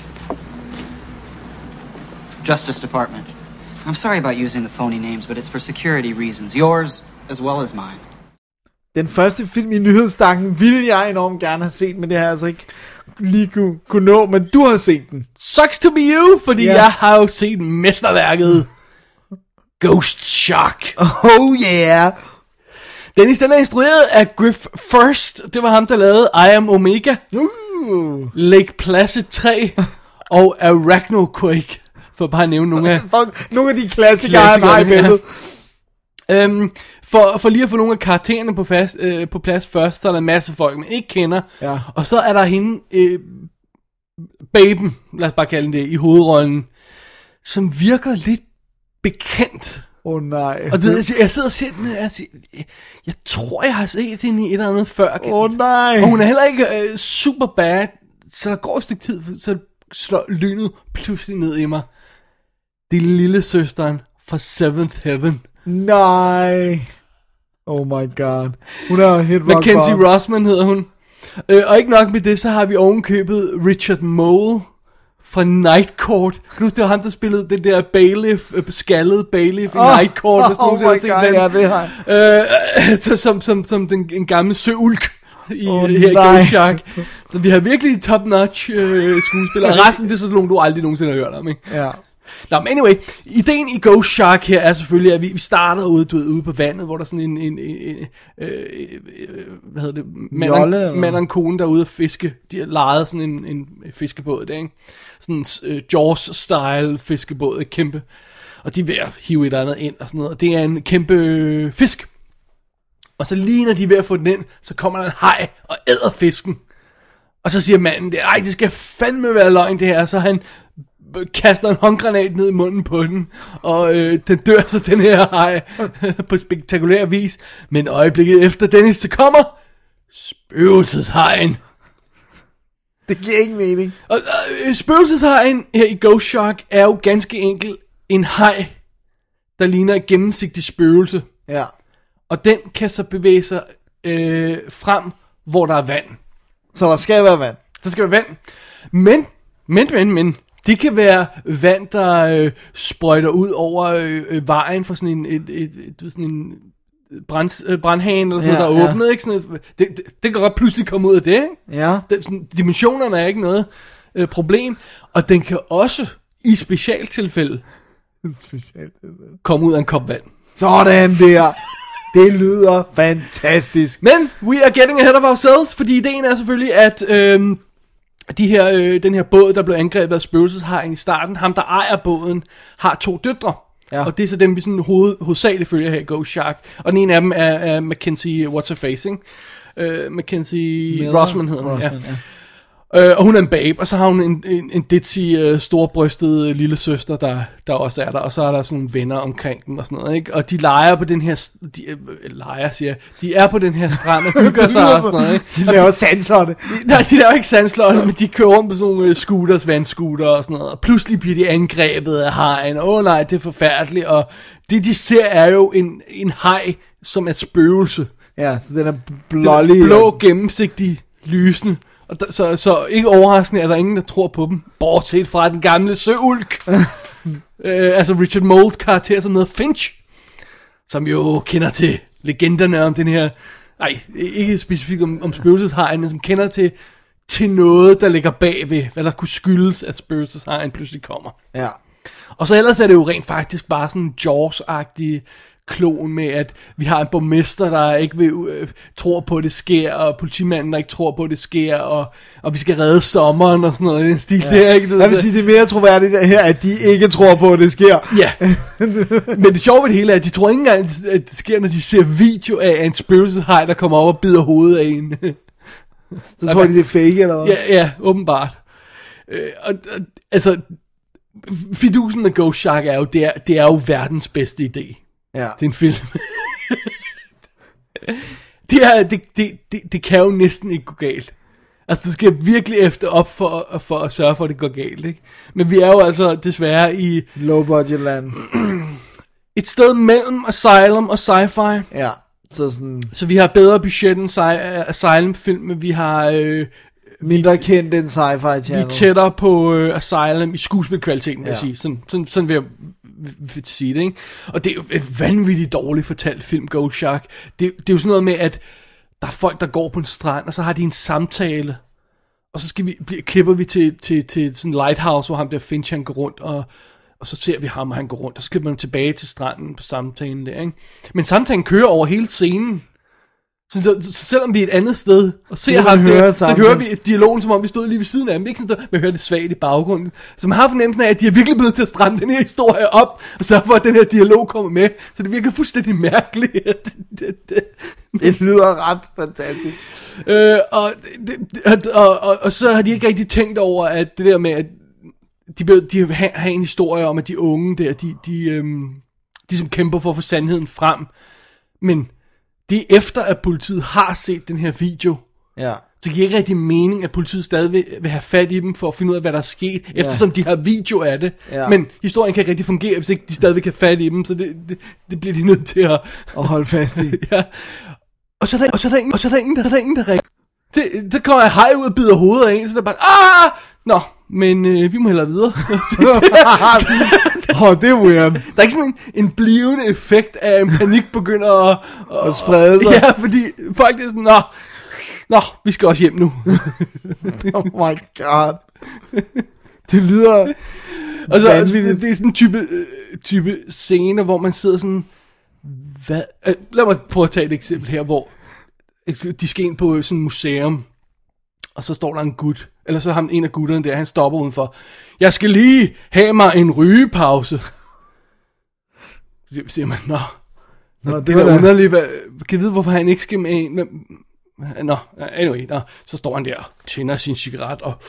Justice Department. I'm sorry about using the phony names, but it's for security reasons. Yours as well as mine. Den første film i nyhedsstakken ville jeg enormt gerne have set, men det har jeg altså ikke lige kunne, kunne nå, men du har set den. Sucks to be you, fordi yeah. jeg har jo set mesterværket Ghost Shark. Oh yeah. Dennis, den er instrueret af Griff First. Det var ham, der lavede I Am Omega, uh. Lake Placid tre og Arachnoquake, for bare at nævne nogle af, nogle af de klassikere, han har i billedet. Øhm, for, for lige at få nogle af karaktererne på, fast, øh, på plads først, så er der en masse folk, man ikke kender. Ja. Og så er der hende, øh, baben, lad os bare kalde det, i hovedrollen, som virker lidt bekendt. Åh oh, nej. Og du ved, jeg sidder og ser den, og jeg, siger, jeg tror, jeg har set hende i et eller andet før. Åh oh, nej. Og hun er heller ikke øh, super bad, så der går et stykke tid, så slår lynet pludselig ned i mig. Det er lille søsteren fra Seventh Heaven. Nej. Oh my god. Hun er hit rock Mackenzie bomb. Rosman hedder hun. Øh, og ikke nok med det, så har vi ovenkøbet Richard Mole fra Night Court. Kan du huske, det var ham, der spillede det der bailiff, øh, skaldede bailiff i oh, Night Court. Hvis oh, oh my god, den. ja, det har jeg. Øh, som, som, som den, en gammel søulk i, oh, her i Ghost Shark. Så vi har virkelig top-notch øh, skuespillere. Og resten, det er så nogen, du aldrig nogensinde har hørt om, ikke? Ja. Nå, men anyway, ideen i Ghost Shark her er selvfølgelig, at vi, vi starter ude, du ved, ude på vandet, hvor der er sådan en, en, en, en øh, øh, hvad hedder det, mand og, mand og en kone, der er ude at fiske. De har lejet sådan en, en fiskebåd der, ikke? Sådan en uh, Jaws-style fiskebåd, kæmpe. Og de er ved at hive et eller andet ind og sådan noget. Og det er en kæmpe øh, fisk. Og så lige når de er ved at få den ind, så kommer der en haj og æder fisken. Og så siger manden, ej, det skal fandme være løgn det her. Så han kaster en håndgranat ned i munden på den, og øh, den dør så den her haj på spektakulær vis. Men øjeblikket efter Dennis, så kommer spøgelseshajen. Det giver ikke mening. Og øh, spøgelseshajen her i Ghost Shark er jo ganske enkelt en haj, der ligner et gennemsigtigt spøgelse. Ja. Og den kan så bevæge sig øh, frem, hvor der er vand. Så der skal være vand. Der skal være vand. Men, men, men, men, det kan være vand, der øh, sprøjter ud over øh, vejen for sådan en, et, et, et, sådan en brand, øh, brandhane eller sådan ja, noget, der er åbnet. Ja. Ikke? Sådan et, det, det, det kan godt pludselig komme ud af det. Ikke? Ja. Det, sådan, dimensionerne er ikke noget øh, problem. Og den kan også i specialtilfælde specialtilfælde komme ud af en kop vand. Sådan der. Det lyder fantastisk. Men we are getting ahead of ourselves, fordi ideen er selvfølgelig, at øh, de her, øh, den her båd, der blev angrebet af spøgelseshajen i starten, ham der ejer båden, har to døtre. Ja. Og det er så dem, vi sådan hoved, hovedsageligt følger her i Ghost Shark. Og den ene af dem er, er Mackenzie What's Her Face, ikke? Uh, Mackenzie Miller, Rosman hedder hun, ja. ja. Uh, og hun er en babe, og så har hun en, en, en ditzy, uh, storbrystet uh, lille søster, der, der også er der, og så er der sådan nogle venner omkring dem og sådan noget, ikke? Og de leger på den her, de, uh, leger siger jeg, de er på den her strand og hygger sig og sådan noget, ikke? De laver sandslotte. Nej, de laver ikke sandslotte, men de kører rundt på sådan nogle uh, scooters, vandscooter og sådan noget, og pludselig bliver de angrebet af hajen. Åh oh, nej, det er forfærdeligt, og det de ser er jo en, en haj, som er et spøgelse. Ja, så den er blålig. Blå, gennemsigtig, lysende. Og der, så, så ikke overraskende er der ingen, der tror på dem. Bortset fra den gamle søulk. øh, altså Richard Moles karakter, som hedder Finch. Som jo kender til legenderne om den her... Nej, ikke specifikt om, om spøgelseshajen, men som kender til, til noget, der ligger bagved. Hvad der kunne skyldes, at spøgelseshajen pludselig kommer. Ja. Og så ellers er det jo rent faktisk bare sådan en Jaws-agtig klon med, at vi har en borgmester, der ikke vil, øh, tror på, at det sker, og politimanden, der ikke tror på, at det sker, og, og vi skal redde sommeren og sådan noget i den stil. Ja. Der, ikke? Jeg vil sige, det er mere troværdigt her, at de ikke tror på, at det sker. Ja. Men det sjove ved det hele er, at de tror ikke engang, at det sker, når de ser video af en spøgelseshaj, der kommer op og bider hovedet af en. Så tror de, det er fake, eller hvad? Ja, ja, åbenbart. Øh, og, og, altså, fidusen med Ghost Shark er jo, det er, det er jo verdens bedste idé. Ja. Det er en film. det, er, det, det, det, det kan jo næsten ikke gå galt. Altså, du skal virkelig efter op for, for at sørge for, at det går galt, ikke? Men vi er jo altså desværre i... Low budget land. et sted mellem Asylum og sci-fi. Ja, så sådan... Så vi har bedre budget end Asylum-film, men vi har... Øh, mindre vi, kendt end sci-fi channel. Vi er tættere på øh, Asylum i skuespilkvaliteten, vil ja. jeg sige. Sådan, sådan, sådan vil jeg vil sige det, ikke? Og det er jo et vanvittigt dårligt fortalt film, Ghost Shark. Det, det er jo sådan noget med, at der er folk, der går på en strand, og så har de en samtale, og så skal vi, klipper vi til, til, til sådan en lighthouse, hvor ham der Finch, han går rundt, og, og så ser vi ham, og han går rundt, og så klipper man tilbage til stranden på samtalen der, ikke? Men samtalen kører over hele scenen. Så, så, så selvom vi er et andet sted og ser ham der, så hører vi dialogen, som om vi stod lige ved siden af ham. Ikke sådan, at man hører det svagt i baggrunden. Så man har fornemmelsen af, at de er virkelig blevet til at stramme den her historie op, og sørge for, at den her dialog kommer med. Så det virker fuldstændig mærkeligt. det, det, det. det lyder ret fantastisk. Øh, og, det, og, og, og så har de ikke rigtig tænkt over, at det der med, at de, de har en historie om, at de unge der, de, de, øhm, de som kæmper for at få sandheden frem. Men det er efter, at politiet har set den her video. Ja. Så giver ikke rigtig mening, at politiet stadig vil, vil have fat i dem, for at finde ud af, hvad der er sket, ja. eftersom de har video af det. Ja. Men historien kan ikke rigtig fungere, hvis ikke de stadig kan have fat i dem, så det, det, det bliver de nødt til at... at holde fast i. ja. Og så er der, og så er der ingen, og så er der ingen, der, der, er ingen, der ringer. Det, der kommer jeg hej ud og bider hovedet af en, så der bare, ah! Nå, men øh, vi må hellere videre. Åh, oh, det er weird. Der er ikke sådan en, en blivende effekt af en panik begynder at... at sprede sig. Ja, fordi folk er sådan, nå, nå, vi skal også hjem nu. Oh my god. Det lyder... Og så, altså, det er sådan en type, type scene, hvor man sidder sådan... Hvad? Lad mig prøve at tage et eksempel her, hvor de skal ind på sådan et museum, og så står der en gut, eller så har en af gutterne der, han stopper udenfor. Jeg skal lige have mig en rygepause. Så siger man, nå, nå det, det var underligt, hvad, kan jeg vide, hvorfor han ikke skal med en, men, nå, anyway, nå, så står han der, tænder sin cigaret, og,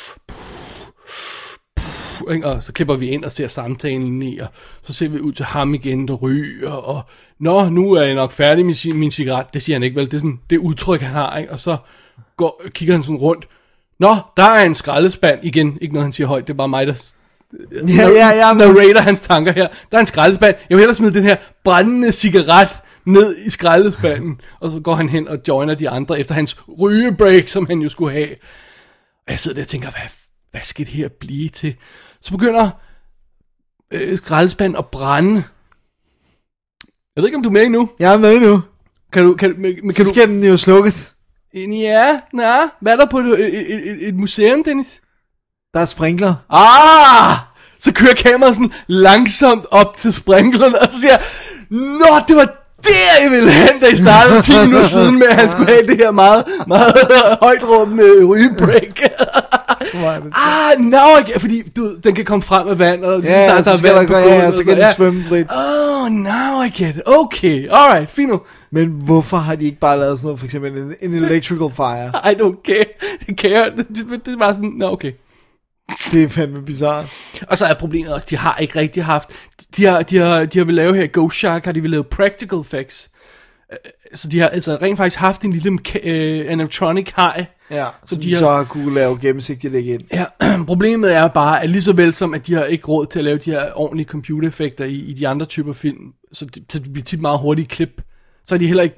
og så klipper vi ind og ser samtalen i, og så ser vi ud til ham igen, der ryger, og nå, nu er jeg nok færdig med min, min cigaret, det siger han ikke vel, det er sådan, det udtryk, han har, ikke? Og så går, kigger han sådan rundt, nå, der er en skraldespand, igen, ikke noget han siger højt, det er bare mig, der ja, ja, ja, narrater hans tanker her, der er en skraldespand, jeg vil hellere smide den her brændende cigaret ned i skraldespanden, og så går han hen og joiner de andre, efter hans rygebreak, som han jo skulle have, og jeg sidder der og tænker, hvad, hvad skal det her blive til? Så begynder øh, skraldespanden at brænde. Jeg ved ikke, om du er med endnu. Jeg er med endnu. Kan du, kan, men, kan så skal du... den jo slukkes. Ja, nej. Hvad er der på et, et, et, et museum, Dennis? Der er sprinkler. Ah! Så kører kameraet sådan langsomt op til sprinklerne, og så siger nå, det var der, jeg ville hen, da I startede ti minutter siden med, at han skulle have det her meget, meget højtråbende rygebreak. ah, now I get, fordi du, den kan komme frem med vand, og ja, snart, så der skal der gå, ja, så kan den ja. svømme frit. Oh, now I get it. Okay, alright, fint nu. Men hvorfor har de ikke bare lavet sådan noget, for eksempel en, en electrical fire? I don't care. Det care. Det, det, det er bare sådan, nå, okay. Det er fandme bizarrt. Og så er problemet også, de har ikke rigtig haft, de har, de har, de har vil lave her, Ghost Shark har de vil lave practical effects. Så de har altså rent faktisk haft en lille uh, animatronic haj. Ja, som de, de så har kunne lave gennemsigtigt lægge ind. Ja, problemet er bare, at lige så vel som, at de har ikke råd til at lave de her ordentlige computereffekter i, i de andre typer film, så det, så det bliver tit meget hurtige klip, så har de heller ikke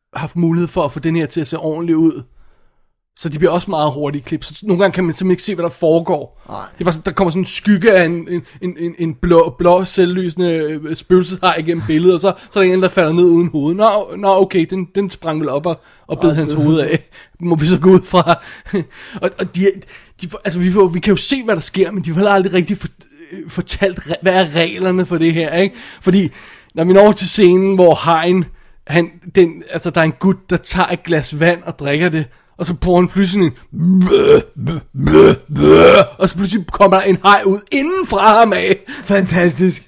haft mulighed for at få den her til at se ordentligt ud. Så de bliver også meget hurtige klip. Så nogle gange kan man simpelthen ikke se, hvad der foregår. Nej. Det er bare sådan, der kommer sådan en skygge af en, en, en, en blå, blå selvlysende spøgelseshaj igennem billedet, og så, så er der en, der falder ned uden hoved. Nå, nå okay, den, den sprang vel op og, og bed hans hoved af. Må vi så gå ud fra. og og de, de, altså, vi, får, vi kan jo se, hvad der sker, men de har aldrig rigtig for, fortalt, hvad er reglerne for det her, ikke? Fordi, når vi når til scenen, hvor hajen, han, den, altså, der er en gut, der tager et glas vand og drikker det, og så får han pludselig en bøh, bøh, bøh, bøh, og så pludselig kommer der en haj ud inden fra ham af. Fantastisk.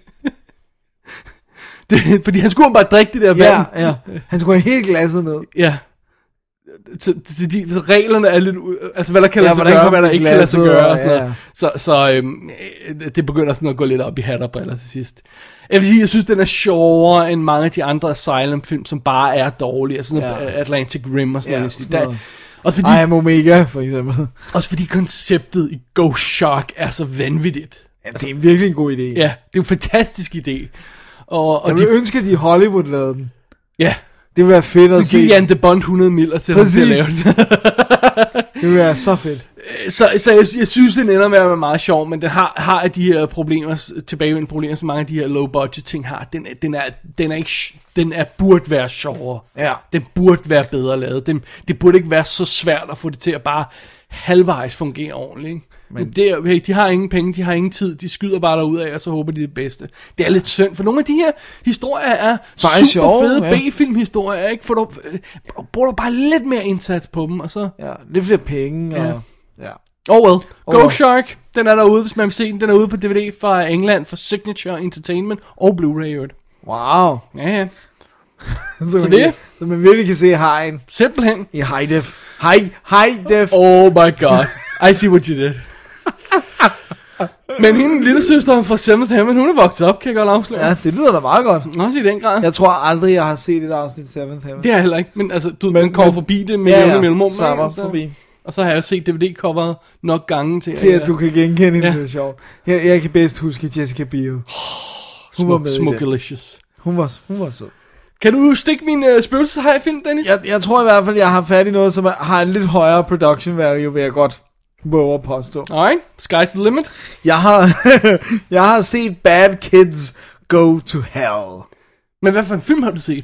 det, fordi han skulle bare drikke det der ja, vand. Ja, han skulle have helt glasset ned. Ja. Så, så, de, så reglerne er lidt, altså hvad der kan lade sig gøre, hvad der ikke kan lade sig gøre, og sådan noget. Så, så øhm, det begynder sådan at gå lidt op i hat og briller til sidst. Jeg vil sige, jeg synes, den er sjovere end mange af de andre Asylum-film, som bare er dårlige, altså sådan ja. Atlantic Rim og sådan ja, noget. Sådan noget. Også fordi, I Am Omega, for eksempel. Også fordi konceptet i Ghost Shark er så vanvittigt. Ja, det er virkelig en god idé. Ja, det er jo en fantastisk idé. Og, og jeg vil de, ønske, at de i Hollywood lavede den. Ja. Det ville være fedt at se. Så giver Jan de Bond hundrede miller til ham til at lave den. Det ville være så fedt. Så, så jeg, jeg synes, den ender med at være meget sjov, men den har, har de her problemer, tilbagevendende problemer, som mange af de her low budget ting har. Den, den, er, den, er ikke, den er burde være sjovere. Ja. Den burde være bedre lavet. Den, det burde ikke være så svært at få det til at bare halvvejs fungere ordentligt. Ikke? Men det er, hey, de har ingen penge, de har ingen tid, de skyder bare derudad, og så håber de det bedste. Det er lidt synd, for nogle af de her historier er bare super sjov, fede ja. B-filmhistorier, ikke? For du bruger du bare lidt mere indsats på dem, og så... Ja, lidt flere penge, og... Ja. Ja. Oh well. Oh Ghost well. Shark, den er derude, hvis man vil se den. Den er ude på D V D fra England, fra Signature Entertainment og Blu-ray. Wow. Ja, ja. så, så man det kan, så man virkelig kan se hajen. Simpelthen. I high def. High, high def. Oh my god. I see what you did. Men hende, lille søster fra Seventh Heaven, hun er vokset op, kan jeg godt afsløre. Ja, det lyder da meget godt. Også i den grad. Jeg tror aldrig, jeg har set et afsnit Seventh Heaven. Det har jeg heller ikke, men altså, du men, kommer forbi det med ja, jævne ja, mellemrum. så og, så, forbi. og så har jeg jo set D V D-coveret nok gange til, til at, at du kan genkende ja. Det er sjovt. Jeg, jeg kan bedst huske Jessica Biel. Hun smuk, var med Smukalicious. Hun var, hun var sød. Kan du stikke min uh, spøgelseshaj-film, Dennis? Jeg, jeg tror i hvert fald, jeg har fat i noget, som har en lidt højere production value, vil jeg godt våge at påstå. Alright, sky's the limit. Jeg har, jeg har set Bad Kids Go to Hell. Men hvad for en film har du set?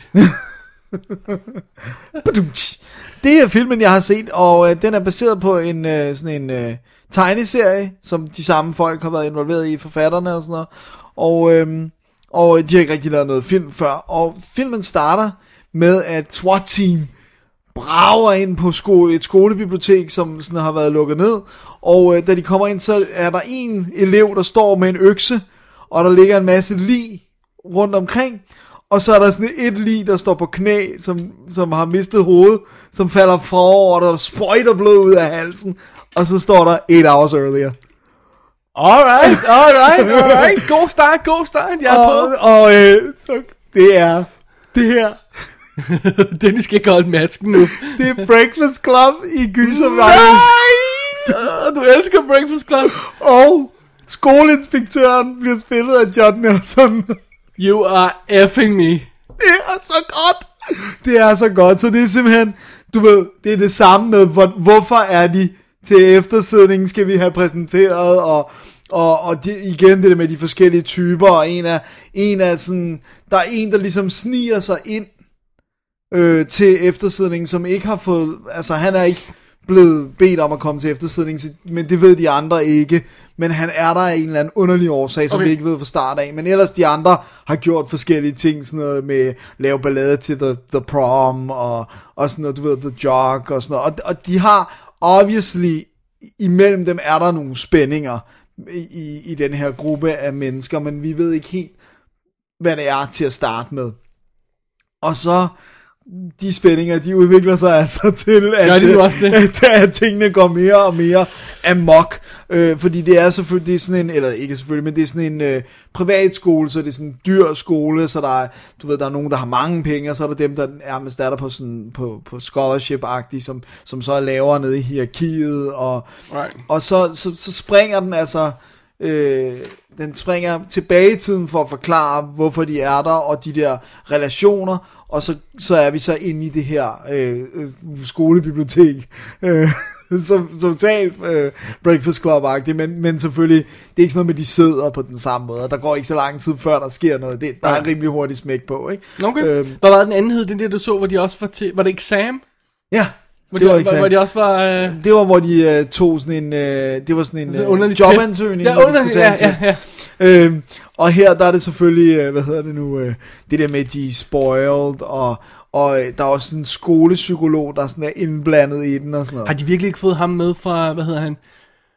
Det er filmen, jeg har set, og øh, den er baseret på en øh, sådan en øh, tegneserie, som de samme folk har været involveret i, forfatterne og sådan noget. Og, øh, og de har ikke rigtig lavet noget film før. Og filmen starter med, at SWAT-team brager ind på sko- et skolebibliotek, som sådan har været lukket ned. Og øh, da de kommer ind, så er der en elev, der står med en økse, og der ligger en masse lig rundt omkring. Og så er der sådan et lig, der står på knæ, som, som har mistet hovedet, som falder forover, og der sprøjter blod ud af halsen. Og så står der eight hours earlier. Alright, alright, alright. God start, god start. Jeg er og, på. Og øh, så det er det her. Dennis skal ikke holde masken nu. Det er Breakfast Club i gyservirus. Nej! Du elsker Breakfast Club. Og skoleinspektøren bliver spillet af John Nelson. You are effing me. Det er så godt. Det er så godt. Så det er simpelthen, du ved, det er det samme med, hvor, hvorfor er de til eftersidningen, skal vi have præsenteret, og, og, og det, igen det der med de forskellige typer, og en af, en af sådan, der er en, der ligesom sniger sig ind øh, til eftersidningen, som ikke har fået, altså han er ikke blevet bedt om at komme til eftersidningen, men det ved de andre ikke. Men han er der af en eller anden underlig årsag, som okay. vi ikke ved fra start af. Men ellers de andre har gjort forskellige ting, sådan noget med lave ballade til The, the Prom, og, og sådan noget, du ved, The Jog, og sådan noget. Og, og de har, obviously, imellem dem er der nogle spændinger i, i, i den her gruppe af mennesker, men vi ved ikke helt, hvad det er til at starte med. Og så de spændinger, de udvikler sig altså til, at, det også det? At, at tingene går mere og mere amok. Øh, fordi det er selvfølgelig, det er sådan en, eller ikke selvfølgelig, men det er sådan en øh, privatskole, så det er sådan en dyr skole, så der er, du ved, der er nogen, der har mange penge, og så er der dem, der er med starter på sådan, på, på scholarship-agtigt, som, som så er lavere nede i hierarkiet, og, right. og så, så, så springer den altså øh, den springer tilbage i tiden for at forklare, hvorfor de er der, og de der relationer, og så, så er vi så inde i det her øh, øh, skolebibliotek, øh, som totalt øh, Breakfast Club-agtigt, men, men selvfølgelig, det er ikke sådan noget med, de sidder på den samme måde, der går ikke så lang tid før der sker noget, det, der er rimelig hurtigt smæk på, ikke? Okay, øhm, der var den anden hed, den der du så, hvor de også var til, var det Exam? Ja, hvor det de, var Exam. hvor de også var... Øh... Det var, hvor de øh, tog sådan en, øh, det var sådan en øh, jobansøgning, ja, hvor de skulle tage en test. Ja, ja. Øhm, og her, der er det selvfølgelig, øh, hvad hedder det nu, øh, det der med, de er spoiled, og Og der er også sådan en skolepsykolog, der sådan er indblandet i den og sådan noget. Har de virkelig ikke fået ham med fra, hvad hedder han?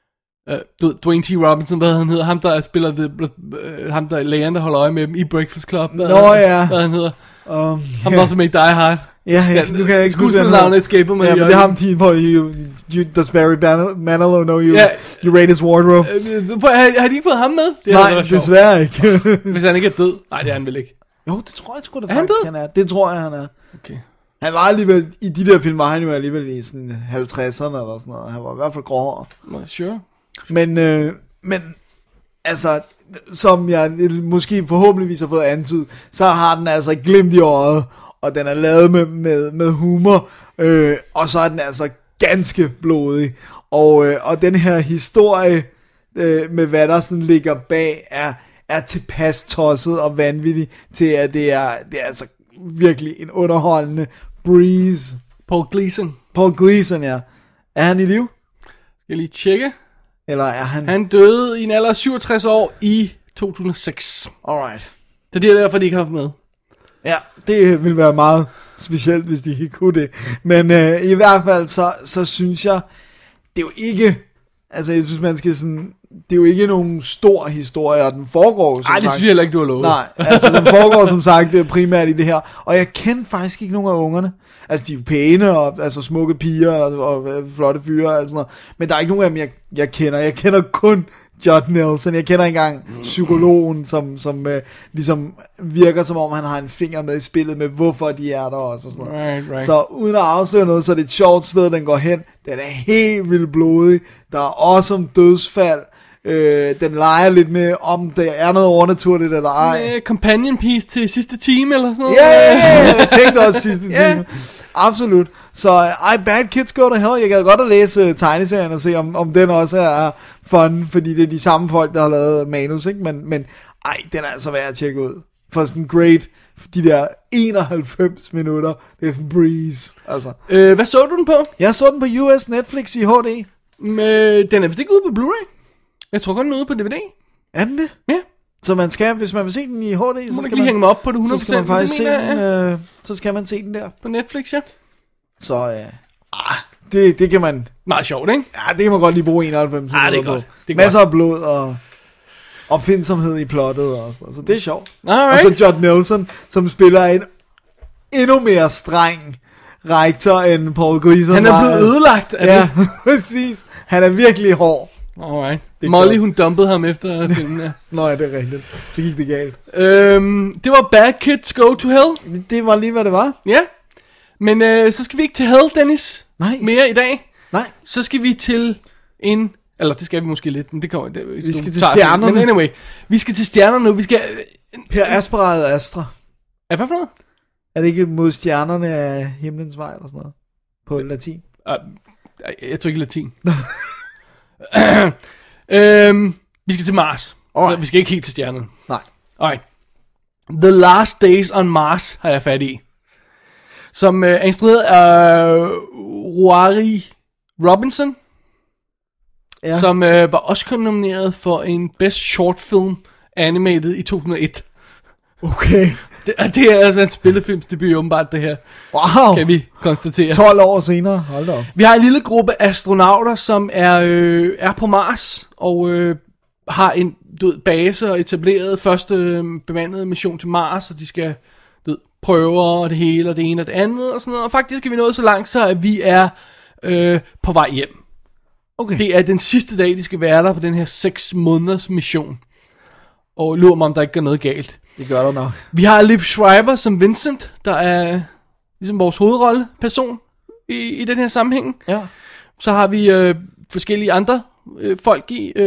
Uh, Dwayne T. Robinson, hvad han hedder? Ham, der spiller the, uh, ham, der er lægeren, der holder øje med dem i Breakfast Club. Hvad, Nå ja. Hvad han hedder? Um, ham, yeah. der også med i Die Hard. Ja, ja, nu kan jeg ikke huske, hvad han hedder. Escaper mig. Ja, men det er ham, teen på, you, you, does Barry Manilow know you, yeah. you rate his wardrobe? Uh, har, har de ikke fået ham med? Det Nej, desværre ikke. Hvis han ikke er død. Nej, det er han vel ikke. Jo, det tror jeg sgu da er faktisk, han, han er. Det tror jeg, han er. Okay. Han var alligevel, i de der film var han jo alligevel i sådan halvtredserne eller sådan noget. Han var i hvert fald gråhåret. Sure. Men, øh, men, altså, som jeg måske forhåbentligvis har fået antydet, så har den altså glimt i øjet, og den er lavet med, med, med humor, øh, og så er den altså ganske blodig. Og, øh, og den her historie, øh, med hvad der sådan ligger bag, er, er tilpas tosset og vanvittig til, at det er, det er altså virkelig en underholdende breeze. Paul Gleason. Paul Gleason, ja. Er han i liv? Skal jeg lige tjekke? Eller er han... Han døde i en alder af syvogtres år i to tusind og seks. Alright. Så det er derfor, de ikke har haft med. Ja, det vil være meget specielt, hvis de ikke kunne det. Men øh, i hvert fald, så, så synes jeg, det er jo ikke... Altså, jeg synes, man skal sådan... Det er jo ikke nogen stor historie, og den foregår som Ej, det sagt... synes jeg heller ikke, du har lovet. Nej, altså, den foregår som sagt primært i det her. Og jeg kender faktisk ikke nogen af ungerne. Altså, de er jo pæne, og altså, smukke piger, og, og, og flotte fyre, og sådan noget. Men der er ikke nogen af dem, jeg, jeg kender. Jeg kender kun Judd Nelson. Jeg kender ikke engang psykologen, som, som uh, ligesom virker, som om han har en finger med i spillet, med hvorfor de er der også, og sådan noget. Right, right. Så uden at afsløre noget, så er det et sjovt sted, den går hen. Den er helt vildt blodig. Der er også om dødsfald. Øh, den leger lidt med, om der er noget overnaturligt eller ej. Uh, companion piece til sidste time eller sådan noget. Ja, yeah, yeah, yeah. Jeg tænkte også sidste time. Yeah. Absolut. Så ej, Bad Kids Go to Hell. Jeg gad godt at læse uh, tegneserien og se, om, om den også er fun, fordi det er de samme folk, der har lavet manus, ikke? Men, men ej, den er altså værd at tjekke ud. For sådan great, de der enoghalvfems minutter, det er en breeze. Altså. Uh, hvad så du den på? Jeg så den på U S Netflix i H D. Men den er vist ikke ude på Blu-ray? Jeg tror godt, den er ude på D V D. Er den det? Ja. Så man skal, hvis man vil se den i H D, så skal, man, hænge mig op på det hundrede procent, så skal man faktisk se mener, den, ja. øh, så skal man se den der. På Netflix, ja. Så, øh, ah, det, det kan man... Meget sjovt, ikke? Ja, det kan man godt lige bruge enoghalvfems ah, det er på. godt. Det er Masser godt. af blod og opfindsomhed i plottet og sådan noget. Så det er sjovt. Alright. Og så Judd Nelson, som spiller en endnu mere streng rektor end Paul Gleason. Han er blevet ødelagt af ja, det. præcis. Han er virkelig hård. Alright. Molly, hun dumpede ham efter filmen, ja. Nå ja, det er rigtigt. Så gik det galt. Øhm, det var Bad Kids Go to Hell. Det var lige, hvad det var. Ja. Men øh, så skal vi ikke til Hell, Dennis. Nej. Mere i dag. Nej. Så skal vi til en... Eller det skal vi måske lidt, men det kommer... Det, vi skal til stjernerne. Men anyway, vi skal til stjernerne nu. Vi skal... Per Asperad og Astra. Er hvad for noget? Er det ikke mod stjernerne af himlens vej eller sådan noget? På latin? Uh, jeg tror ikke latin. øhm, vi skal til Mars. Så vi skal ikke helt til stjernerne. Nej. Alright. The Last Days on Mars har jeg fat i. Som øh, er instrueret af Roari Robinson. Ja. Som øh, var også nomineret for en Best Short Film Animated i to tusind og et. Okay. Det, det er altså en spillefilmsdebut åbenbart det her. Wow. Kan vi konstatere. tolv år senere. Hold da op. Vi har en lille gruppe astronauter, som er, øh, er på Mars. Og øh, har en du ved, base og etableret første øh, bemandede mission til Mars. Og de skal du ved, prøver og det hele og det ene og det andet og sådan noget. Og faktisk er vi nået så langt, så at vi er øh, på vej hjem. Okay. Det er den sidste dag, de skal være der på den her seks måneders mission. Og lurer mig, om der ikke går noget galt. Det gør der nok. Vi har Liv Schreiber som Vincent, der er ligesom vores hovedrolleperson i, i den her sammenhæng. Ja. Så har vi øh, forskellige andre øh, folk i. Øh,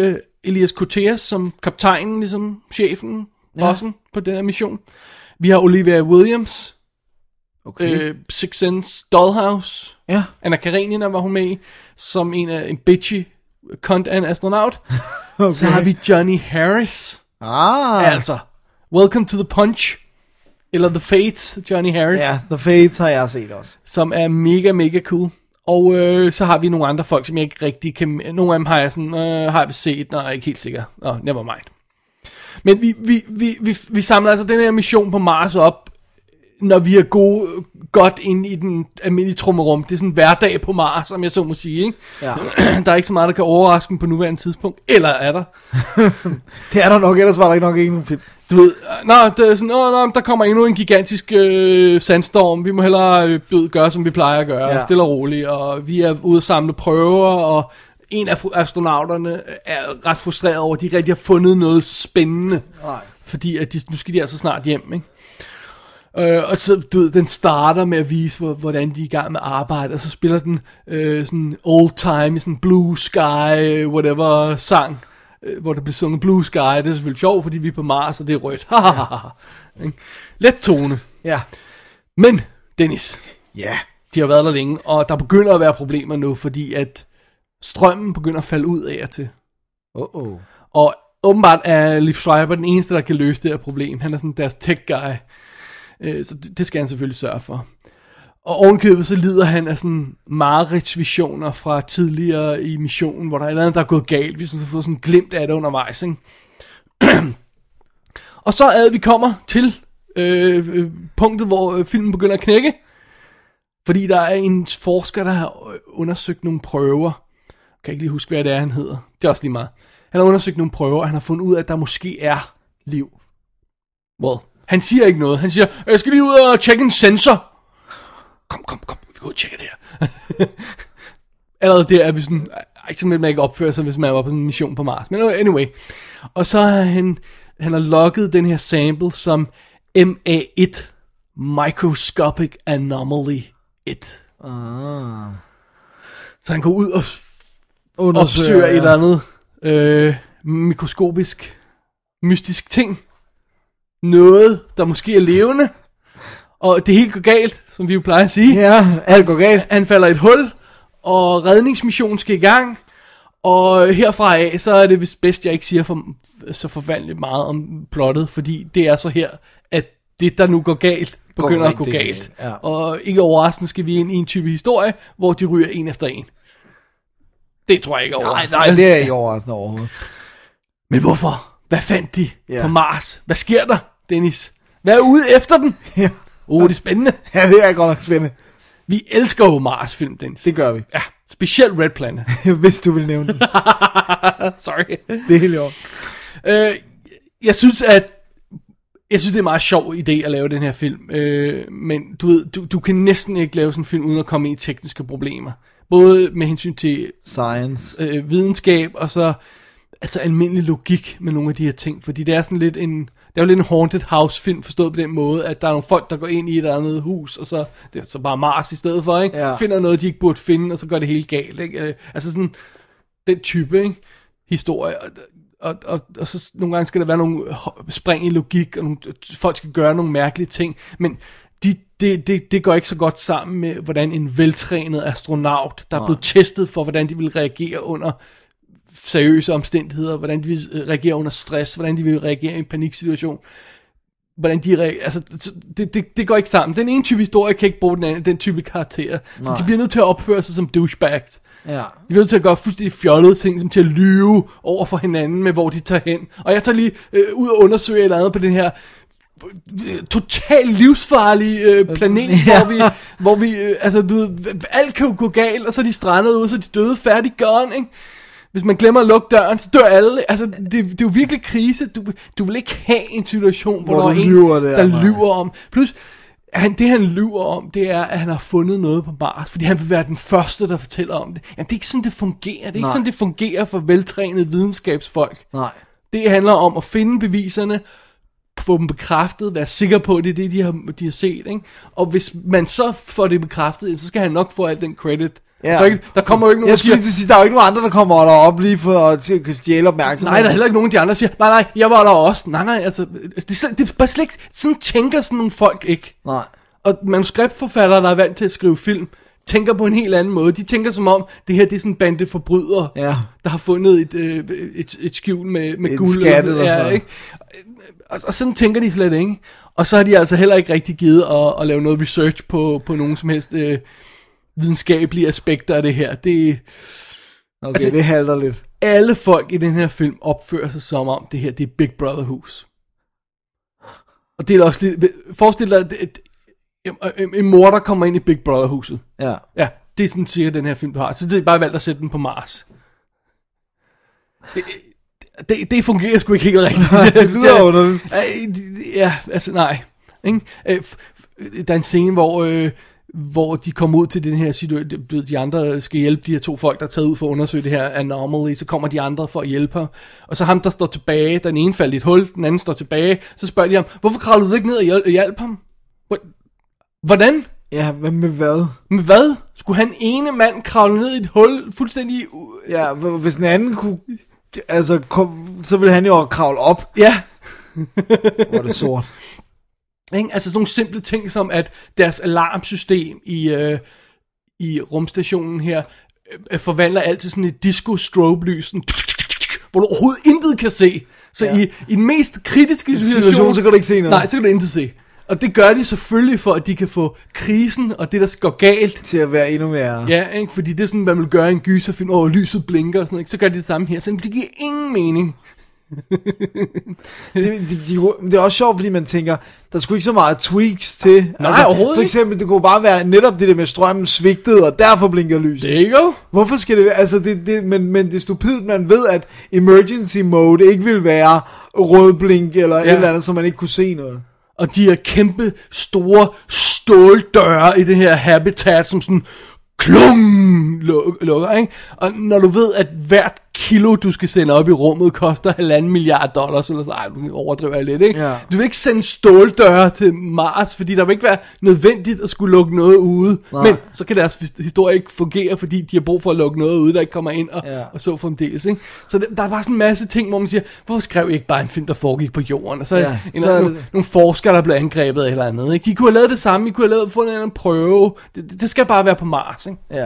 Elias Koteas som kaptajnen, ligesom chefen, bossen ja. på den her mission. Vi har Olivia Williams, okay. øh, Six Sense, Dollhouse, ja. Anna Karenina var hun med i, som en af en bitchy cunt af en astronaut. Okay. Så har vi Johnny Harris. Ah. Altså, Welcome to the Punch. Eller The Fates, Johnny Harris. Ja, The Fates har jeg set også. Som er mega, mega cool. Og øh, så har vi nogle andre folk, som jeg ikke rigtig kan... Nogle af dem har jeg sådan, øh, har vi set, nej, jeg er ikke helt sikker. Åh, oh, never mind. Men vi, vi, vi, vi, vi samler altså den her mission på Mars op, når vi er gode, godt inde i den almindelige trummerum. Det er sådan en hverdag på Mars, som jeg så må sige, ikke? Ja. Der er ikke så meget, der kan overraske på nuværende tidspunkt. Eller er der? Det er der nok, ellers var der ikke nok ingen film. Du ved, nå, det er sådan, åh, nå, der kommer endnu en gigantisk øh, sandstorm. Vi må hellere øh, gøre, som vi plejer at gøre. Ja. Stille og roligt. Og vi er ude at samle prøver, og en af astronauterne er ret frustreret over, at de rigtig har fundet noget spændende. Nej. Fordi at de, nu skal de altså snart hjem, ikke? Øh, og så, du ved, den starter med at vise, hvordan de er i gang med arbejde, og så spiller den øh, sådan old time, sådan blue sky, whatever sang, øh, hvor der bliver sunget blue sky. Det er selvfølgelig sjovt, fordi vi er på Mars, og det er rødt. Ja. Let tone. Ja. Men, Dennis. Ja. De har været der længe, og der begynder at være problemer nu, fordi at strømmen begynder at falde ud af og til. Uh-oh. Og åbenbart er Liv Schreiber den eneste, der kan løse det her problem. Han er sådan deres tech guy. Så det skal han selvfølgelig sørge for. Og ovenkøbet så lider han af sådan mareridtsvisioner fra tidligere i missionen, hvor der er et eller andet, der er gået galt. Vi har fået sådan glimt af det undervejs, ikke? Og så er vi kommer til øh, punktet, hvor filmen begynder at knække. Fordi der er en forsker, der har undersøgt nogle prøver. Jeg kan ikke lige huske, hvad det er, han hedder. Det er også lige meget. Han har undersøgt nogle prøver, og han har fundet ud af, at der måske er liv. Well, han siger ikke noget. Han siger, jeg skal lige ud og tjekke en sensor. Kom, kom, kom. Vi går ud og tjekke det her. Allerede der er vi sådan, ikke sådan, at man ikke opfører sig, hvis man var på sådan en mission på Mars. Men anyway. Og så har han, han har logget den her sample som M A et. Microscopic Anomaly et. Ah. Så han går ud og opsøger ja. et eller andet øh, mikroskopisk, mystisk ting. Noget, der måske er levende. Og det hele går galt, som vi jo plejer at sige. Ja, alt går galt. Han falder i et hul, og redningsmissionen skal i gang. Og herfra af, så er det vist bedst, jeg ikke siger for, så forfærdeligt meget om plottet. Fordi det er så her, at det, der nu går galt, begynder at gå galt. galt. Ja. Og ikke overraskende skal vi ind i en type historie, hvor de ryger en efter en. Det tror jeg ikke overraskende. Nej, nej, det er ikke overraskende overhovedet. Men hvorfor? Hvad fandt de ja. på Mars? Hvad sker der, Dennis? Hvad er ude efter dem? Ja. Oh, det er spændende. Ja, det er godt nok spændende. Vi elsker jo Mars-film, Dennis. Det gør vi. Ja, specielt Red Planet. Hvis du vil nævne det. Sorry. Det er helt jo. Øh, jeg synes, at Jeg synes, det er en meget sjov idé at lave den her film. Øh, men du ved, du, du kan næsten ikke lave sådan en film, uden at komme i tekniske problemer. Både med hensyn til science, øh, videnskab, og så altså almindelig logik med nogle af de her ting. Fordi det er sådan lidt en, det er jo lidt en haunted house film, forstået på den måde, at der er nogle folk, der går ind i et eller andet hus, og så, det er så bare Mars i stedet for, ikke? Ja. Finder noget, de ikke burde finde, og så går det helt galt, ikke? Øh, altså sådan, den type, ikke? Historie. Og, og, og så nogle gange skal der være nogle spring i logik, og nogle, folk skal gøre nogle mærkelige ting, men de, det, det, det går ikke så godt sammen med, hvordan en veltrænet astronaut, der er blevet testet for, hvordan de vil reagere under seriøse omstændigheder, hvordan de vil reagere under stress, hvordan de vil reagere i en paniksituation, hvordan de reagerer, altså det, det, det går ikke sammen. Den ene type historie kan ikke bruge den anden, den type karakter, så Nej. de bliver nødt til at opføre sig som douchebags. Ja. De bliver nødt til at gøre fuldstændig fjollede ting, som til at lyve over for hinanden med, hvor de tager hen. Og jeg tager lige øh, ud og undersøger et eller andet på den her totalt livsfarlige øh, planet, ja. hvor vi, hvor vi øh, altså du ved, alt kan jo gå galt, og så er de strandet ud, så er de døde færdig gone, ikke? Hvis man glemmer at lukke døren, så dør alle. Altså, det, det er jo virkelig krise. Du, du vil ikke have en situation, hvor, hvor der er en, der, der lyver om. Plus, han, det han lyver om, det er, at han har fundet noget på Mars, fordi han vil være den første, der fortæller om det. Jamen, det er ikke sådan, det fungerer. Det er Nej. ikke sådan, det fungerer for veltrænede videnskabsfolk. Nej. Det handler om at finde beviserne, få dem bekræftet, være sikker på, at det er det, de har, de har set. Ikke? Og hvis man så får det bekræftet, så skal han nok få al den credit, Ja. Der, ikke, der kommer jo ikke nogen, jeg skulle lige sige, der er jo ikke nogen andre, der kommer derop lige for at stjæle opmærksomhed. Nej, der er heller ikke nogen af de andre, der siger, nej, nej, jeg var der også. Nej, nej, altså, det er, slet, det er bare slet ikke, sådan tænker sådan nogle folk ikke. Nej. Og manuskriptforfattere, der er vant til at skrive film, tænker på en helt anden måde. De tænker som om, det her det er sådan en bande forbrydere, ja. Der har fundet et, et, et, et skjul med, med et guld. Skat eller ja, ikke? Og, og sådan tænker de slet ikke. Og så har de altså heller ikke rigtig givet at, at lave noget research på, på nogen som helst øh, videnskabelige aspekter af det her. Det, okay, altså, det halter lidt. Alle folk i den her film opfører sig som om, det her det er Big Brother hus. Og det er også lidt... Forestil dig, at et, en, en mor, der kommer ind i Big Brother huset. Ja. Ja, det er sådan cirka den her film, du har. Så det er bare valgt at sætte den på Mars. Det, det, det fungerer sgu ikke helt rigtigt. Det lyder underligt. Ja, altså nej. Ikke? Der er en scene, hvor, øh, hvor de kommer ud til den her situation. De andre skal hjælpe de her to folk, der er taget ud for at undersøge det her anomaly. Så kommer de andre for at hjælpe ham. Og så ham, der står tilbage. Den ene faldt i et hul, den anden står tilbage. Så spørger de ham, hvorfor kravlede du ikke ned og hjælpe hjælp ham? Hvordan? Ja, men med hvad? Med hvad? Skulle han ene mand kravle ned i et hul fuldstændig... Ja, hvis den anden kunne... Altså, kom, så ville han jo kravle op. Ja. Hvor er det sort. Ikke? Altså sådan nogle simple ting som, at deres alarmsystem i, øh, i rumstationen her, øh, forvandler altid sådan et disco-strobe-lys, hvor du overhovedet intet kan se. Så ja. i, i den mest kritiske situation, situation, så kan du ikke se noget. Nej, så kan du intet se. Og det gør de selvfølgelig for, at de kan få krisen og det, der går galt, til at være endnu mere... Ja, ikke? Fordi det er sådan, man vil gøre i en gyserfilm, og lyset blinker og sådan noget. Så gør de det samme her. Så det giver ingen mening. det, de, de, det er også sjovt, fordi man tænker, der skulle ikke så meget tweaks til. Nej, altså, overhovedet for eksempel, det kunne bare være netop det der med strømmen svigtede, og derfor blinker lyset. Det er jo. Hvorfor skal det være? Altså, det, det, men, men det er stupidt, man ved, at emergency mode ikke vil være rød blink, eller ja. et eller andet, så man ikke kunne se noget. Og de her kæmpe, store ståldøre i det her habitat, som sådan klung lukker, ikke? Og når du ved, at hvert kilo, du skal sende op i rummet, koster halvanden milliard dollars, eller så, ej, du overdriver jeg lidt, ikke? Ja. Du vil ikke sende ståldøre til Mars, fordi der vil ikke være nødvendigt at skulle lukke noget ude. Nej. Men så kan deres historie ikke fungere, fordi de har brug for at lukke noget ude, der ikke kommer ind, og, ja. og så fremdeles, ikke? Så det, der er bare sådan en masse ting, hvor man siger, hvorfor skrev I ikke bare en film, der foregik på jorden? Og så, ja, en, så nogle, det... nogle forskere, der blev angrebet eller andet, ikke? De kunne have lavet det samme, I kunne have lavet, fundet en anden prøve. Det, det, det skal bare være på Mars, ikke? Ja.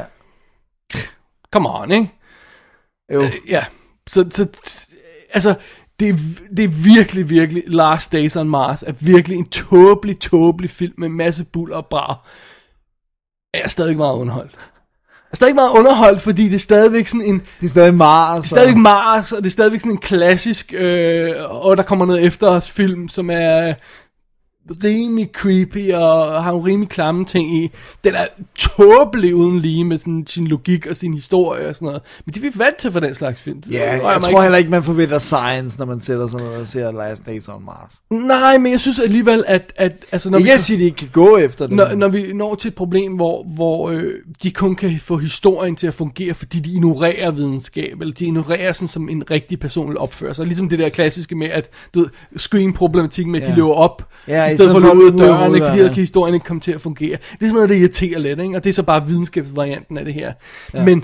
Come on, ikke? Jo. Uh, ja, så, så altså, det er, det er virkelig, virkelig, Last Days on Mars er virkelig en tåbelig, tåbelig film med en masse buller og brag. Jeg er stadig meget underholdt. Jeg er stadig meget underholdt, fordi det er stadigvæk sådan en... Det er stadig Mars. Det er stadigvæk Mars, og det er stadigvæk sådan en klassisk, øh, og der kommer noget efter os film, som er... rimelig creepy og har nogle rimelig klamme ting i. Den er tåbelig uden lige med sådan, sin logik og sin historie og sådan noget. Men det er vi vant til for den slags film. Ja, yeah, jeg, jeg tror ikke... heller ikke, man forventer science, når man sætter sådan noget og ser Last Days on Mars. Nej, men jeg synes alligevel, at... at altså, når jeg vi kan sige, at de ikke kan gå efter det. Når, når vi når til et problem, hvor, hvor øh, de kun kan få historien til at fungere, fordi de ignorerer videnskab, eller de ignorerer sådan, som en rigtig person vil opføre sig. Ligesom det der klassiske med, at du ved, screen-problematikken med, at yeah. de løber op, yeah, i stedet for at løbe ud af døren, ikke, fordi der kan historien ikke komme til at fungere. Det er sådan noget, der irriterer lidt, ikke? Og det er så bare videnskabsvarianten af det her. Ja. Men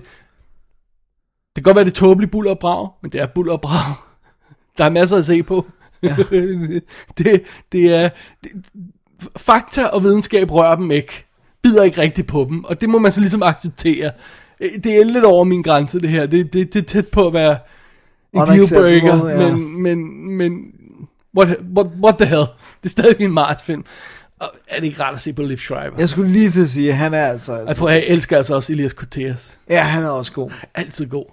det kan godt være, det er tåbeligt buller og brag, men det er buller og brag. Der er masser at se på. Ja. det, det er... Det, fakta og videnskab rører dem ikke. Bider ikke rigtigt på dem. Og det må man så ligesom acceptere. Det er lidt over min grænse, det her. Det, det, det er tæt på at være en dealbreaker. Ja. Men, men, men what, what, what the hell? Det er stadig en Mars-film. Og er det ikke rart at se på Liv Schreiber? Jeg skulle lige til at sige, at han er altså... altså... Jeg tror, jeg elsker altså også Elias Koteas. Ja, han er også god. Altid god.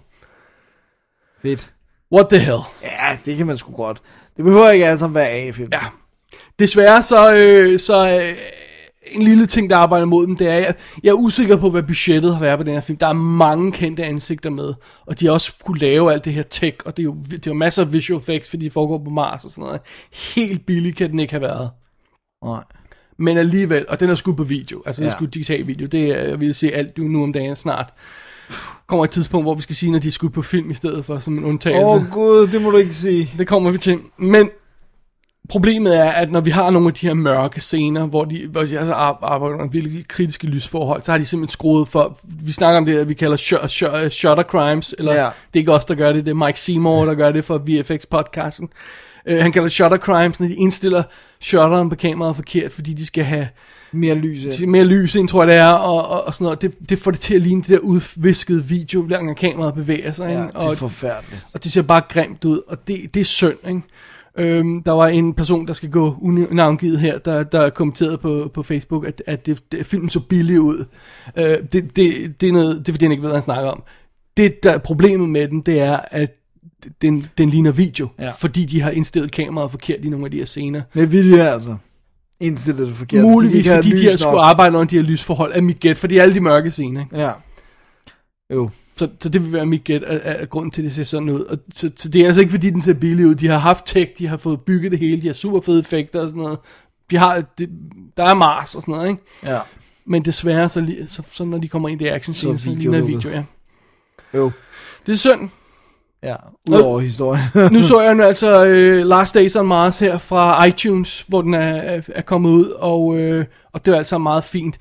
Fedt. What the hell? Ja, det kan man sgu godt. Det behøver ikke altså være A-film. Ja. Desværre så... Øh, så øh, en lille ting, der arbejder mod dem, det er, at jeg er usikker på, hvad budgettet har været på den her film. Der er mange kendte ansigter med, og de har også kunne lave alt det her tech, og det er jo, det er jo masser af visual effects, fordi de foregår på Mars og sådan noget. Helt billigt kan den ikke have været. Nej. Men alligevel, og den er skudt på video, altså ja. Det er skudt digital video, det er, jeg vil sige, alt nu om dagen snart. Kommer et tidspunkt, hvor vi skal sige, når de er skudt på film i stedet for, som en undtagelse. Åh oh, gud, det må du ikke sige. Det kommer vi til. Men problemet er, at når vi har nogle af de her mørke scener, hvor de, hvor de altså arbejder under virkelig kritiske lysforhold, så har de simpelthen skruet for, vi snakker om det, at vi kalder sh- sh- shutter crimes, eller ja. Det er ikke os, der gør det, det er Mike Seymour, der gør det for V F X-podcasten. Uh, han kalder shutter crimes, når de indstiller shutteren på kameraet forkert, fordi de skal have mere lys ind. Mere lys ind, tror jeg det er, og, og, og sådan noget. Det, det får det til at ligne det der udviskede video, hver gang kameraet bevæger sig. Ja, ikke? det er og, forfærdeligt. Og det ser bare grimt ud, og det, det er synd, ikke? Øhm, der var en person, der skal gå unavngivet her, der, der kommenterede på, på Facebook, at, at det, det, filmen så billig ud. Øh, det, det, det, er noget, det er fordi, han ikke ved, hvad han snakker om. Det, der er problemet med den, det er, at den, den ligner video, ja. Fordi de har indstillet kameraet forkert i nogle af de her scener. Med vilje altså. Indstillet det forkert. Muligvis, fordi de, fordi de har skulle arbejde under de her lysforhold, er mit gæt, fordi alle de mørke scener. Ikke? Ja. Jo. Så, så det vil være mit gæt af, af grunden til, at det ser sådan ud. Og så, så det er altså ikke, fordi den ser billig ud. De har haft tech, de har fået bygget det hele, de har super fede effekter og sådan noget. De har, det, der er Mars og sådan noget, ikke? Ja. Men desværre, så, så, så når de kommer ind i det action scene, så, så ligner video, ja. Jo. Det er synd. Ja, udover historien. Nu så jeg nu altså uh, Last Days on Mars her fra iTunes, hvor den er, er kommet ud, og, uh, og det er altså meget fint.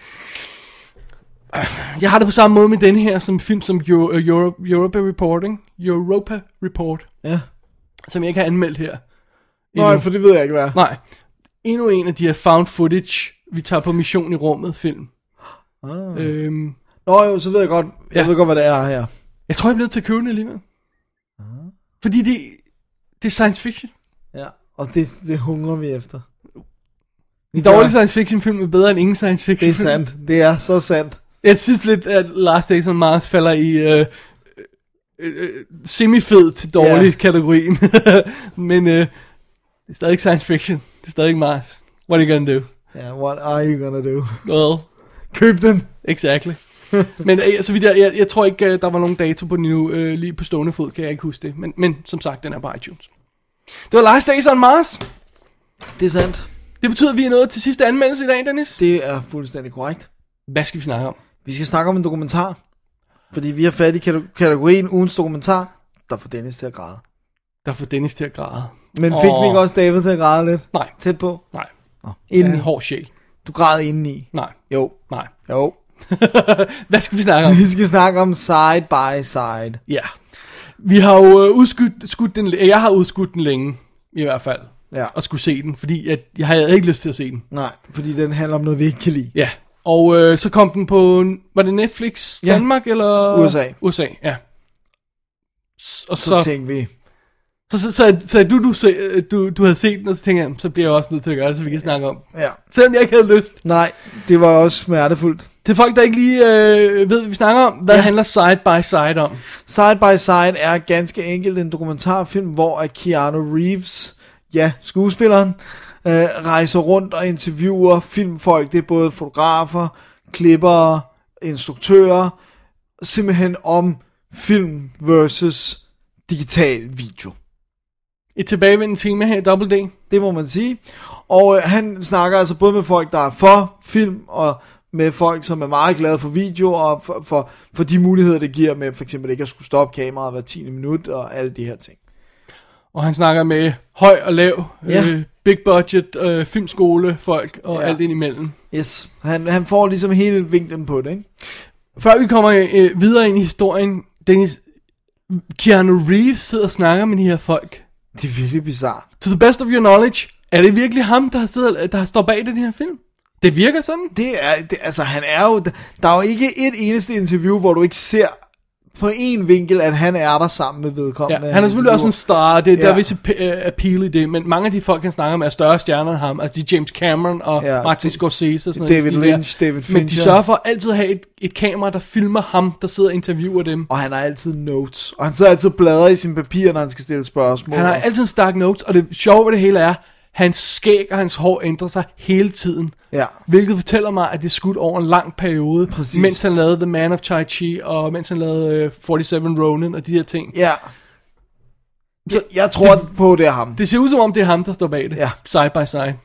Jeg har det på samme måde med den her, som film som Euro, Euro, Europa Reporting, Europa Report, ja. Som jeg ikke har anmeldt her. Nej, for det ved jeg ikke, hvad. Nej. Endnu en af de her found footage, vi tager på mission i rummet film. Ah. Øhm, Nå jo, så ved jeg godt, jeg ja. ved godt, hvad det er her. Jeg tror, jeg bliver til at købe den alligevel. Ah. Fordi det, det er science fiction. Ja, og det, det hungrer vi efter. En dårlig science fiction film er bedre end ingen science fiction film. Det er sandt, det er så sandt. Jeg synes lidt, at Last Days on Mars falder i uh, uh, semi-fed til dårlig yeah. kategorien. Men uh, det er stadig ikke science fiction. Det er stadig ikke Mars. What are you gonna do? Yeah, what are you gonna do? Well, køb den. Exactly. Men uh, så vidt jeg, jeg, jeg tror ikke, uh, der var nogen dato på den nu. Uh, lige på stående fod kan jeg ikke huske det. Men, men som sagt, den er på iTunes. Det var Last Days on Mars. Det er sandt. Det betyder, at vi er nået til sidste anmeldelse i dag, Dennis. Det er fuldstændig korrekt. Hvad skal vi snakke om? Vi skal snakke om en dokumentar. Fordi vi har fat i kategorien ugens dokumentar, der får Dennis til at græde. Der får Dennis til at græde. Men fik oh. vi ikke også David til at græde lidt? Nej. Tæt på? Nej. Oh. Indeni. En hård sjæl. Du græd indeni? Nej. Jo. Nej. Jo. Hvad skal vi snakke om? Vi skal snakke om Side by Side. Ja. Vi har jo øh, udskudt skudt den. Jeg har udskudt den længe, i hvert fald. Ja. Og skulle se den, fordi at jeg havde ikke lyst til at se den. Nej, fordi den handler om noget, vi ikke kan lide. Ja. Og øh, så kom den på, var det Netflix Danmark, ja. eller? U S A. U S A, ja. Og så, så tænkte vi. Så, så, så, så du, du, du, du havde set den, og så tænkte jeg, så bliver jeg også nødt til at gøre det, så vi kan snakke om. Ja. Selvom jeg ikke havde lyst. Nej, det var også smertefuldt. Til folk, der ikke lige øh, ved, hvad vi snakker om, hvad ja. handler Side by Side om? Side by Side er ganske enkelt en dokumentarfilm, hvor Keanu Reeves, ja, skuespilleren, øh, rejser rundt og interviewer filmfolk. Det er både fotografer, klippere, instruktører, simpelthen om film versus digital video. Et tilbagevendende tema her i Double D. Det må man sige. Og øh, han snakker altså både med folk, der er for film, og med folk, som er meget glade for video, og for, for, for de muligheder, det giver med for eksempel ikke at skulle stoppe kameraet hver tiende minut, og alle de her ting. Og han snakker med høj og lav, ja. øh, big budget, øh, filmskole folk, og ja. alt ind imellem. Yes, han, han får ligesom hele vinklen på det, ikke? Før vi kommer øh, videre ind i historien, Dennis, Keanu Reeves sidder og snakker med de her folk. Det er virkelig bizarrt. To the best of your knowledge, er det virkelig ham, der har, siddet, der har stået bag den her film? Det virker sådan. Det er, det, altså han er jo, der er jo ikke et eneste interview, hvor du ikke ser på en vinkel, at han er der sammen med vedkommende. Ja, han er selvfølgelig også en star, det, ja. Der er vist appeal i det, men mange af de folk, han snakker med, er større stjerner end ham. Altså de James Cameron og ja, Martin Scorsese og sådan David noget. Lynch, David Fincher. Men de sørger for altid at have et, et kamera, der filmer ham, der sidder og interviewer dem. Og han har altid notes, og han sidder altid og bladrer i sine papirer, når han skal stille spørgsmål. Han har altid en stark notes, og det sjove ved det hele er, hans skæg og hans hår ændrer sig hele tiden. Ja. Hvilket fortæller mig, at det er skudt over en lang periode. Præcis. Mens han lavede The Man of Tai Chi, og mens han lavede uh, forty-seven Ronin og de her ting. Ja. Så jeg tror det, på, det er ham. Det ser ud som om, det er ham, der står bag det. Ja. Side by side.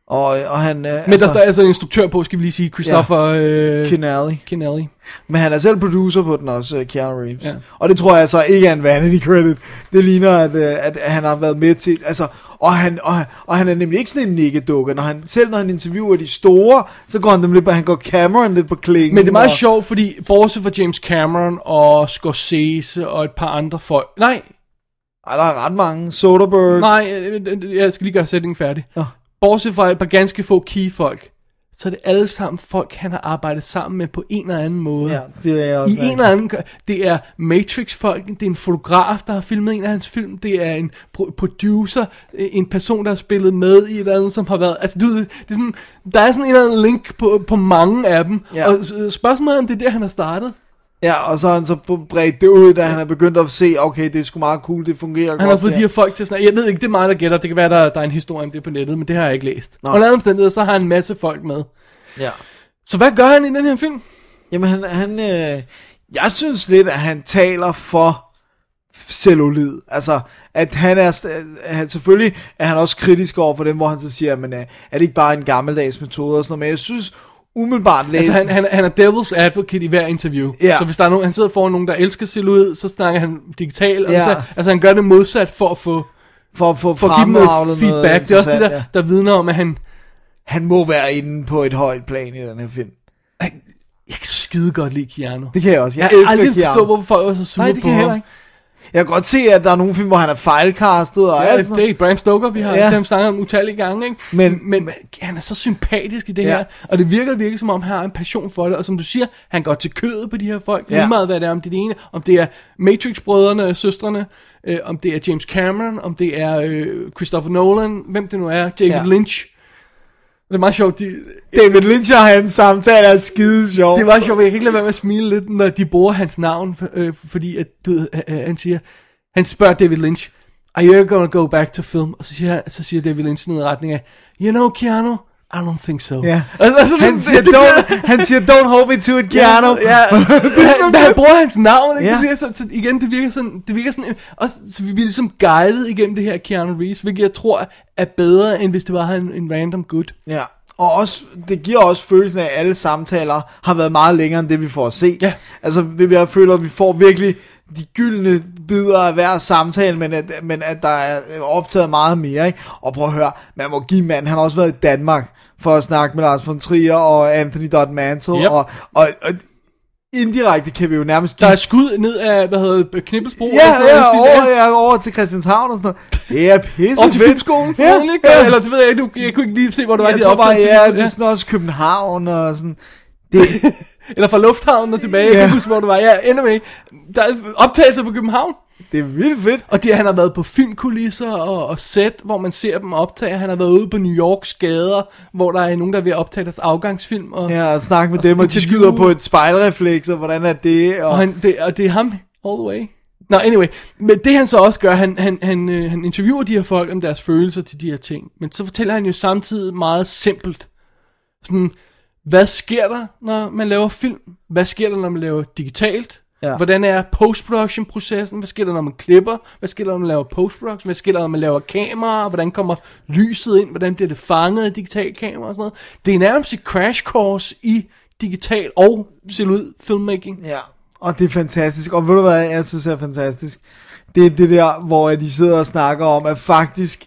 Og, og han, øh, Men altså, der står altså en instruktør på, skal vi lige sige, Christopher ja, øh, Kinelli. Kinelli. Men han er selv producer på den også, uh, Keanu Reeves. Ja. Og det tror jeg så ikke er en vanity credit. Det ligner, at, uh, at han har været med til... Altså, og, han, og, og han er nemlig ikke sådan en nikkedukke. Når han, selv når han interviewer de store, så går han dem lidt på... Han går Cameron lidt på klingen. Men det er meget og, sjovt, fordi bortset fra James Cameron og Scorsese og et par andre folk... Nej, ej, der er ret mange. Soderbergh. nej, jeg skal lige gøre sætningen færdig. Ja. Bortset fra et par ganske få key-folk, så er det alle sammen folk, han har arbejdet sammen med på en eller anden måde. Ja, det er også I en eller anden, det er Matrix-folk, det er en fotograf, der har filmet en af hans film, det er en pro- producer, en person, der har spillet med i et eller andet, som har været, altså du ved, det er sådan, der er sådan en eller anden link på, på mange af dem, Ja. og spørgsmålet er, om det er der, han har startet. Ja, og så har han så bredt det ud, da han er begyndt at se, okay, det er sgu meget cool, det fungerer Han godt. har fået der. de her folk til sådan, jeg ved ikke, det er mig, der gætter, det kan være, der, der er en historie om det på nettet, men det har jeg ikke læst. Nå. Og under omstændigheder, så har han en masse folk med. Ja. Så hvad gør han i den her film? Jamen, han, han øh, jeg synes lidt, at han taler for cellulid. Altså, at han er, han, selvfølgelig er han også kritisk over for dem, hvor han så siger, men er det ikke bare en gammeldags metode og sådan noget, men jeg synes umiddelbart læse... Altså han, han, han er devil's advocate i hver interview. Ja. Så hvis der er nogen, han sidder foran nogen, der elsker celluloid, så snakker han digital. Og Ja. så, altså han gør det modsat for at få, for at få for at give dem noget fremavlet feedback. Det er også det, der, ja. der vidner om, at han... Han må være inde på et højt plan i den her film. Jeg kan skide godt lide Keanu. Det kan jeg også. Jeg, Jeg, jeg elsker aldrig Keanu. forstå, hvorfor folk er så sure Nej, det på kan jeg ham. heller ikke. Jeg kan godt se, at der er nogle film, hvor han er fejlcastet og Ja, alt det sådan er ikke Bram Stoker, vi har Ja. ja. snakket om utallige gange, ikke? Men- men, men han er så sympatisk i det Ja. her, og det virker virkelig som om, han har en passion for det, og som du siger, han går til kødet på de her folk, Ja. lige meget hvad det er, om det er det ene, om det er Matrix-brødrene, søstrene, øh, om det er James Cameron, om det er øh, Christopher Nolan, hvem det nu er, David Ja. Lynch. Det er meget sjovt, de, David Lynch og hans samtale er skide sjov. det er meget sjovt, jeg kan ikke lade være med at smile lidt, når de bruger hans navn, øh, fordi at, du ved, øh, han siger, han spørger David Lynch, are you ever gonna go back to film? Og så siger, så siger David Lynch noget i retning af, you know, Keanu, I don't think so. Ja. Altså, altså, Han det- siger, det- don't, han siger, don't hold me to it, Keanu. Ja, ja. han, han bruger hans navn, ikke? Ja. Det virker så, så igen, det virker sådan, det virker sådan, også, så vi bliver ligesom guidet igennem det her Keanu Reeves, hvilket jeg tror er bedre, end hvis det var en, en random gut. Ja, og også, det giver også følelsen af, at alle samtaler har været meget længere end det, vi får at se. Ja. Altså, vi jeg føler, at vi får virkelig de gyldne bidder af hver samtale, men at, men at der er optaget meget mere, ikke? Og prøv at høre, man må give mand, han har også været i Danmark for at snakke med Lars von Trier og Anthony Dodd Mantle, Yep. og, og, og indirekte kan vi jo nærmest Der give... er skud ned af, hvad hedder det, Knibbelsbro? Ja, eller sådan ja, noget, over, ja, over til Christianshavn og sådan noget. Det er pisse Og til fedt. filmskolen, Ja, ja, ikke? ja. Eller det ved jeg ikke, du- jeg kunne ikke lige se, hvor du var Jeg de tror bare, optagelser. ja, det er sådan også København og sådan... Det, Eller fra lufthavnen og tilbage, jeg Ja. kan ikke huske, hvor du var. Ja, anyway, der er optagelser på København. det er vildt fedt. Og de, han har været på filmkulisser og, og set, hvor man ser dem optage. Han har været ude på New Yorks gader, hvor der er nogen, der er ved at optage deres afgangsfilm. Og, Ja, og snakke med Og dem, og de interview. skyder på et spejlrefleks, og hvordan er det? Og, og, han, det, og det er ham all the way. Nå, anyway. Men det han så også gør, han, han, han, øh, han interviewer de her folk om deres følelser til de her ting. Men så fortæller han jo samtidig meget simpelt. Sådan, hvad sker der, når man laver film? Hvad sker der, når man laver digitalt? Ja. Hvordan er post-production-processen? Hvad sker der, når man klipper? Hvad sker der, når man laver post-production? Hvad sker der, når man laver kamera? Hvordan kommer lyset ind? Hvordan bliver det fanget af digitalt kamera og sådan noget? Det er nærmest et crash course i digital og celluloid filmmaking. ja, og det er fantastisk. Og ved du hvad, jeg synes er fantastisk? Det er det der, hvor de sidder og snakker om, at faktisk,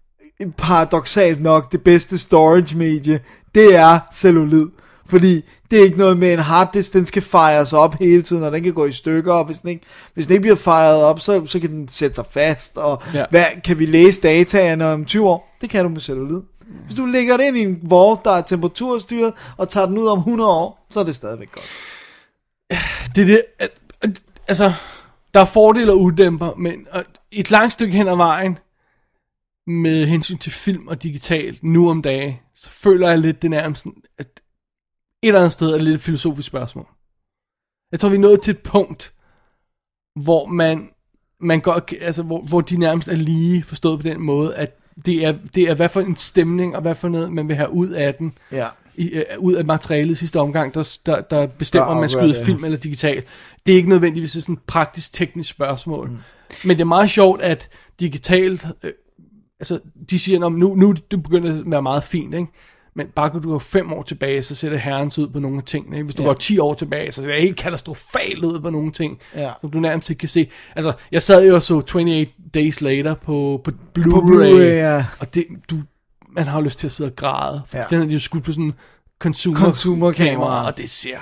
paradoksalt nok, det bedste storage medie, det er cellulid. Fordi det er ikke noget med en harddisk, den skal fejres op hele tiden, og den kan gå i stykker, og hvis den ikke, hvis den ikke bliver fejret op, så, så kan den sætte sig fast, og Ja. hvad, kan vi læse dataene om tyve år? Det kan du med cellulid. Hvis du lægger det ind i en vault, der er temperaturstyret, og tager den ud om hundrede år, så er det stadigvæk godt. Det er det, at, at, altså, der er fordele og udæmper, men at, et langt stykke hen ad vejen, med hensyn til film og digitalt, nu om dagen, så føler jeg lidt, det nærmest, at et eller andet sted er det lidt et filosofisk spørgsmål. Jeg tror, vi er nået til et punkt, hvor man, man går, altså, hvor, hvor de nærmest er lige forstået på den måde, at det er, det er hvad for en stemning, og hvad for noget, man vil have ud af den, Ja. i, uh, ud af materialet i sidste omgang, der, der, der bestemmer, Der om man afgør skyder det. film eller digital. Det er ikke nødvendigvis sådan et praktisk teknisk spørgsmål. Mm. Men det er meget sjovt, at digitalt, øh, altså, de siger, nu, nu det begynder at være meget fint, ikke? Men bare kan du gå fem år tilbage, så ser det herrens ud på nogle af tingene. Ikke? Hvis du ja. går ti år tilbage, så ser det helt katastrofalt ud på nogle ting, ja. som du nærmest ikke kan se. Altså, jeg sad jo og så twenty-eight Days Later på, på Blu-ray, på Blu-ray ja. og det, du, man har lyst til at sidde og græde. For ja. den er jo skudt på sådan en consumer, consumer kamera, og det ser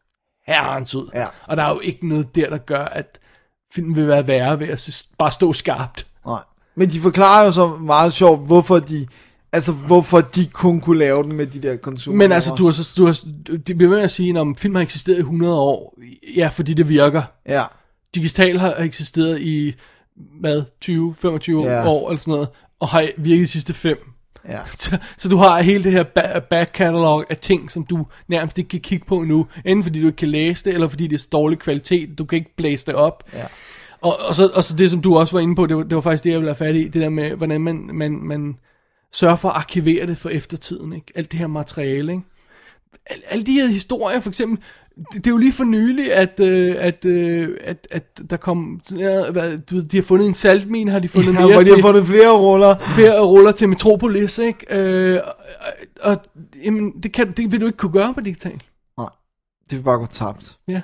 herrens ud. Ja. Og der er jo ikke noget der, der gør, at filmen vil være værre ved at bare stå skarpt. Nej. Men de forklarer jo så meget sjovt, hvorfor de... Altså, hvorfor de kun kunne lave den med de der consumer. Men altså, du har så... Du har, det bliver med at sige, at film har eksisteret i hundrede år. Ja, fordi det virker. Ja. Digital har eksisteret i, hvad, tyve til femogtyve ja. år, eller sådan noget, og har virket de sidste fem. Ja. Så, så du har hele det her back catalog af ting, som du nærmest ikke kan kigge på nu, enten fordi du ikke kan læse det, eller fordi det er dårlig kvalitet, du kan ikke blæse det op. Ja. Og, og, så, og så det, som du også var inde på, det var, det var faktisk det, jeg ville have fat i, det der med, hvordan man... man, man sørge for at arkivere det for eftertiden, ikke? Alt det her materiale, ikke? Al, alle de her historier, for eksempel, det, det er jo lige for nylig, at, øh, at, øh, at, at der kom, ja, hvad, du ved, de har fundet en saltmine, har de fundet ja, mere hvor de til, har fundet flere ruller. Flere ruller til Metropolis, ikke? Øh, og, og jamen, det, kan, det vil du ikke kunne gøre på digital. Nej, det vil bare gå tabt. Ja.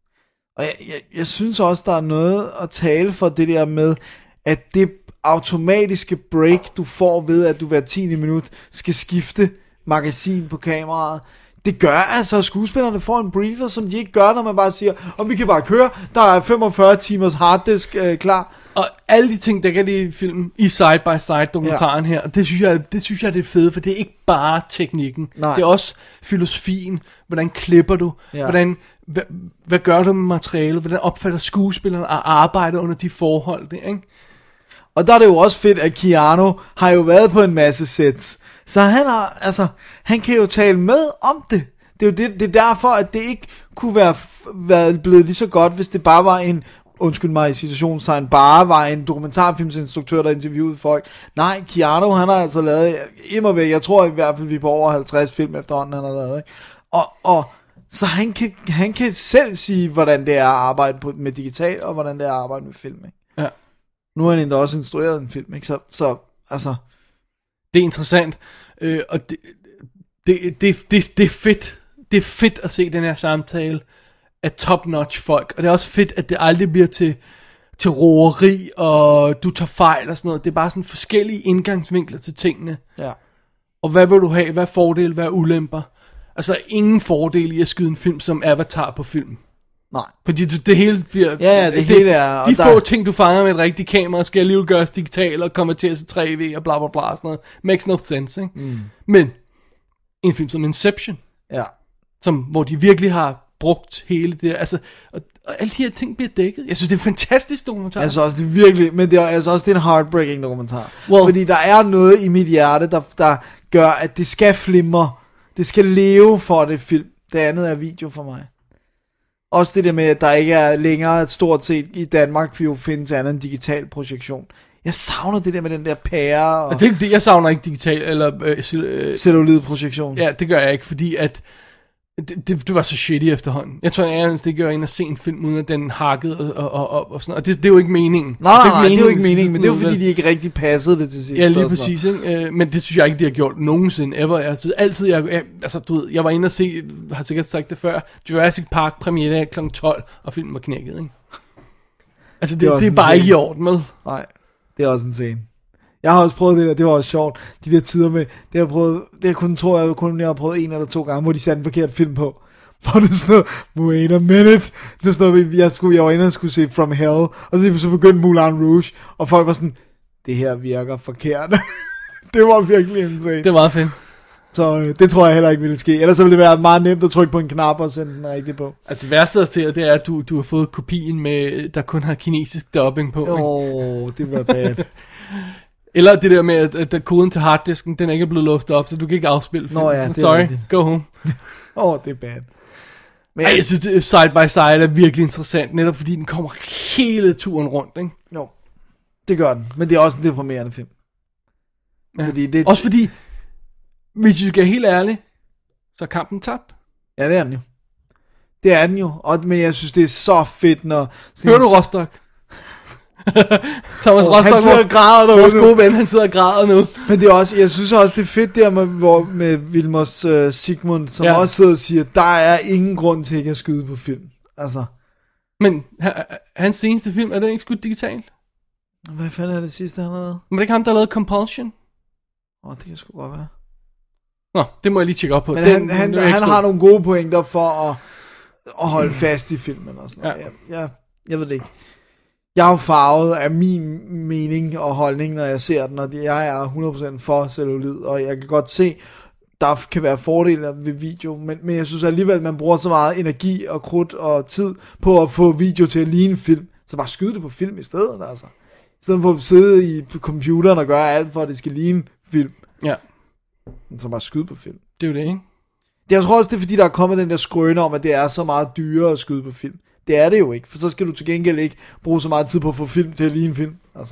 Og jeg, jeg, jeg synes også, der er noget at tale for det der med, at det automatiske break, du får ved, at du hver tiende minut skal skifte magasin på kameraet, det gør altså, at skuespillerne får en briefer, som de ikke gør, når man bare siger, om vi kan bare køre, der er femogfyrre timers harddisk øh, klar. Og alle de ting, der kan lide filmen i side-by-side dokumentaren ja. her, det synes, jeg, det synes jeg, det er fedt, for det er ikke bare teknikken. Nej. Det er også filosofien. Hvordan klipper du? Ja. Hvordan, hvad, hvad gør du med materialet? Hvordan opfatter skuespillerne at arbejde under de forhold? Det, ikke? Og der er det jo også fedt, at Keanu har jo været på en masse sets. Så han har, altså, han kan jo tale med om det. Det er jo det, det er derfor, at det ikke kunne være, være blevet lige så godt, hvis det bare var en, undskyld mig i situationstegn, bare var en dokumentarfilmsinstruktør, der interviewede folk. Nej, Keanu, han har altså lavet, immervæk, jeg tror i hvert fald, vi er på over halvtreds film efterhånden, han har lavet, ikke? Og, og så han kan, han kan selv sige, hvordan det er at arbejde på, med digital, og hvordan det er at arbejde med film, ikke? Ja. Nu har han endda også instrueret en film, ikke? Så, så altså... Det er interessant, øh, og det, det, det, det, det er fedt. Det er fedt at se den her samtale af top-notch folk, og det er også fedt, at det aldrig bliver til, til roeri, og du tager fejl og sådan noget. Det er bare sådan forskellige indgangsvinkler til tingene. Ja. Og hvad vil du have? Hvad er fordele? Hvad er ulemper? Altså, ingen fordel i at skyde en film som Avatar på film. Nej. Fordi det, det hele bliver... Ja, ja, det, det hele er... De få der... ting, du fanger med et rigtigt kamera, skal alligevel gøres digitalt og konverteres til tre D og bla bla bla og sådan noget. Makes no sense, ikke? Mm. Men en film som Inception, ja. som, hvor de virkelig har brugt hele det, altså... Og, og alle de her ting bliver dækket. Jeg synes, det er en fantastisk dokumentar. Jeg synes også, det er virkelig... Men det er altså også det er en heartbreaking dokumentar. Well, Fordi der er noget i mit hjerte, der, der gør, at det skal flimre. Det skal leve for det film. Det andet er video for mig. Også det der med, at der ikke er længere stort set i Danmark, for jo findes andet en digital projektion. Jeg savner det der med den der pære. Og... Det, det, jeg savner ikke digital, eller... Øh, øh, Celluloid-projektion. Ja, det gør jeg ikke, fordi at... Det, det, det var så shitty efterhånden. Jeg tror, at det gør ind og se en film, uden at den hakkede og, og, og, og sådan og det, det er jo ikke meningen. Nej, nej, nej, det er jo ikke meningen, men det er jo fordi, de ikke rigtig passede det til sidst. Ja, lige præcis, ikke? Men det synes jeg ikke, de har gjort nogensinde, ever. Jeg synes altid, jeg, jeg, altså, du ved, jeg var inde og se, har sikkert sagt det før, Jurassic Park premiere klokken tolv, og filmen var knækket, ikke? Altså, det, det, er, det er bare ikke i orden med. Nej, det er også en scene. Jeg har også prøvet det der, det var også sjovt, de der tider med, det har jeg prøvet, det jeg kun tror jeg kun jeg har prøvet en eller to gange, hvor de satte en forkert film på. Hvor det sådan noget, wait a minute, det stod, jeg, skulle, jeg var inde og skulle se From Hell, og så, så begyndte Moulin Rouge, og folk var sådan, det her virker forkert. Det var virkelig insane. Det var meget fedt. Så øh, det tror jeg heller ikke ville ske. Ellers så ville det være meget nemt at trykke på en knap og sende den rigtig på. Altså det værste at se, det er, at du, du har fået kopien med, der kun har kinesisk dubbing på. Åh, oh, det var bad. Eller det der med, at, at koden til harddisken, den er ikke blevet låst op, så du kan ikke afspille filmen. Nå ja, det Sorry, er rigtigt. Go home. Åh, oh, det er bad. Men Ej, jeg synes, det, Side by Side er virkelig interessant, netop fordi den kommer hele turen rundt, ikke? Jo, det gør den. Men det er også en deprimerende film. Ja. Fordi det... Også fordi, hvis vi skal være helt ærlige, så er kampen tabt. Ja, det er den jo. Det er den jo. Og, men jeg synes, det er så fedt, når... Hører du, Rostock? Thomas oh, Rostock, han sidder og græder derude. Vores gode ven, han sidder og græder nu. Men det er også, jeg synes også, det er fedt der med, hvor, med Vilmos uh, Sigmund, som ja. også sidder og siger, der er ingen grund til ikke at skyde på film. Altså. Men hans seneste film, er det ikke skudt digitalt? Hvad fanden er det sidste, han har lavet? Men det er ikke ham, der har lavet Compulsion? Åh, oh, det kan sgu godt være. Nå, det må jeg lige tjekke op på. Men den, han, han, den han har nogle gode pointer for at, at holde fast i filmen og sådan noget. Ja. Jeg, jeg, jeg ved det ikke. Jeg er jo farvet af min mening og holdning, når jeg ser den, og jeg er hundrede procent for cellulid, og jeg kan godt se, der kan være fordele ved video, men, men jeg synes alligevel, at man bruger så meget energi og krudt og tid på at få video til at ligne film, så bare skyde det på film i stedet, altså. I stedet for at sidde i computeren og gøre alt for, at det skal ligne film. Ja. Så bare skyde på film. Det er jo det, ikke? Det, jeg tror også, det er fordi, der er kommet den der skrøne om, at det er så meget dyrere at skyde på film. Det er det jo ikke, for så skal du til gengæld ikke bruge så meget tid på at få film til at ligne film. Altså.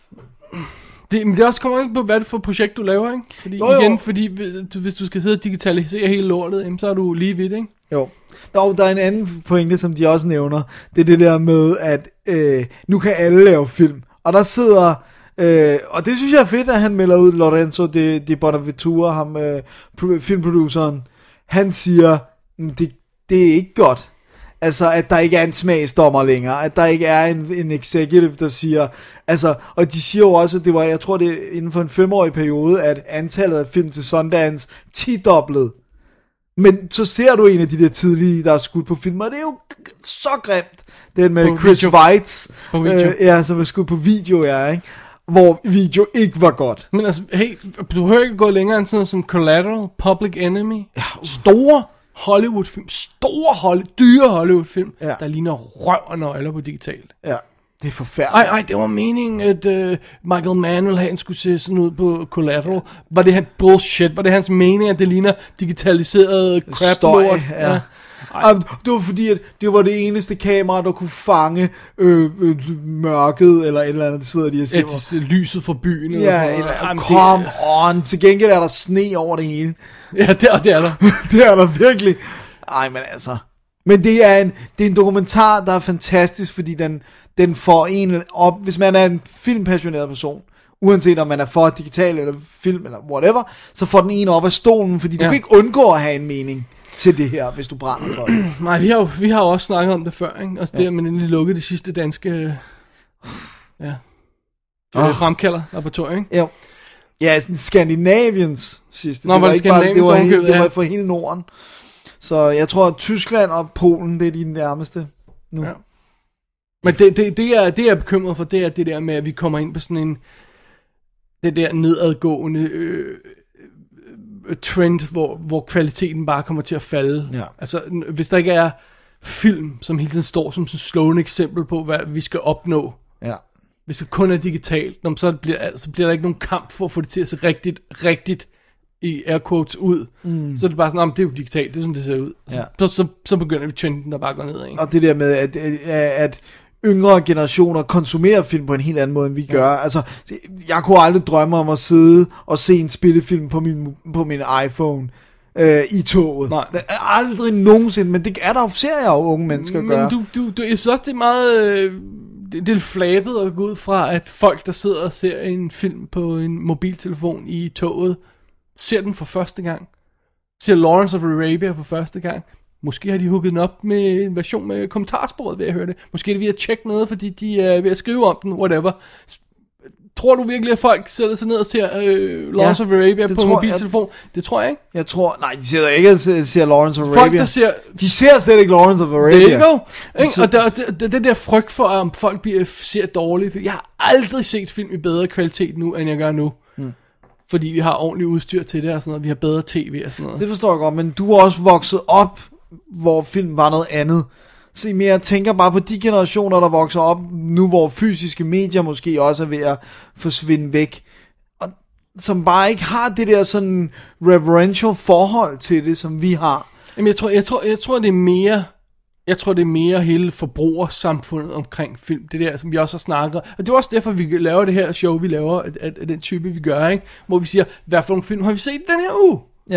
Det, men det også kommer ind på, hvad det for projekt, du laver, ikke? Fordi, jo, jo. Igen, fordi hvis du skal sidde og digitalisere hele lortet, så er du lige vidt, ikke? Jo. Der, der er en anden pointe, som de også nævner. Det er det der med, at øh, nu kan alle lave film. Og der sidder... Øh, og det synes jeg er fedt, at han melder ud, Lorenzo de, de Bonaventura, ham, øh, filmproduceren. Han siger, det, det er ikke godt. Altså, at der ikke er en smagsdommer længere. At der ikke er en, en executive, der siger... Altså, og de siger jo også, at det var, jeg tror det er inden for en femårig periode, at antallet af film til Sundance ti-doblede. Men så ser du en af de der tidlige, der er skudt på film, og det er jo så grimt. Den med på Chris Weitz, øh, ja, som er skudt på video, ja, ikke? Hvor video ikke var godt. Men altså, hey, du hører ikke gå længere end sådan noget som Collateral, Public Enemy. Ja. Store Hollywood-film, store, Holly, dyre Hollywood-film, ja. Der ligner røv og nøgler på digitalt. Ja, det er forfærdeligt. Ej, ej, det var meningen, at uh, Michael Mann ville have, han skulle se sådan ud på Collateral. Var det han bullshit? Var det hans mening, at det ligner digitaliseret crap-lort? Ja. Ja. Ej. Det var fordi, at det var det eneste kamera, der kunne fange øh, øh, mørket, eller et eller andet, der sidder de og siger. Ja, lyset fra byen. Eller ja, eller, Jamen, come det... on. Til gengæld er der sne over det hele. Ja, det er, det er der. Det er der virkelig. Ej, men altså. Men det er en, det er en dokumentar, der er fantastisk, fordi den, den får en op, hvis man er en filmpassioneret person, uanset om man er for digital eller film eller whatever, så får den en op af stolen, fordi du ja. kan ikke undgå at have en mening til det her, hvis du brænder for det. Nej, vi har jo, vi har jo også snakket om det før, ikke? Også ja. det, at man endelig lukkede det sidste danske ja, oh. fremkalder laboratorium, ikke? Jo. Ja, sådan Skandinaviens sidste. Nå, det var, var det ikke bare, det var, hele, det ja. var for hele Norden. Så jeg tror, at Tyskland og Polen, det er de nærmeste nu. Ja. Men det, det, det, er, det jeg er bekymret for, det er det der med, at vi kommer ind på sådan en, det der nedadgående øh, trend, hvor, hvor kvaliteten bare kommer til at falde. Ja. Altså, hvis der ikke er film, som hele tiden står som sådan et slående eksempel på, hvad vi skal opnå. Ja. Hvis det kun er digitalt, så bliver, så bliver der ikke nogen kamp for at få det til at se rigtigt, rigtigt i air quotes ud. Mm. Så er det bare sådan, det er jo digitalt, det er sådan, det ser ud. Så, ja. så, så, så begynder vi trenden, der bare går ned. Ikke? Og det der med, at, at yngre generationer konsumerer film på en helt anden måde, end vi ja. gør. Altså, jeg kunne aldrig drømme om at sidde og se en spillefilm på min, på min iPhone øh, i toget. Nej. Det er aldrig nogensinde, men det er der jo serier af unge mennesker men gøre. Men du, du, du, jeg synes også, det er meget... Øh, det, det er flabet at gå ud fra, at folk, der sidder og ser en film på en mobiltelefon i toget, ser den for første gang. Ser Lawrence of Arabia for første gang. Måske har de hugget den op med en version med kommentarsporet ved at høre det. Måske er det ved at tjekke noget, fordi de er ved at skrive om den, whatever. Tror du virkelig, at folk sætter sig ned og ser øh, Lawrence ja, of Arabia på mobiltelefon? Jeg, det tror jeg ikke. Jeg tror, nej, de sidder ikke og ser Lawrence of Arabia. Folk, der ser... De ser slet ikke Lawrence of Arabia. Det er go. Så... Og der, der, der, den der frygt for, om folk bliver, ser dårligt. Jeg har aldrig set film i bedre kvalitet nu, end jeg gør nu. Hmm. Fordi vi har ordentligt udstyr til det og sådan noget. Vi har bedre tv og sådan noget. Det forstår jeg godt, men du er også vokset op, hvor film var noget andet. Så jeg tænker bare på de generationer, der vokser op nu, hvor fysiske medier måske også er ved at forsvinde væk. Og som bare ikke har det der sådan reverential forhold til det, som vi har. Jamen jeg tror, jeg tror, jeg tror det er mere... Jeg tror, det er mere hele forbrugersamfundet omkring film. Det der, som vi også har snakket. Og det er også derfor, vi laver det her show, vi laver af, af den type, vi gør, ikke? Hvor vi siger, hvad for nogle film har vi set den her uge? Ja.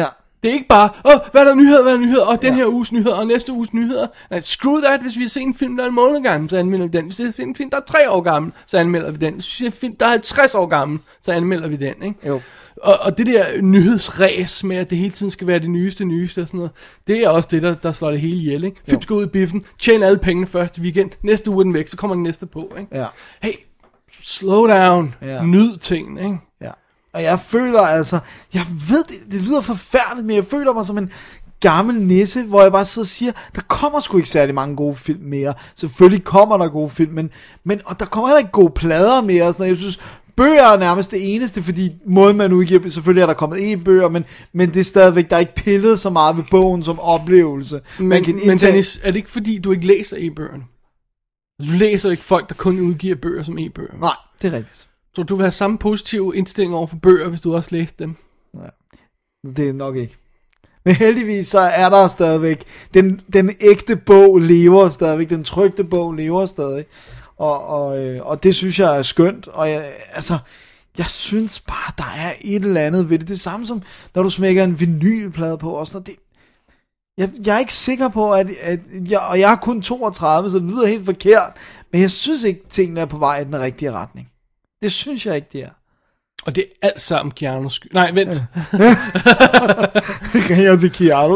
Det er ikke bare, åh, hvad er der nyheder, hvad er der nyheder, og den ja. her uges nyheder, og næste uges nyheder. Nej, screw that, hvis vi har set en film, der er en måned gammel, så anmelder vi den. Hvis vi har set en film, der er tre år gammel, så anmelder vi den. Hvis vi har set en film, der er halvtreds år gammel, så anmelder vi den, ikke? Jo. Og, og det der nyhedsræs med, at det hele tiden skal være det nyeste, nyeste og sådan noget, det er også det, der, der slår det hele ihjel, ikke? Film skal ud i biffen, tjene alle pengene første weekend, næste uge er den væk, så kommer den næste på, ikke? Ja. Hey, slow down, ja. nyd tingene, ikke? Ja. Og jeg føler altså, jeg ved, det, det lyder forfærdeligt, men jeg føler mig som en gammel nisse, hvor jeg bare sidder og siger, der kommer sgu ikke særlig mange gode film mere. Selvfølgelig kommer der gode film, men, men og der kommer heller ikke gode plader mere. Og sådan, jeg synes, bøger er nærmest det eneste, fordi måden man udgiver, selvfølgelig er der kommet e-bøger, men, men det er stadigvæk, der er ikke pillet så meget ved bogen som oplevelse. Men, man kan men indtage... Dennis, er det ikke fordi, du ikke læser e-bøgerne? Du læser ikke folk, der kun udgiver bøger som e-bøger. Nej, det er rigtigt. Så du vil have samme positive indstilling over for bøger, hvis du også læste dem? Nej, det er nok ikke. Men heldigvis så er der stadigvæk, den, den ægte bog lever stadigvæk, den trykte bog lever stadig. Og, og, øh, og det synes jeg er skønt, og jeg, altså, jeg synes bare, der er et eller andet ved det. Det er samme som, når du smækker en vinylplade på, og sådan noget. Det, jeg, jeg er ikke sikker på, at, at jeg, og jeg er kun toogtredive, så det lyder helt forkert, men jeg synes ikke, tingene er på vej i den rigtige retning. Det synes jeg ikke, det er. Og det er alt sammen Keanu skyld. Nej, vent. Det ringer til Keanu.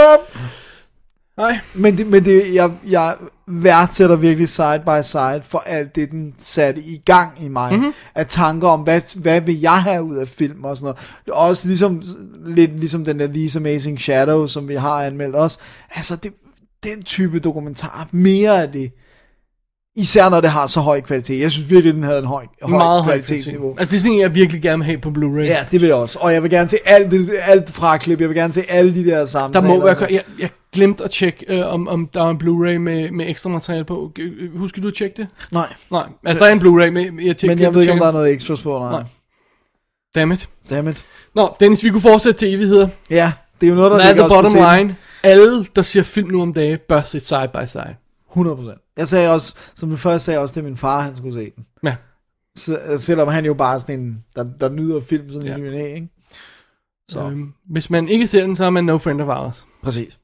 Nej. Men, det, men det, jeg, jeg værdsætter virkelig side by side for alt det, den satte i gang i mig. Mm-hmm. Af tanker om, hvad, hvad vil jeg have ud af film og sådan noget. Også ligesom, lidt ligesom den der These Amazing Shadows, som vi har anmeldt også. Altså, det, den type dokumentar. Mere af det. Især når det har så høj kvalitet. Jeg synes virkelig, den havde en høj, høj kvalitetsniveau. Altså det er sådan en, jeg virkelig gerne vil have på Blu-ray. Ja, det vil jeg også. Og jeg vil gerne se alt, det, alt fraklip. Jeg vil gerne se alle de der samtaler. Der må være, jeg, jeg glemte at tjekke, øh, om, om der var en Blu-ray med, med ekstra materiale på. Husker du at tjekke det? Nej. Nej, altså der er en Blu-ray med. Jeg tjekke, Men jeg ved ikke, om der er noget ekstra på. Nej. Nej. Dammit. Dammit. Nå, Dennis, vi kunne fortsætte til evigheder. Ja, det er jo noget, der ligger også på scenen. Bottom line. Alle, der ser film nu om dage, bør se side by side. hundrede procent. Jeg sagde også, som du først sagde også til min far, han skulle se den. Ja. Så, selvom han jo bare er sådan en, der, der nyder film sådan ja. en lille ikke? Så. Øhm, hvis man ikke ser den, så er man no friend of ours. Præcis.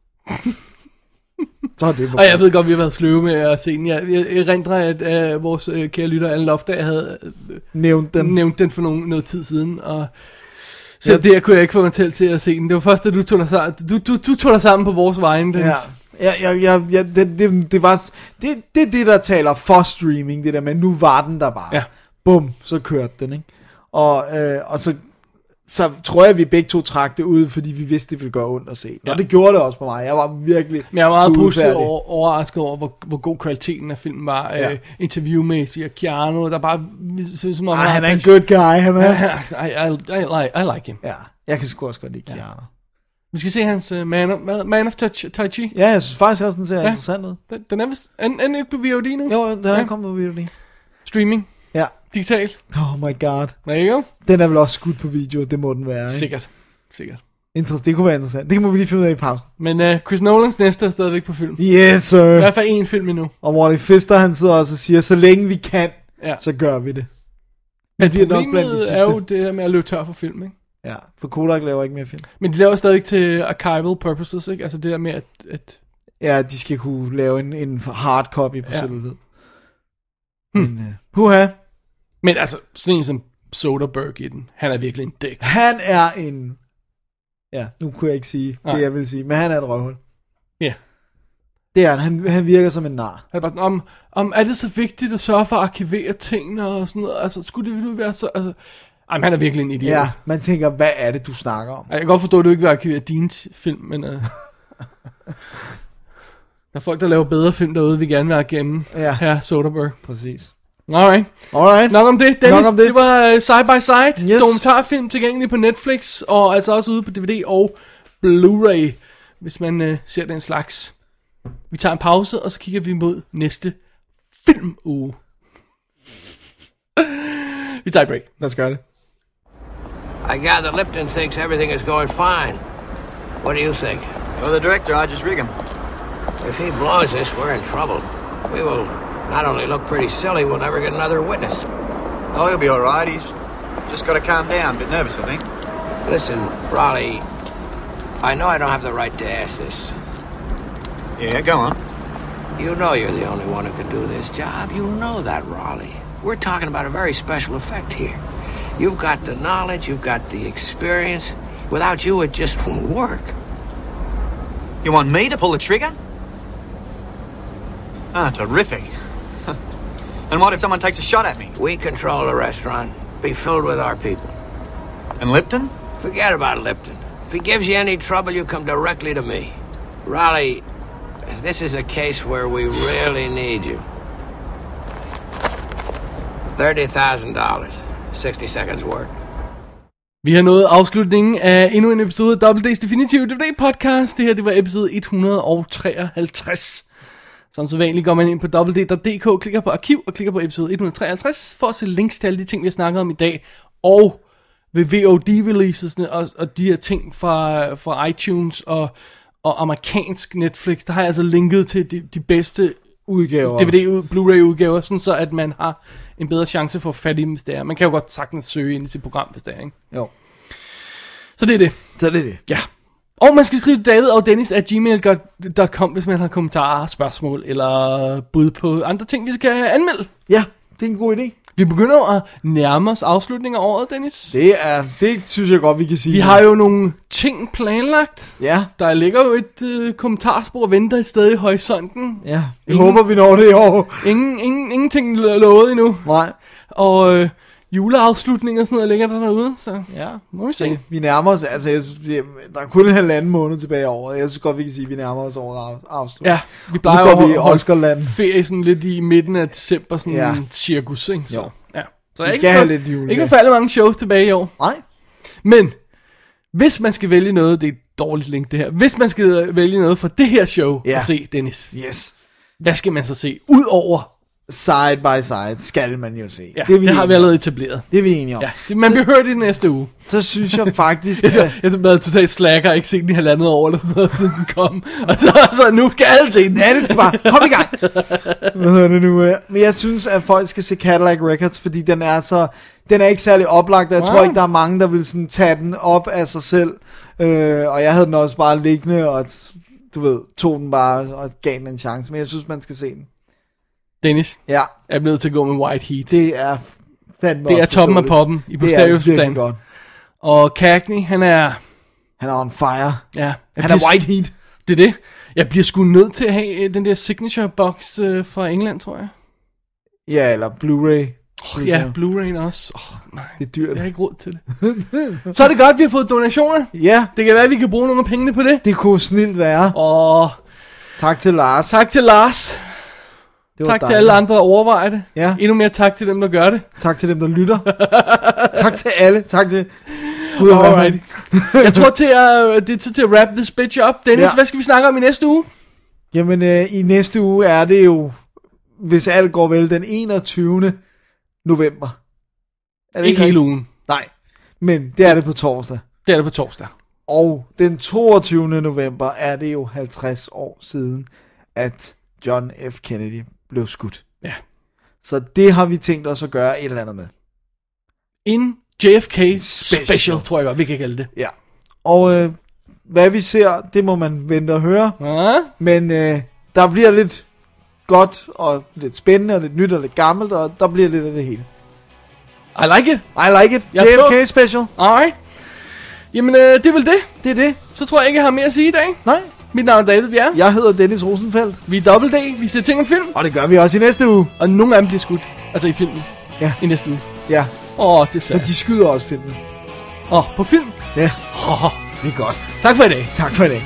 Så er det på. Og jeg ved godt, vi har været sløve med at se den. Jeg, jeg erindrer, at uh, vores uh, kære lytter, Anne Lofdag, havde uh, nævnt den. nævnt den for nogen, noget tid siden, og så ja. Der kunne jeg ikke få mig til, til at se den. Det var først, da du tog dig sammen, du, du, du tog dig sammen på vores vegne, Dennis. Ja. Ja, ja, ja, ja det, det, det var det, det er det, der taler for streaming, det der med, nu var den der bare. Ja. Bum, så kørte den, ikke? Og, øh, og så, så tror jeg, at vi begge to trak det ud, fordi vi vidste, det ville gøre ondt at se den. Ja. Og det gjorde det også på mig. Jeg var virkelig Men jeg var meget positivt over, overrasket over, hvor, hvor god kvaliteten af filmen var. Ja. Øh, interviewmæssigt, og Keanu, der bare synes som om... Ej, han er en good guy, han er. I, I, I, like, I like him. Ja, jeg kan sgu også godt lide Keanu. Ja. Vi skal se hans uh, Man of, Man of touch, Tai Chi. Ja, jeg synes faktisk også, den ser ja. interessant ud. Den, den er vist... Er den ikke på V O D nu? Jo, den er ja. kommet på V O D. Streaming. Ja. Digital. Oh my god. There you go. Den er vel også skudt på video, det må den være, ikke? Sikkert. Sikkert. Interessant. Det kunne være interessant. Det kan vi lige finde ud af i pausen. Men uh, Chris Nolans næste er stadigvæk på film. Yes, sir. I hvert fald én film endnu. Og Wally Pfister, han sidder også og siger, så længe vi kan, ja. så gør vi det. Men problemet er jo det her med at løbe tør for film, ikke? Ja, for Kodak laver ikke mere film. Men de laver stadig til archival purposes, ikke? Altså det der med at... at... Ja, de skal kunne lave en, en hard copy på ja. celluloid. Hmm. Men, uh, puha. Men altså, sådan en som Soderbergh i den, han er virkelig en dæk. Han er en... Ja, nu kunne jeg ikke sige Nej. det, jeg vil sige, men han er et røvhul. Ja. Det er han. Han, han virker som en nar. Han er bare sådan, om, om er det så vigtigt at sørge for at arkivere tingene og sådan noget? Altså, skulle det ville være så... Altså, ej, han er virkelig en idiot. Ja, man tænker, hvad er det, du snakker om? Jeg kan godt forstå, at du ikke vil arkivere din film, men... Uh, der er folk, der laver bedre film derude, vi gerne vil have gennem. Ja. Her, Soderbergh. Præcis. Alright. Alright. Nok om det, Dennis. Nok om det. Det var uh, Side by Side. Yes. Dokumentarfilm tilgængelig på Netflix, og altså også ude på D V D og Blu-ray, hvis man uh, ser den slags. Vi tager en pause, og så kigger vi mod næste filmuge. Vi tager et break. Lad os gøre det. I gather Lipton thinks everything is going fine. What do you think? Well, the director, I just rig him. If he blows this, we're in trouble. We will not only look pretty silly, we'll never get another witness. Oh, he'll be all right. He's just got to calm down. A bit nervous, I think. Listen, Raleigh, I know I don't have the right to ask this. Yeah, go on. You know you're the only one who can do this job. You know that, Raleigh. We're talking about a very special effect here. You've got the knowledge, you've got the experience. Without you, it just won't work. You want me to pull the trigger? Ah, terrific. And what if someone takes a shot at me? We control the restaurant. Be filled with our people. And Lipton? Forget about Lipton. If he gives you any trouble, you come directly to me. Raleigh, this is a case where we really need you. thirty thousand dollars. sixty seconds work. Vi har nået afslutningen af endnu en episode af Double D's Definitive D V D podcast. Det her, det var episode et hundrede og treoghalvtreds. Som så vanligt går man ind på double d punktum d k, klikker på arkiv og klikker på episode et hundrede og treoghalvtreds for at se links til alle de ting, vi har snakket om i dag. Og ved V O D-releasesne og, og de her ting fra, fra iTunes og, og amerikansk Netflix, der har jeg altså linket til de, de bedste udgaver, D V D, Blu-ray udgaver, sådan så at man har en bedre chance for at fatte i dem, hvis det er. Man kan jo godt sagtens søge ind i sit program, hvis det er, ikke? Jo. Så det er det. Så det er det. Ja. Og man skal skrive David og Dennis at gmail punktum com, hvis man har kommentarer, spørgsmål eller bud på andre ting, vi skal anmelde. Ja, det er en god idé. Vi begynder at nærme os afslutningen af året, Dennis. Det er, det synes jeg godt, vi kan sige. Vi har jo nogle ting planlagt. Ja. Der ligger jo et øh, kommentarspor og venter et sted i horisonten. Ja, vi ingen, håber, vi når det i år. Ingen, ingen, ingenting lovet endnu. Nej. Og øh, juleafslutning og sådan noget ligger der derude, så ja, må vi se. Det, vi nærmer os, altså jeg synes, det, der er kun en halvanden måned tilbage i året. Jeg synes godt, vi kan sige, at vi nærmer os året afslutning. Ja, vi plejer og så går vi at holde ferie sådan lidt i midten af december, sådan ja. en cirkus, ikke? Så, ja. Så vi ikke skal for, have lidt jule. Ikke for færdig mange shows tilbage i år. Nej. Men, hvis man skal vælge noget, det er et dårligt link det her, hvis man skal vælge noget for det her show ja. at se, Dennis. Yes. Hvad skal man så se? Udover Side by Side skal man jo se. Ja, det, det har vi allerede etableret. Det er vi enige om. Ja, det, man bliver hørt i den næste uge. Så synes jeg faktisk... jeg har at... været totalt slacker og ikke set den i halvandet år eller sådan noget, siden den kom. Og så, så nu skal alle se den. Ja, det skal bare. Kom i gang. Hvad hedder det nu? Men jeg synes, at folk skal se Cadillac Records, fordi den er så... Den er ikke særlig oplagt, og jeg wow. tror ikke, der er mange, der vil sådan tage den op af sig selv. Øh, og jeg havde den også bare liggende, og du ved, tog den bare og gav den en chance. Men jeg synes, man skal se den. Dennis, ja. er blevet til at gå med White Heat. Det er fandme Det er toppen af poppen i bogstaveforstand. Og Cagney, han er... Han er on fire. Ja. Han er White Heat. Det er det. Jeg bliver sgu nødt til at have den der signature box øh, fra England, tror jeg. Ja, eller Blu-ray. Oh, ja, Blu-ray også. Oh, nej. Det er dyrt. Jeg har ikke råd til det. Så er det godt, vi har fået donationer. Ja. Det kan være, at vi kan bruge nogle af pengene på det. Det kunne snilt være. Og tak til Lars. Tak til Lars. Tak dejligt. Til alle andre, der overvejer det. Ja. Endnu mere tak til dem, der gør det. Tak til dem, der lytter. Tak til alle. Tak til... Alright. Jeg tror, til at, det er tid til at wrap this bitch up. Dennis, ja. Hvad skal vi snakke om i næste uge? Jamen, øh, i næste uge er det jo, hvis alt går vel, den enogtyvende november. Er det ikke hele ugen. Nej, men det er det på torsdag. Det er det på torsdag. Og den toogtyvende november er det jo halvtreds år siden, at John F. Kennedy blev skudt. Ja. Så det har vi tænkt os at gøre et eller andet med. En J F K special, special tror jeg godt, vi kan kalde det. Ja. Og øh, hvad vi ser, det må man vente og høre. Ja. Men øh, der bliver lidt godt, og lidt spændende, og lidt nyt, og lidt gammelt, og der bliver lidt af det hele. I like it. I like it. J F K special. Alright. Jamen, øh, det er vel det. Det er det. Så tror jeg ikke, jeg har mere at sige i dag. Nej. Mit navn er David Bjerre. Jeg hedder Dennis Rosenfeldt. Vi er Double D. Vi ser ting om film. Og det gør vi også i næste uge. Og nogle af dem bliver skudt. Altså i filmen. Ja. I næste uge. Ja. Åh, oh, det er sandt. Men de skyder også filmen. Åh, oh, på film? Ja. Oh, det er godt. Tak for i dag. Tak for i dag.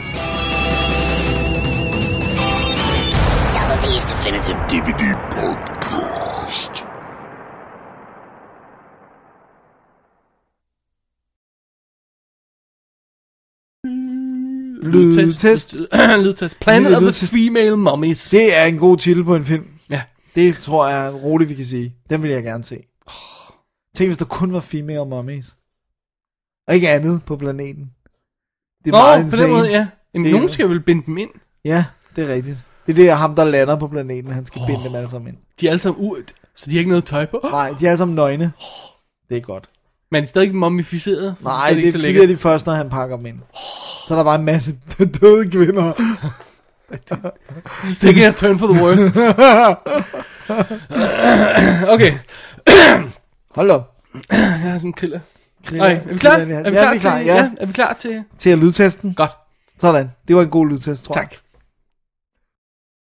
Double D's Definitive D V D Podcast. Lydtest. Lydtest. Planet of the Female Mummies. Det er en god titel på en film. Ja. Det tror jeg roligt, vi kan sige. Den vil jeg gerne se. Oh. Tænk, hvis der kun var female mummies. Og ikke andet på planeten. Det er Nå, meget på insane. den måde, ja. Jamen, nogen skal vel binde dem ind. Ja, det er rigtigt. Det er det, ham, der lander på planeten. Han skal oh. binde dem alle sammen ind. De er alle sammen ud, så de har ikke noget tøj på. Nej, de er alle sammen nøgne. Det er godt. Men stadig ikke mummificeret. Nej, så det, det, det bliver de først, når han pakker dem ind. Så er der bare en masse døde kvinder. Taking a turn for the worst. Okay. Hold op. Jeg har sådan en kriller. Kriller. Okay, er vi klar? Kriller, Er vi ja, klar, vi er klar, til, ja. ja. Er vi klar til? Til at lydtesten. Godt. Sådan. Det var en god lydtest, tror jeg. Tak.